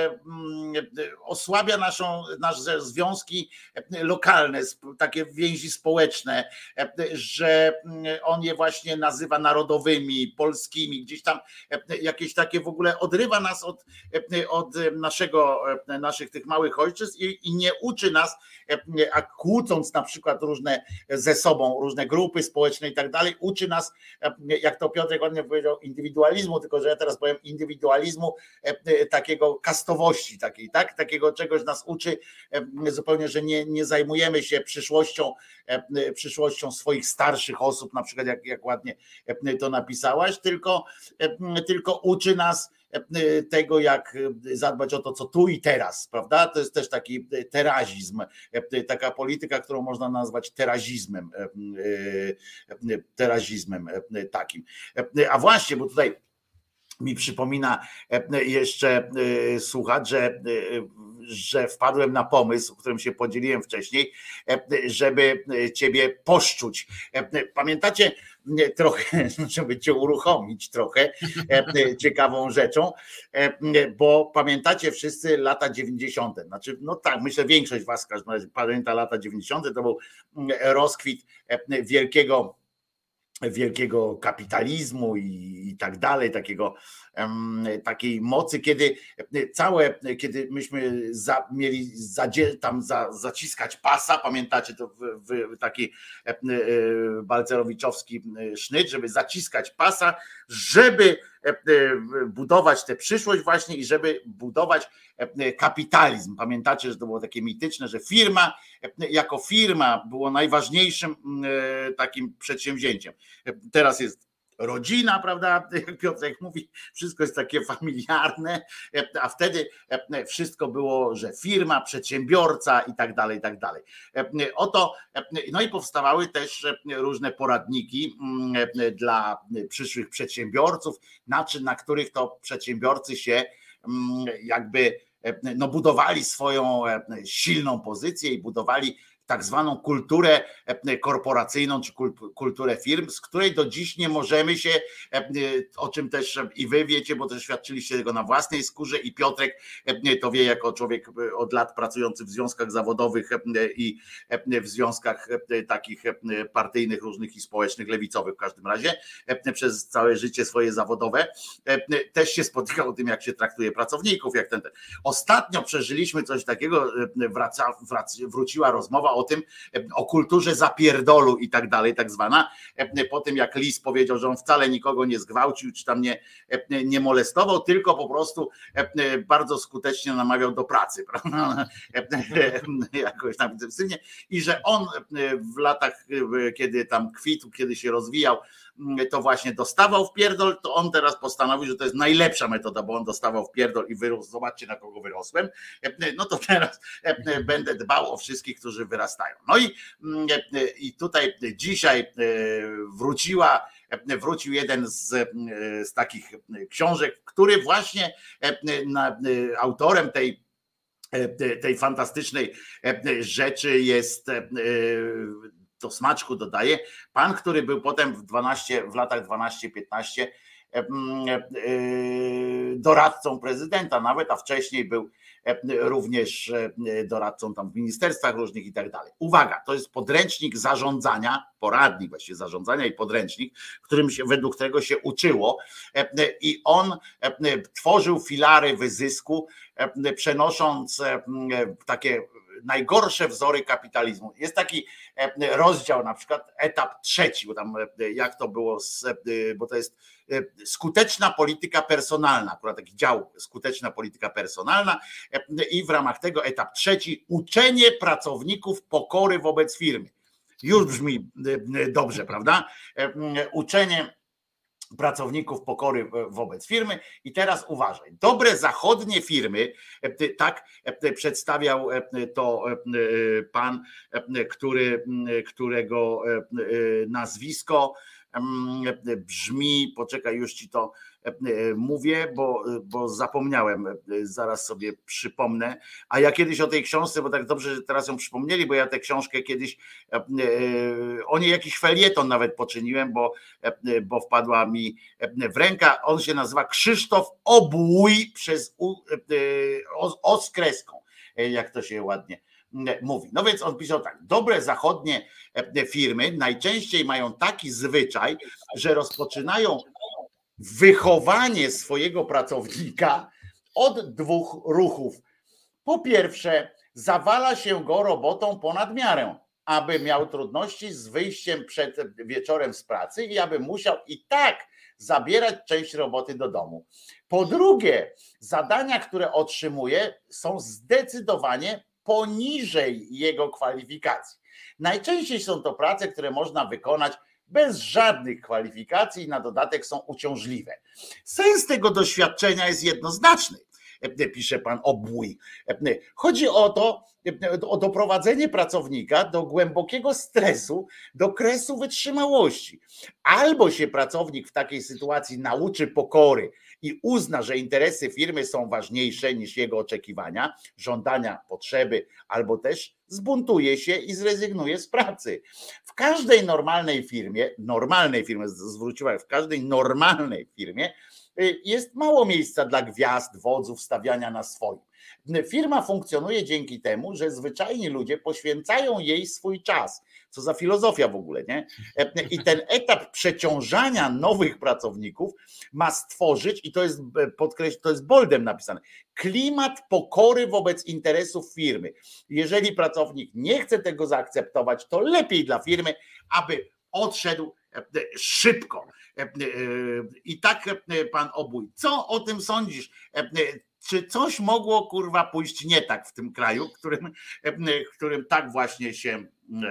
osłabia naszą, nasze związki lokalne, takie więzi społeczne, że on je właśnie nazywa narodowymi, polskimi, gdzieś tam jakieś takie w ogóle odrywa nas od, od naszego, naszych tych małych ojczyzn i, i nie uczy nas, a kłócąc na przykład różne ze sobą, różne grupy społeczne i tak dalej, uczy nas, jak to Piotrek ładnie powiedział, indywidualizmu, tylko że ja teraz powiem indywidualizmu takiego kastowości takiej, tak? Takiego czegoś nas uczy zupełnie, że nie, nie zajmujemy się przyszłością, przyszłością swoich starszych osób, na przykład jak, jak ładnie to napisałaś, tylko, tylko uczy nas tego, jak zadbać o to, co tu i teraz, prawda? To jest też taki terazizm, taka polityka, którą można nazwać terazizmem, terazizmem takim. A właśnie, bo tutaj mi przypomina jeszcze słuchacz, że że wpadłem na pomysł, którym się podzieliłem wcześniej, żeby ciebie poszczuć. Pamiętacie trochę, żeby cię uruchomić trochę ciekawą rzeczą, bo pamiętacie wszyscy lata dziewięćdziesiąte. Znaczy, no tak, myślę, większość was w każdym razie pamięta lata dziewięćdziesiąte. To był rozkwit wielkiego wielkiego kapitalizmu i, i tak dalej, takiego, um, takiej mocy, kiedy całe, kiedy myśmy za, mieli zadzie, tam za, zaciskać pasa, pamiętacie to w, w taki e, e, balcerowiczowski sznyt, żeby zaciskać pasa, żeby e, budować tę przyszłość właśnie i żeby budować kapitalizm. Pamiętacie, że to było takie mityczne, że firma jako firma było najważniejszym takim przedsięwzięciem. Teraz jest rodzina, prawda? Jak Piotrek mówi, wszystko jest takie familiarne, a wtedy wszystko było, że firma, przedsiębiorca i tak dalej, i tak dalej. Oto, no i powstawały też różne poradniki dla przyszłych przedsiębiorców, na, na których to przedsiębiorcy się jakby no, budowali swoją silną pozycję i budowali tak zwaną kulturę korporacyjną czy kulturę firm, z której do dziś nie możemy się, o czym też i wy wiecie, bo też świadczyliście tego na własnej skórze i Piotrek to wie jako człowiek od lat pracujący w związkach zawodowych i w związkach takich partyjnych, różnych i społecznych, lewicowych w każdym razie, przez całe życie swoje zawodowe, też się spotykał o tym, jak się traktuje pracowników, jak ten, ten. Ostatnio przeżyliśmy coś takiego, wraca, wrac, wróciła rozmowa o tym, o kulturze zapierdolu i tak dalej, tak zwana, po tym jak Lis powiedział, że on wcale nikogo nie zgwałcił, czy tam nie, nie molestował, tylko po prostu bardzo skutecznie namawiał do pracy, prawda? Jakoś tam intensywnie i że on w latach, kiedy tam kwitł, kiedy się rozwijał, to właśnie dostawał w pierdol, to on teraz postanowił, że to jest najlepsza metoda, bo on dostawał w pierdol i wyrósł, zobaczcie na kogo wyrosłem, no to teraz będę dbał o wszystkich, którzy wyrastają. No i, i tutaj dzisiaj wróciła, wrócił jeden z, z takich książek, który właśnie autorem tej tej fantastycznej rzeczy jest, do smaczku dodaje, pan, który był potem w, dwanaście, w latach dwanaście piętnaście doradcą prezydenta nawet, a wcześniej był również doradcą tam w ministerstwach różnych i tak dalej. Uwaga, to jest podręcznik zarządzania, poradnik właściwie zarządzania i podręcznik, którym się, według którego się uczyło i on tworzył filary wyzysku, przenosząc takie najgorsze wzory kapitalizmu. Jest taki rozdział, na przykład etap trzeci, bo tam jak to było, z, bo to jest skuteczna polityka personalna, akurat taki dział skuteczna polityka personalna i w ramach tego etap trzeci uczenie pracowników pokory wobec firmy. Już brzmi dobrze, prawda? Uczenie pracowników pokory wobec firmy. I teraz uważaj, dobre zachodnie firmy, tak przedstawiał to pan, który, którego nazwisko brzmi, poczekaj, już ci to mówię, bo, bo zapomniałem, zaraz sobie przypomnę, a ja kiedyś o tej książce, bo tak dobrze, że teraz ją przypomnieli, bo ja tę książkę kiedyś, o niej jakiś felieton nawet poczyniłem, bo, bo wpadła mi w rękę, on się nazywa Krzysztof Obłój przez o, o z kreską, jak to się ładnie mówi. No więc on pisał tak, dobre zachodnie firmy najczęściej mają taki zwyczaj, że rozpoczynają wychowanie swojego pracownika od dwóch ruchów. Po pierwsze, zawala się go robotą ponad miarę, aby miał trudności z wyjściem przed wieczorem z pracy i aby musiał i tak zabierać część roboty do domu. Po drugie, zadania, które otrzymuje, są zdecydowanie poniżej jego kwalifikacji. Najczęściej są to prace, które można wykonać bez żadnych kwalifikacji i na dodatek są uciążliwe. Sens tego doświadczenia jest jednoznaczny. pisze pan Obłój. Chodzi o to, o doprowadzenie pracownika do głębokiego stresu, do kresu wytrzymałości. Albo się pracownik w takiej sytuacji nauczy pokory i uzna, że interesy firmy są ważniejsze niż jego oczekiwania, żądania, potrzeby, albo też zbuntuje się i zrezygnuje z pracy. W każdej normalnej firmie, normalnej firmie, zwróciła, w każdej normalnej firmie jest mało miejsca dla gwiazd, wodzów, stawiania na swoim. Firma funkcjonuje dzięki temu, że zwyczajni ludzie poświęcają jej swój czas. Co za filozofia w ogóle, nie? I ten etap przeciążania nowych pracowników ma stworzyć, i to jest podkreśl, to jest boldem napisane, klimat pokory wobec interesów firmy. Jeżeli pracownik nie chce tego zaakceptować, to lepiej dla firmy, aby odszedł szybko. I tak pan Obój, co o tym sądzisz? Czy coś mogło kurwa pójść nie tak w tym kraju, w którym, w którym tak właśnie się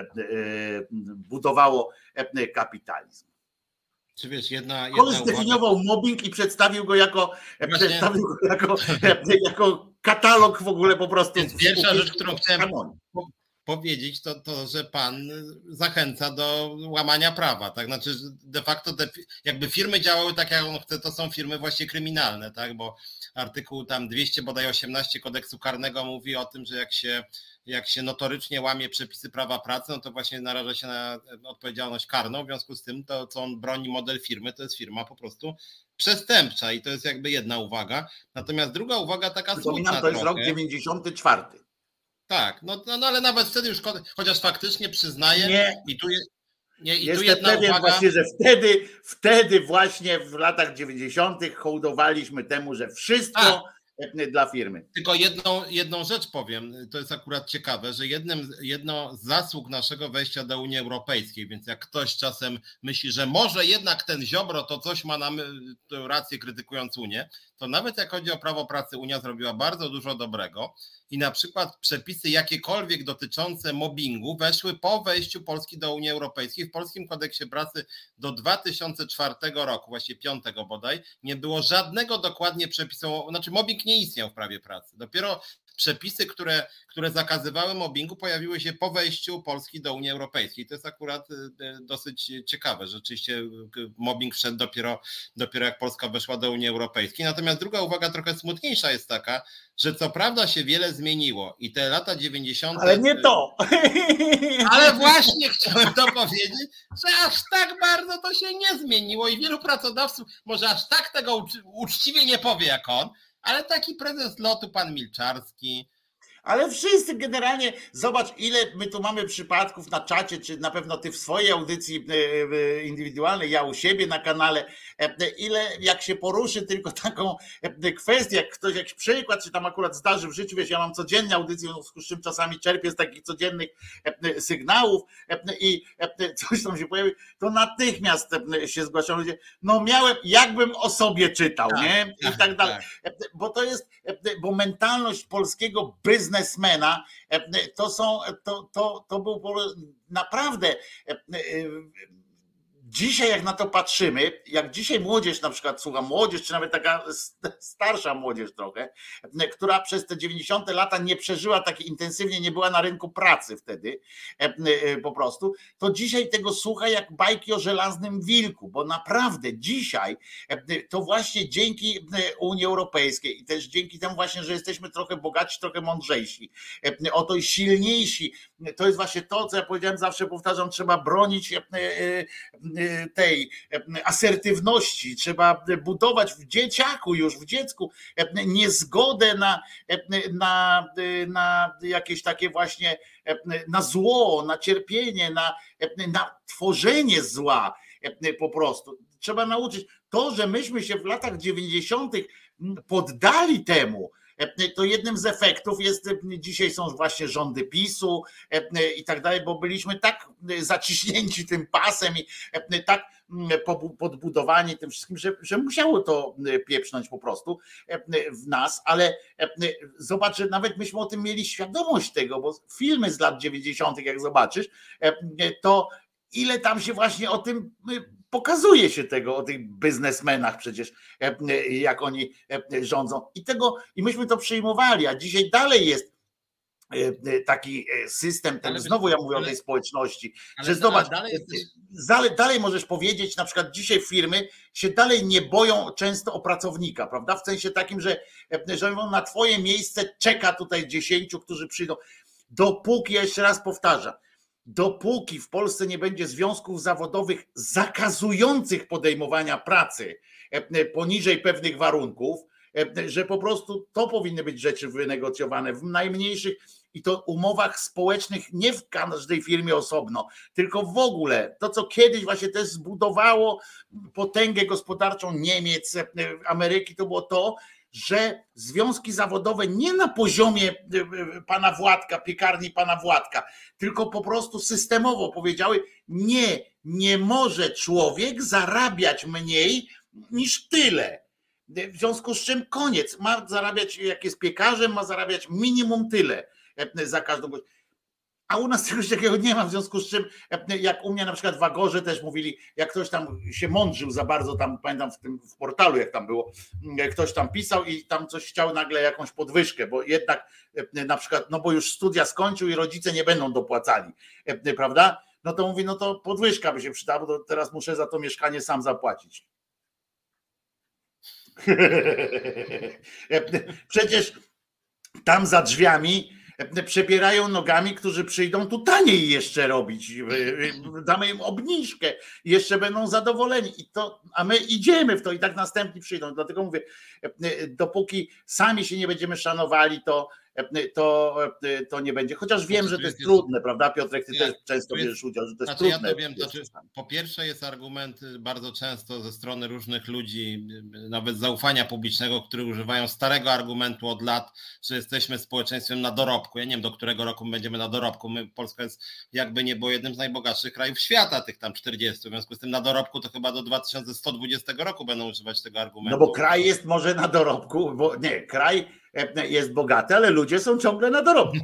budowało kapitalizm? Czy wiesz, jedna, jedna Koleś zdefiniował mobbing i przedstawił go jako, Właśnie... przedstawił go jako, jako katalog w ogóle po prostu. Więc pierwsza rzecz, którą chciałem powiedzieć, to to, że pan zachęca do łamania prawa, tak? Znaczy de facto te, jakby firmy działały tak, jak on chce, to są firmy właśnie kryminalne, tak? Bo artykuł tam dwieście bodaj osiemnaście kodeksu karnego mówi o tym, że jak się, jak się notorycznie łamie przepisy prawa pracy, no to właśnie naraża się na odpowiedzialność karną, w związku z tym to, co on broni model firmy, to jest firma po prostu przestępcza i to jest jakby jedna uwaga. Natomiast druga uwaga taka smutna to jest trochę. rok dziewięćdziesiąty czwarty. Tak, no, no, no ale nawet wtedy już, chociaż faktycznie przyznaję, nie, i tu jest, nie, i tu jestem jedna pewien uwaga. Właśnie, że wtedy, wtedy właśnie w latach dziewięćdziesiątych hołdowaliśmy temu, że wszystko A. dla firmy. Tylko jedną, jedną rzecz powiem, to jest akurat ciekawe, że jednym, jedną z zasług naszego wejścia do Unii Europejskiej, więc jak ktoś czasem myśli, że może jednak ten Ziobro to coś ma nam rację krytykując Unię, to nawet jak chodzi o prawo pracy, Unia zrobiła bardzo dużo dobrego i na przykład przepisy jakiekolwiek dotyczące mobbingu weszły po wejściu Polski do Unii Europejskiej. W Polskim Kodeksie Pracy do dwa tysiące czwartego roku, właśnie piątego bodaj, nie było żadnego dokładnie przepisu, znaczy mobbing nie istniał w prawie pracy. Dopiero przepisy, które, które zakazywały mobbingu, pojawiły się po wejściu Polski do Unii Europejskiej. To jest akurat dosyć ciekawe. Rzeczywiście mobbing wszedł dopiero, dopiero jak Polska weszła do Unii Europejskiej. Natomiast druga uwaga trochę smutniejsza jest taka, że co prawda się wiele zmieniło i te lata dziewięćdziesiąte. Ale nie to. Ale właśnie chciałem to powiedzieć, że aż tak bardzo to się nie zmieniło i wielu pracodawców może aż tak tego uczciwie nie powie jak on, ale taki prezes lotu, pan Milczarski. Ale wszyscy generalnie, zobacz ile my tu mamy przypadków na czacie, czy na pewno ty w swojej audycji indywidualnej, ja u siebie na kanale, ile jak się poruszy tylko taką kwestię, jak ktoś jakiś przykład, czy tam akurat zdarzy w życiu, wiesz, ja mam codziennie audycję, z czym czasami czerpię z takich codziennych sygnałów i coś tam się pojawi, to natychmiast się zgłaszają ludzie, no miałem, jakbym o sobie czytał, tak, nie? I tak, tak dalej. Tak. Bo to jest, bo mentalność polskiego biznesu biznesmena, to są, to, to, to był naprawdę dzisiaj jak na to patrzymy, jak dzisiaj młodzież na przykład słucha, młodzież, czy nawet taka starsza młodzież trochę, która przez te dziewięćdziesiąte lata nie przeżyła tak intensywnie, nie była na rynku pracy wtedy po prostu, to dzisiaj tego słucha jak bajki o żelaznym wilku, bo naprawdę dzisiaj to właśnie dzięki Unii Europejskiej i też dzięki temu właśnie, że jesteśmy trochę bogaci, trochę mądrzejsi, oto silniejsi, to jest właśnie to, co ja powiedziałem, zawsze powtarzam, trzeba bronić tej asertywności, trzeba budować w dzieciaku już, w dziecku niezgodę na, na, na jakieś takie właśnie na zło, na cierpienie, na, na tworzenie zła po prostu. Trzeba nauczyć to, że myśmy się w latach dziewięćdziesiątych poddali temu, to jednym z efektów jest, dzisiaj są właśnie rządy PiSu i tak dalej, bo byliśmy tak zaciśnięci tym pasem i tak podbudowani tym wszystkim, że, że musiało to pieprznąć po prostu w nas, ale zobacz, że nawet myśmy o tym mieli świadomość tego, bo filmy z lat dziewięćdziesiątych jak zobaczysz, to ile tam się właśnie o tym pokazuje się tego o tych biznesmenach przecież, jak oni rządzą. I tego, i myśmy to przyjmowali, a dzisiaj dalej jest taki system, ten, znowu ja mówię ale, o tej społeczności, ale, że zobacz, dalej, dalej, dalej możesz powiedzieć, na przykład dzisiaj firmy się dalej nie boją często o pracownika, prawda? W sensie takim, że, że na twoje miejsce czeka tutaj dziesięciu, którzy przyjdą. Dopóki, ja jeszcze raz powtarzam, dopóki w Polsce nie będzie związków zawodowych zakazujących podejmowania pracy poniżej pewnych warunków, że po prostu to powinny być rzeczy wynegocjowane w najmniejszych i to umowach społecznych, nie w każdej firmie osobno, tylko w ogóle to, co kiedyś właśnie też zbudowało potęgę gospodarczą Niemiec, Ameryki, to było to, że związki zawodowe nie na poziomie pana Władka, piekarni pana Władka, tylko po prostu systemowo powiedziały, nie, nie może człowiek zarabiać mniej niż tyle. W związku z czym koniec, ma zarabiać, jak jest piekarzem, ma zarabiać minimum tyle za każdą godzin. A u nas czegoś takiego nie ma, w związku z czym, jak u mnie na przykład w Agorze też mówili, jak ktoś tam się mądrzył za bardzo, tam pamiętam w tym w portalu, jak tam było, ktoś tam pisał i tam coś chciał nagle jakąś podwyżkę, bo jednak na przykład, no bo już studia skończył i rodzice nie będą dopłacali, prawda? No to mówi, no to podwyżka by się przydała, bo teraz muszę za to mieszkanie sam zapłacić. Przecież tam za drzwiami przebierają nogami, którzy przyjdą tu taniej jeszcze robić. Damy im obniżkę i jeszcze będą zadowoleni. I to, a my idziemy w to i tak następni przyjdą. Dlatego mówię, dopóki sami się nie będziemy szanowali, to, to, to nie będzie. Chociaż wiem, że to jest trudne, prawda, Piotrek? Ty ja, też często jest, bierzesz udział, że to jest znaczy trudne. Ja to wiem, to znaczy, po pierwsze jest argument bardzo często ze strony różnych ludzi, nawet zaufania publicznego, którzy używają starego argumentu od lat, że jesteśmy społeczeństwem na dorobku. Ja nie wiem, do którego roku będziemy na dorobku. My, Polska jest jakby nie było jednym z najbogatszych krajów świata, tych tam czterdziestu. W związku z tym na dorobku to chyba do dwa tysiące sto dwudziestego roku będą używać tego argumentu. No bo kraj jest może na dorobku, bo nie, kraj jest bogaty, ale ludzie są ciągle na dorobku.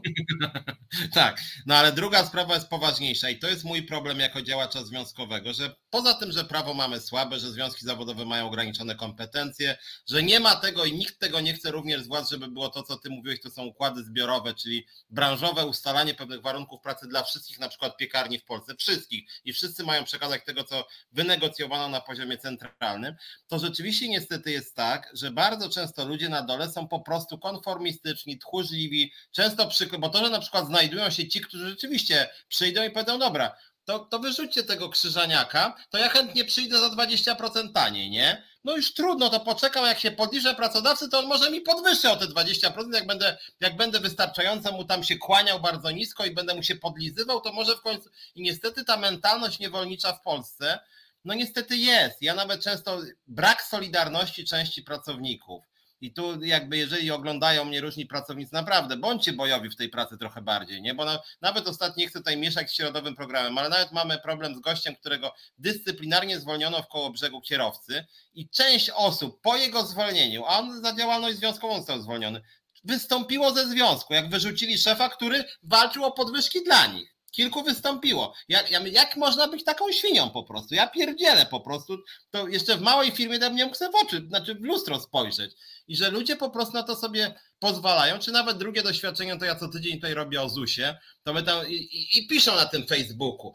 Tak, no ale druga sprawa jest poważniejsza i to jest mój problem jako działacza związkowego, że poza tym, że prawo mamy słabe, że związki zawodowe mają ograniczone kompetencje, że nie ma tego i nikt tego nie chce również z władz, żeby było to, co ty mówiłeś, to są układy zbiorowe, czyli branżowe ustalanie pewnych warunków pracy dla wszystkich, na przykład piekarni w Polsce, wszystkich i wszyscy mają przekazać tego, co wynegocjowano na poziomie centralnym, to rzeczywiście niestety jest tak, że bardzo często ludzie na dole są po prostu konformistyczni, tchórzliwi, często przy, bo to, że na przykład znajdują się ci, którzy rzeczywiście przyjdą i powiedzą, dobra, to, to wyrzućcie tego krzyżaniaka, to ja chętnie przyjdę za dwadzieścia procent taniej, nie? No już trudno, to poczekam, jak się podliczę pracodawcy, to on może mi podwyższy o te dwadzieścia procent, jak będę, jak będę wystarczająco mu tam się kłaniał bardzo nisko i będę mu się podlizywał, to może w końcu... I niestety ta mentalność niewolnicza w Polsce, no niestety jest. Ja nawet często, brak solidarności części pracowników. I tu jakby jeżeli oglądają mnie różni pracownicy, naprawdę bądźcie bojowi w tej pracy trochę bardziej, nie? Bo na, nawet ostatnio nie chcę tutaj mieszać z środowym programem, ale nawet mamy problem z gościem, którego dyscyplinarnie zwolniono w Kołobrzegu kierowcy i część osób po jego zwolnieniu, a on za działalność związkową został zwolniony, wystąpiło ze związku, jak wyrzucili szefa, który walczył o podwyżki dla nich. Kilku wystąpiło. Jak, jak można być taką świnią po prostu? Ja pierdzielę po prostu. To jeszcze w małej firmie tam nie chcę w oczy, znaczy w lustro spojrzeć. I że ludzie po prostu na to sobie pozwalają, czy nawet drugie doświadczenie, to ja co tydzień tutaj robię o zusie, to my tam i, i, i piszą na tym Facebooku,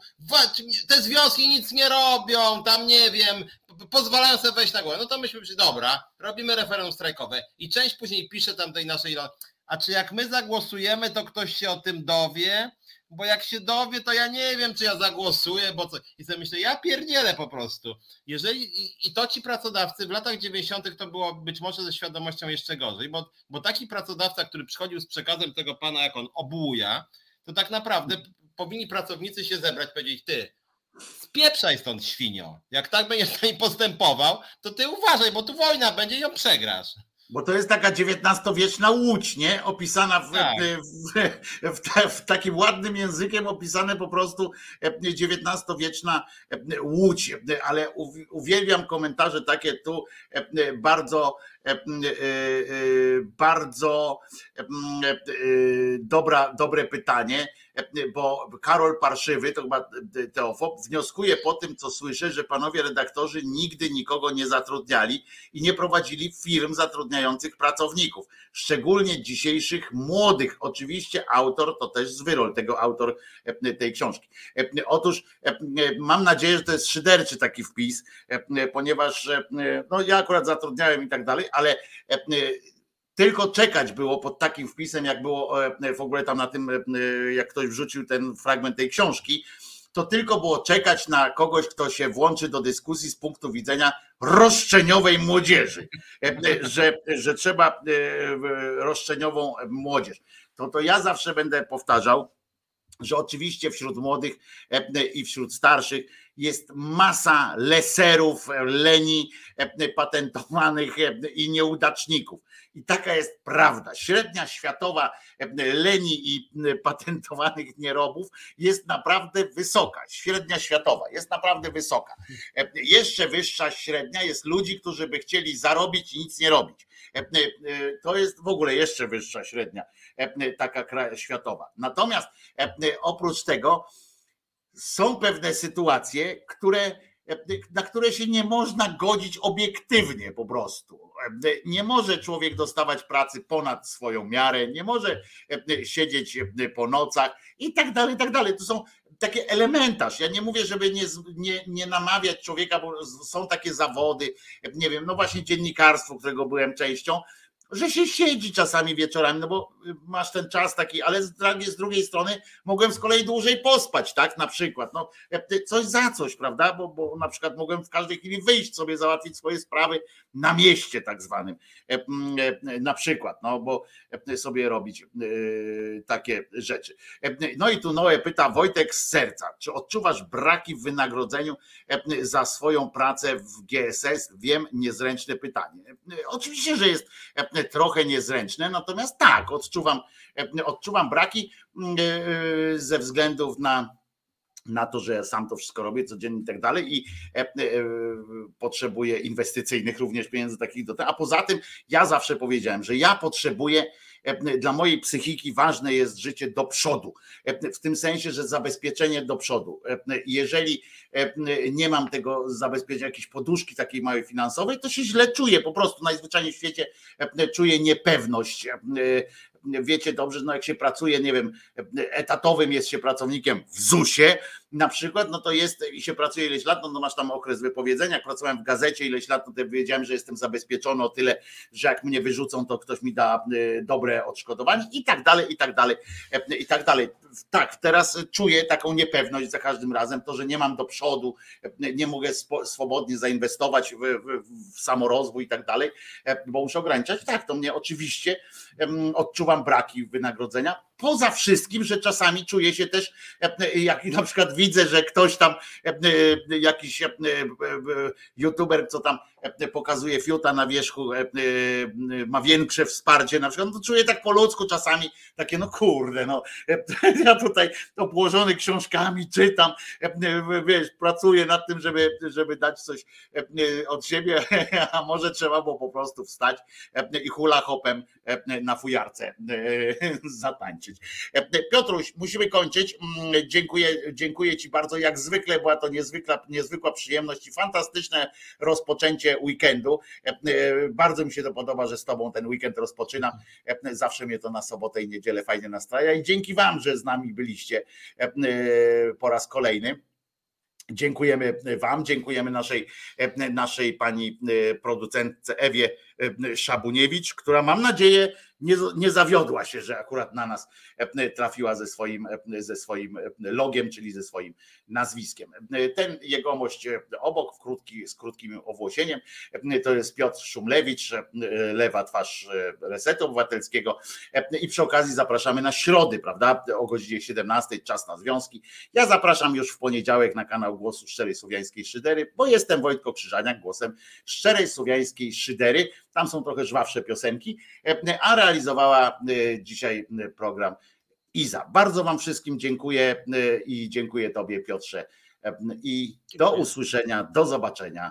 te związki nic nie robią, tam nie wiem, pozwalają sobie wejść na głowę. No to myśmy przyszli, dobra, robimy referendum strajkowe. I część później pisze tam tej naszej, a czy jak my zagłosujemy, to ktoś się o tym dowie? Bo jak się dowie, to ja nie wiem, czy ja zagłosuję, bo co. I sobie myślę, ja pierdzielę po prostu. Jeżeli, i, i to ci pracodawcy w latach dziewięćdziesiątych to było być może ze świadomością jeszcze gorzej, bo, bo taki pracodawca, który przychodził z przekazem tego pana, jak on obłuja, to tak naprawdę powinni pracownicy się zebrać, powiedzieć, ty, spieprzaj stąd, świnio. Jak tak będziesz z nami postępował, to ty uważaj, bo tu wojna będzie i ją przegrasz. Bo to jest taka dziewiętnastowieczna Łódź, nie? Opisana w, tak. w, w, w, w takim ładnym językiem, opisane po prostu dziewiętnastowieczna Łódź, ale uwielbiam komentarze takie tu bardzo, bardzo dobra, dobre pytanie. bo Karol Parszywy, to chyba Teofob, wnioskuje po tym, co słyszę, że panowie redaktorzy nigdy nikogo nie zatrudniali i nie prowadzili firm zatrudniających pracowników, szczególnie dzisiejszych młodych. Oczywiście autor to też z Wyrol, tego autor tej książki. Otóż mam nadzieję, że to jest szyderczy taki wpis, ponieważ no ja akurat zatrudniałem i tak dalej, ale tylko czekać było pod takim wpisem, jak było w ogóle tam na tym, jak ktoś wrzucił ten fragment tej książki, to tylko było czekać na kogoś, kto się włączy do dyskusji z punktu widzenia roszczeniowej młodzieży, że, że trzeba roszczeniową młodzież. To, to ja zawsze będę powtarzał, że oczywiście wśród młodych i wśród starszych jest masa leserów, leni, patentowanych i nieudaczników. I taka jest prawda. Średnia światowa leni i patentowanych nierobów jest naprawdę wysoka. Średnia światowa jest naprawdę wysoka. Jeszcze wyższa średnia jest ludzi, którzy by chcieli zarobić i nic nie robić. To jest w ogóle jeszcze wyższa średnia, taka światowa. Natomiast oprócz tego są pewne sytuacje, które, na które się nie można godzić obiektywnie po prostu. Nie może człowiek dostawać pracy ponad swoją miarę, nie może siedzieć po nocach i tak dalej, i tak dalej. To są takie elementarz. Ja nie mówię, żeby nie, nie, nie namawiać człowieka, bo są takie zawody, nie wiem, no właśnie dziennikarstwo, którego byłem częścią, że się siedzi czasami wieczorami, no bo masz ten czas taki, ale z, z drugiej strony mogłem z kolei dłużej pospać, tak, na przykład, no coś za coś, prawda, bo, bo na przykład mogłem w każdej chwili wyjść sobie, załatwić swoje sprawy na mieście tak zwanym, na przykład, no bo sobie robić takie rzeczy. No i tu Noe pyta, Wojtek z serca, czy odczuwasz braki w wynagrodzeniu za swoją pracę w G S S? Wiem, niezręczne pytanie. Oczywiście, że jest trochę niezręczne, natomiast tak, odczuwam, odczuwam braki ze względów na, na to, że ja sam to wszystko robię codziennie i tak dalej i potrzebuję inwestycyjnych również pieniędzy takich do tego, a poza tym ja zawsze powiedziałem, że ja potrzebuję, dla mojej psychiki ważne jest życie do przodu, w tym sensie, że zabezpieczenie do przodu. Jeżeli nie mam tego zabezpieczenia, jakiejś poduszki takiej małej finansowej, to się źle czuję, po prostu najzwyczajniej w świecie czuję niepewność. Wiecie dobrze, no jak się pracuje, nie wiem, etatowym jest się pracownikiem w zusie na przykład, no to jest i się pracuje ileś lat, no to masz tam okres wypowiedzenia. Jak pracowałem w gazecie ileś lat, no to wiedziałem, że jestem zabezpieczony o tyle, że jak mnie wyrzucą, to ktoś mi da dobre odszkodowanie i tak dalej, i tak dalej, i tak dalej. Tak, teraz czuję taką niepewność za każdym razem, to, że nie mam do przodu, nie mogę swobodnie zainwestować w, w, w samorozwój i tak dalej, bo muszę ograniczać. Tak, to mnie oczywiście odczuwam braki wynagrodzenia. Poza wszystkim, że czasami czuję się też, jak na przykład widzę, że ktoś tam, jakiś youtuber, co tam pokazuje fiuta na wierzchu, ma większe wsparcie, na przykład, no to czuję tak po ludzku czasami, takie no kurde, no ja tutaj obłożony książkami czytam, wiesz, pracuję nad tym, żeby, żeby dać coś od siebie, a może trzeba było po prostu wstać i hula hopem na fujarce zatańczyć. Piotruś, musimy kończyć. Dziękuję, dziękuję Ci bardzo. Jak zwykle była to niezwykła, niezwykła przyjemność i fantastyczne rozpoczęcie weekendu. Bardzo mi się to podoba, że z Tobą ten weekend rozpoczynam. Zawsze mnie to na sobotę i niedzielę fajnie nastraja i dzięki Wam, że z nami byliście po raz kolejny. Dziękujemy Wam, dziękujemy naszej, naszej pani producentce Ewie Szabuniewicz, która mam nadzieję nie, nie zawiodła się, że akurat na nas trafiła ze swoim, ze swoim logiem, czyli ze swoim nazwiskiem. Ten jegomość obok w krótki, z krótkim owłosieniem to jest Piotr Szumlewicz, lewa twarz Resetu Obywatelskiego i przy okazji zapraszamy na środy, prawda, o godzinie siedemnastej, czas na związki. Ja zapraszam już w poniedziałek na kanał Głosu Szczerej Słowiańskiej Szydery, bo jestem Wojtko Krzyżaniak, głosem Szczerej Słowiańskiej Szydery. Tam są trochę żwawsze piosenki, a realizowała dzisiaj program Iza. Bardzo Wam wszystkim dziękuję i dziękuję Tobie, Piotrze, i do usłyszenia, do zobaczenia